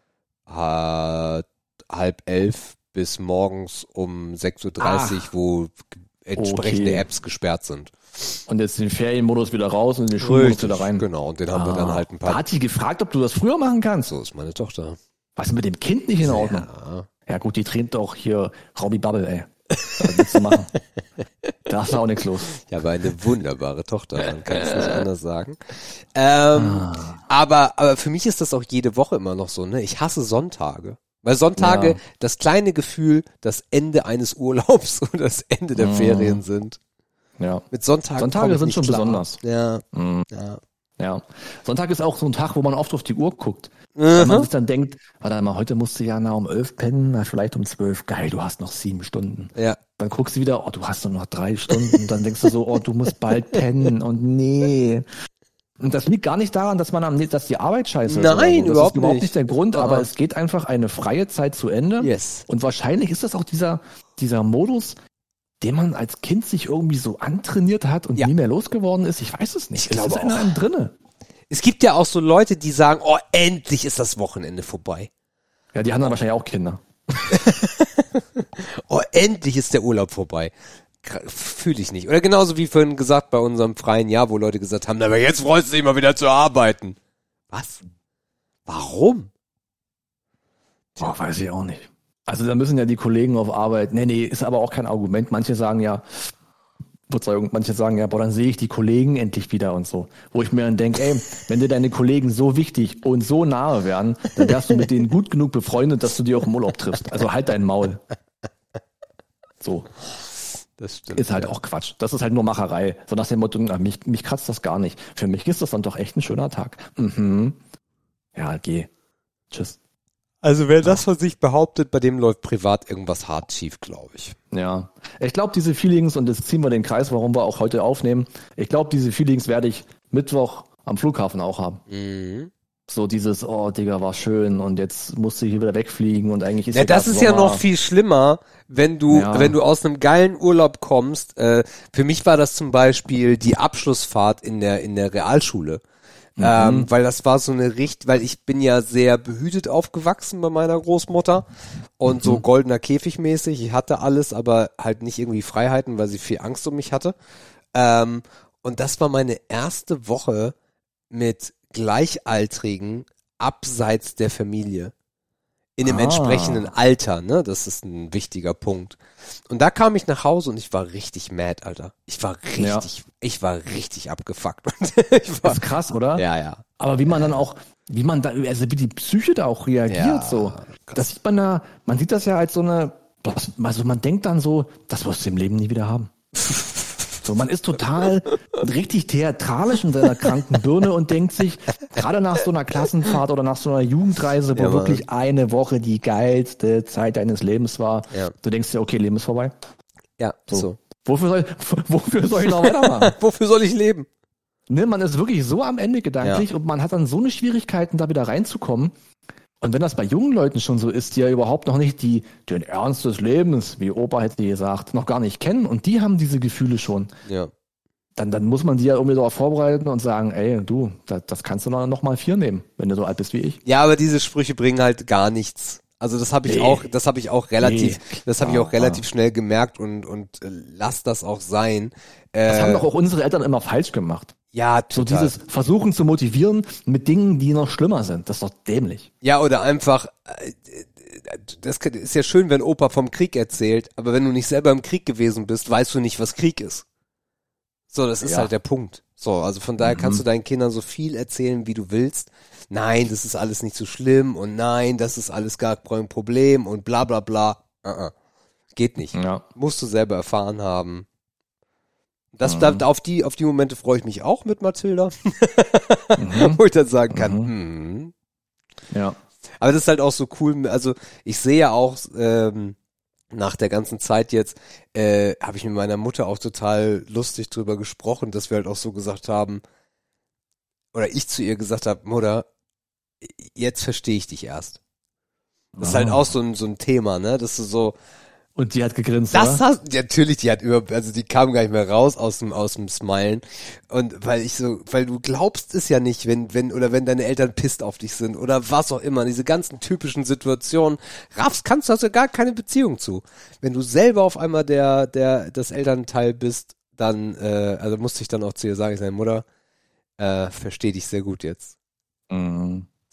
äh, halb elf bis morgens um sechs Uhr dreißig, Ach. wo entsprechende Okay. Apps gesperrt sind. Und jetzt den Ferienmodus wieder raus und in den Schulmodus wieder rein. Genau, und den haben wir dann halt ein Da paar. hat die gefragt, ob du das früher machen kannst. So ist meine Tochter. Was ist mit dem Kind nicht in Ordnung? Ja. Ja gut, die trennt doch hier Robbie Bubble, ey. Was willst du machen? Da ist auch nichts los. Ich habe eine wunderbare Tochter, man kann es nicht anders sagen. Ähm, ah. aber, aber für mich ist das auch jede Woche immer noch so, ne? Ich hasse Sonntage. Weil Sonntage Ja. das kleine Gefühl, das Ende eines Urlaubs oder das Ende der Mhm. Ferien sind. Ja. Mit Sonntagen Sonntage komme ich sind nicht schon klar. besonders. Ja, Mhm. ja. Ja. Sonntag ist auch so ein Tag, wo man oft auf die Uhr guckt. Weil man Mhm. sich dann denkt, warte mal, heute musst du ja na um elf pennen, na vielleicht um zwölf. Geil, du hast noch sieben Stunden. Ja. Dann guckst du wieder, oh, du hast nur noch drei Stunden. Und dann denkst du so, oh, du musst bald pennen. Und nee. Und das liegt gar nicht daran, dass man am dass die Arbeit scheiße ist. Nein, oder so. Das überhaupt ist überhaupt nicht. nicht der Grund, Ah. aber es geht einfach eine freie Zeit zu Ende. Yes. Und wahrscheinlich ist das auch dieser, dieser Modus, den man als Kind sich irgendwie so antrainiert hat und Ja. nie mehr losgeworden ist. Ich weiß es nicht. Ich glaube es ist in auch. einem drinne. Es gibt ja auch so Leute, die sagen, oh, endlich ist das Wochenende vorbei. Ja, die haben dann wahrscheinlich auch Kinder. Oh, endlich ist der Urlaub vorbei. Fühle ich nicht. Oder genauso wie vorhin gesagt bei unserem freien Jahr, wo Leute gesagt haben, aber jetzt freust du dich mal wieder zu arbeiten. Was? Warum? Oh, weiß ich auch nicht. Also da müssen ja die Kollegen auf Arbeit, nee, nee, ist aber auch kein Argument. Manche sagen ja, Verzeihung, manche sagen ja, boah, dann sehe ich die Kollegen endlich wieder und so. Wo ich mir dann denke, ey, wenn dir deine Kollegen so wichtig und so nahe wären, dann wärst du mit denen gut genug befreundet, dass du die auch im Urlaub triffst. Also halt dein Maul. So. Das stimmt. Ist halt auch Quatsch. Das ist halt nur Macherei. So nach dem Motto, na, mich, mich kratzt das gar nicht. Für mich ist das dann doch echt ein schöner Tag. Mhm. Ja, geh. Tschüss. Also wer das von sich behauptet, bei dem läuft privat irgendwas hart schief, glaube ich. Ja, ich glaube, diese Feelings, und jetzt ziehen wir den Kreis, warum wir auch heute aufnehmen, ich glaube, diese Feelings werde ich Mittwoch am Flughafen auch haben. Mhm. So dieses, oh Digga, war schön und jetzt musst du hier wieder wegfliegen und eigentlich ist Ja, hier das grad ist ja Sommer. noch viel schlimmer, wenn du, Ja. wenn du aus einem geilen Urlaub kommst. Äh, für mich war das zum Beispiel die Abschlussfahrt in der in der Realschule. Mhm. Ähm, weil das war so eine Richt, weil ich bin ja sehr behütet aufgewachsen bei meiner Großmutter und Mhm. so goldener Käfig mäßig. Ich hatte alles, aber halt nicht irgendwie Freiheiten, weil sie viel Angst um mich hatte. Ähm, und das war meine erste Woche mit Gleichaltrigen abseits der Familie. In dem Ah. entsprechenden Alter, ne? Das ist ein wichtiger Punkt. Und da kam ich nach Hause und ich war richtig mad, Alter. Ich war richtig, Ja. ich war richtig abgefuckt. ich war, Das ist krass, oder? ja, ja. Aber wie man dann auch, wie man da, also wie die Psyche da auch reagiert, Ja, so. Das sieht man da, man sieht das ja als so eine, also man denkt dann so, das wirst du im Leben nie wieder haben. So, man ist total richtig theatralisch in seiner kranken Birne und denkt sich, gerade nach so einer Klassenfahrt oder nach so einer Jugendreise, wo Ja, Mann. wirklich eine Woche die geilste Zeit deines Lebens war, Ja. du denkst dir, okay, Leben ist vorbei. Ja, so. So. Wofür soll, wofür soll ich noch weitermachen? Wofür soll ich leben? Ne, man ist wirklich so am Ende gedanklich Ja. und man hat dann so eine Schwierigkeiten, da wieder reinzukommen. Und wenn das bei jungen Leuten schon so ist, die ja überhaupt noch nicht die, den Ernst des Lebens, wie Opa hätte gesagt, noch gar nicht kennen und die haben diese Gefühle schon, Ja. dann, dann muss man die ja irgendwie darauf vorbereiten und sagen, ey, du, das, das kannst du noch mal vier nehmen, wenn du so alt bist wie ich. Ja, aber diese Sprüche bringen halt gar nichts. Also das habe ich Nee. auch, das habe ich auch relativ, Nee. das habe ich auch Ah, relativ schnell gemerkt und und äh, lass das auch sein. Das Äh, haben doch auch unsere Eltern immer falsch gemacht. ja, So total. dieses Versuchen zu motivieren mit Dingen, die noch schlimmer sind. Das ist doch dämlich. Ja, oder einfach, äh, das ist ja schön, wenn Opa vom Krieg erzählt, aber wenn du nicht selber im Krieg gewesen bist, weißt du nicht, was Krieg ist. So, das ist Ja. halt der Punkt. So, also von daher Mhm. kannst du deinen Kindern so viel erzählen, wie du willst. Nein, das ist alles nicht so schlimm und nein, das ist alles gar kein Problem und bla bla bla. Uh-uh. Geht nicht. Ja. Musst du selber erfahren haben. Das, Mhm. da, auf die, auf die Momente freue ich mich auch mit Mathilda, Mhm. wo ich dann sagen kann, Mhm. hm. Ja. Aber das ist halt auch so cool, also ich sehe ja auch, ähm, nach der ganzen Zeit jetzt, äh, habe ich mit meiner Mutter auch total lustig drüber gesprochen, dass wir halt auch so gesagt haben, oder ich zu ihr gesagt habe, Mutter, jetzt verstehe ich dich erst. Das ist halt Ah. auch so ein, so ein Thema, ne, dass du so, Und die hat gegrinst, das oder? hast, ja, natürlich, die hat über, also die kam gar nicht mehr raus aus dem, aus dem Smilen. Und weil ich so, weil du glaubst es ja nicht, wenn, wenn, oder wenn deine Eltern pisst auf dich sind oder was auch immer, diese ganzen typischen Situationen, raffst, kannst du, hast du gar keine Beziehung zu. Wenn du selber auf einmal der, der, das Elternteil bist, dann, äh, also musste ich dann auch zu ihr sagen, ich sage, Mutter, äh, verstehe dich sehr gut jetzt. Mhm.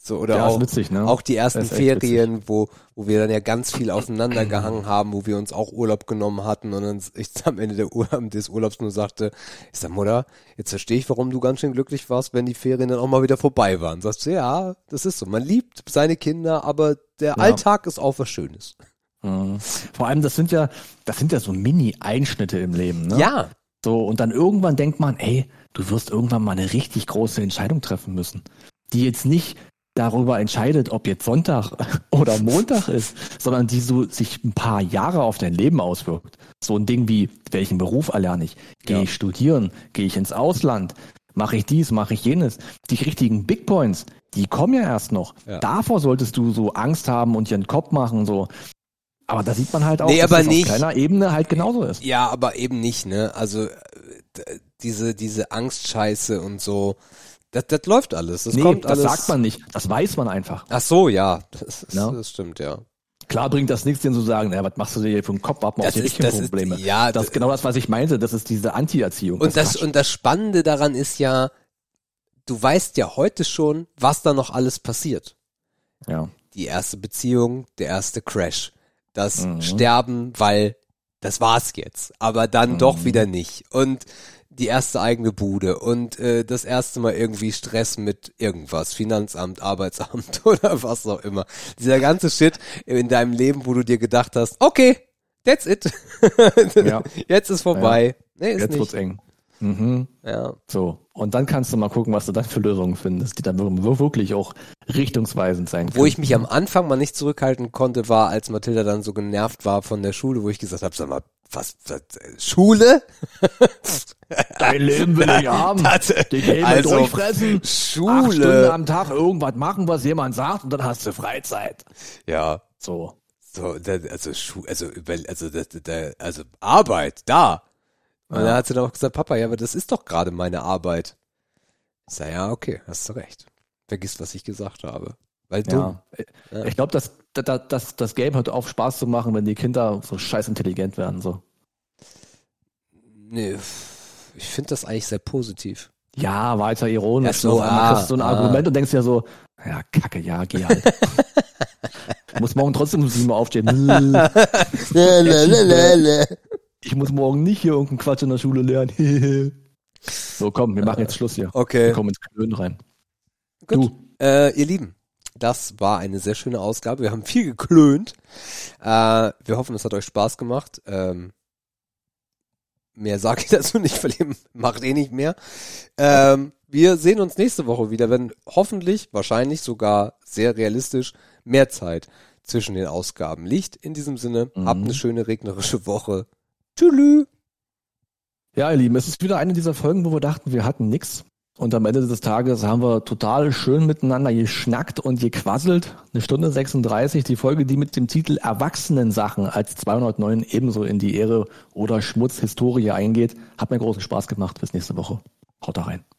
So, oder Ja, ist auch, witzig, ne? auch die ersten Das ist echt Ferien, wo, wo wir dann ja ganz viel aufeinander gehangen haben, wo wir uns auch Urlaub genommen hatten und dann ich am Ende der Ur des Urlaubs nur sagte, ich sag, Mutter, jetzt verstehe ich, warum du ganz schön glücklich warst, wenn die Ferien dann auch mal wieder vorbei waren. Sagst du, ja, das ist so. Man liebt seine Kinder, aber der Ja. Alltag ist auch was Schönes. Mhm. Vor allem, das sind ja, das sind ja so Mini-Einschnitte im Leben, ne? Ja. So, und dann irgendwann denkt man, ey, du wirst irgendwann mal eine richtig große Entscheidung treffen müssen, die jetzt nicht darüber entscheidet, ob jetzt Sonntag oder Montag ist, sondern die so sich ein paar Jahre auf dein Leben auswirkt. So ein Ding wie, welchen Beruf erlerne ich? Gehe Ja. ich studieren? Gehe ich ins Ausland? Mache ich dies? Mache ich jenes? Die richtigen Big Points, die kommen ja erst noch. Ja. Davor solltest du so Angst haben und dir einen Kopf machen, so. Aber da sieht man halt auch, Nee, dass aber das nicht. auf kleiner Ebene halt genauso ist. Ja, aber eben nicht, ne? Also äh, d- diese diese Angstscheiße und so, das, das läuft alles. Das Nee, kommt das alles. sagt man nicht. Das weiß man einfach. Ach so, ja, das, ist, Ja. das stimmt, ja. Klar bringt das nichts, denen zu sagen, naja, was machst du dir hier für den Kopf, warte mal auf Das die ist- richtigen das ist- Probleme. ja, das d- ist genau das, was ich meinte. Das ist diese Anti-Erziehung. Und das Quatsch. und das Spannende daran ist ja, du weißt ja heute schon, was da noch alles passiert. ja. Die erste Beziehung, der erste Crash, das Mhm. Sterben, weil das war's jetzt, aber dann Mhm. doch wieder nicht. Und die erste eigene Bude und äh, das erste Mal irgendwie Stress mit irgendwas, Finanzamt, Arbeitsamt oder was auch immer. Dieser ganze Shit in deinem Leben, wo du dir gedacht hast, okay, that's it. Ja. Jetzt ist vorbei. Nee, ist Jetzt nicht. wird's eng. Mhm. Ja. So. Und dann kannst du mal gucken, was du dann für Lösungen findest, die dann wir- wirklich auch richtungsweisend sein können. Wo ich mich am Anfang mal nicht zurückhalten konnte, war, als Mathilda dann so genervt war von der Schule, wo ich gesagt habe, sag mal, was, was äh, Schule? Dein Leben will ich haben. Das- Die Game also, durchfressen. Schule. Acht Stunden am Tag irgendwas machen, was jemand sagt und dann hast du Freizeit. Ja, So. so, da, also Schu also über, also da, da, also Arbeit, da. Und Ja. dann hat sie dann auch gesagt, Papa, ja, aber das ist doch gerade meine Arbeit. Ich sag, ja, okay, hast du recht. Vergiss, was ich gesagt habe. Weil dumm. Ja. Ja. Ich glaube, das, das, das, das Game hört auf Spaß zu machen, wenn die Kinder so scheiß intelligent werden. So. Nee, ich finde das eigentlich sehr positiv. Ja, weiter ironisch. Ach so, Auf einmal ah, kriegst du so ein ah. Argument und denkst dir so, ja, kacke, ja, geh halt. Du musst morgen trotzdem um sieben Uhr aufstehen. Ich muss morgen nicht hier irgendeinen Quatsch in der Schule lernen. So, komm, wir machen jetzt Schluss hier. Okay. Wir kommen ins Klönen rein. Gut. Du. Äh, ihr Lieben, das war eine sehr schöne Ausgabe. Wir haben viel geklönt. Äh, wir hoffen, es hat euch Spaß gemacht. Ähm, mehr sage ich dazu nicht, weil ihr macht eh nicht mehr. Ähm, wir sehen uns nächste Woche wieder, wenn hoffentlich, wahrscheinlich sogar sehr realistisch, mehr Zeit zwischen den Ausgaben liegt. In diesem Sinne, Mhm. habt eine schöne regnerische Woche. Tschüss. Ja, ihr Lieben, es ist wieder eine dieser Folgen, wo wir dachten, wir hatten nix. Und am Ende des Tages haben wir total schön miteinander geschnackt und gequasselt. Eine Stunde sechsunddreißig, die Folge, die mit dem Titel Erwachsenensachen als zweihundertneun ebenso in die Ehre oder Schmutzhistorie eingeht. Hat mir großen Spaß gemacht. Bis nächste Woche. Haut da rein.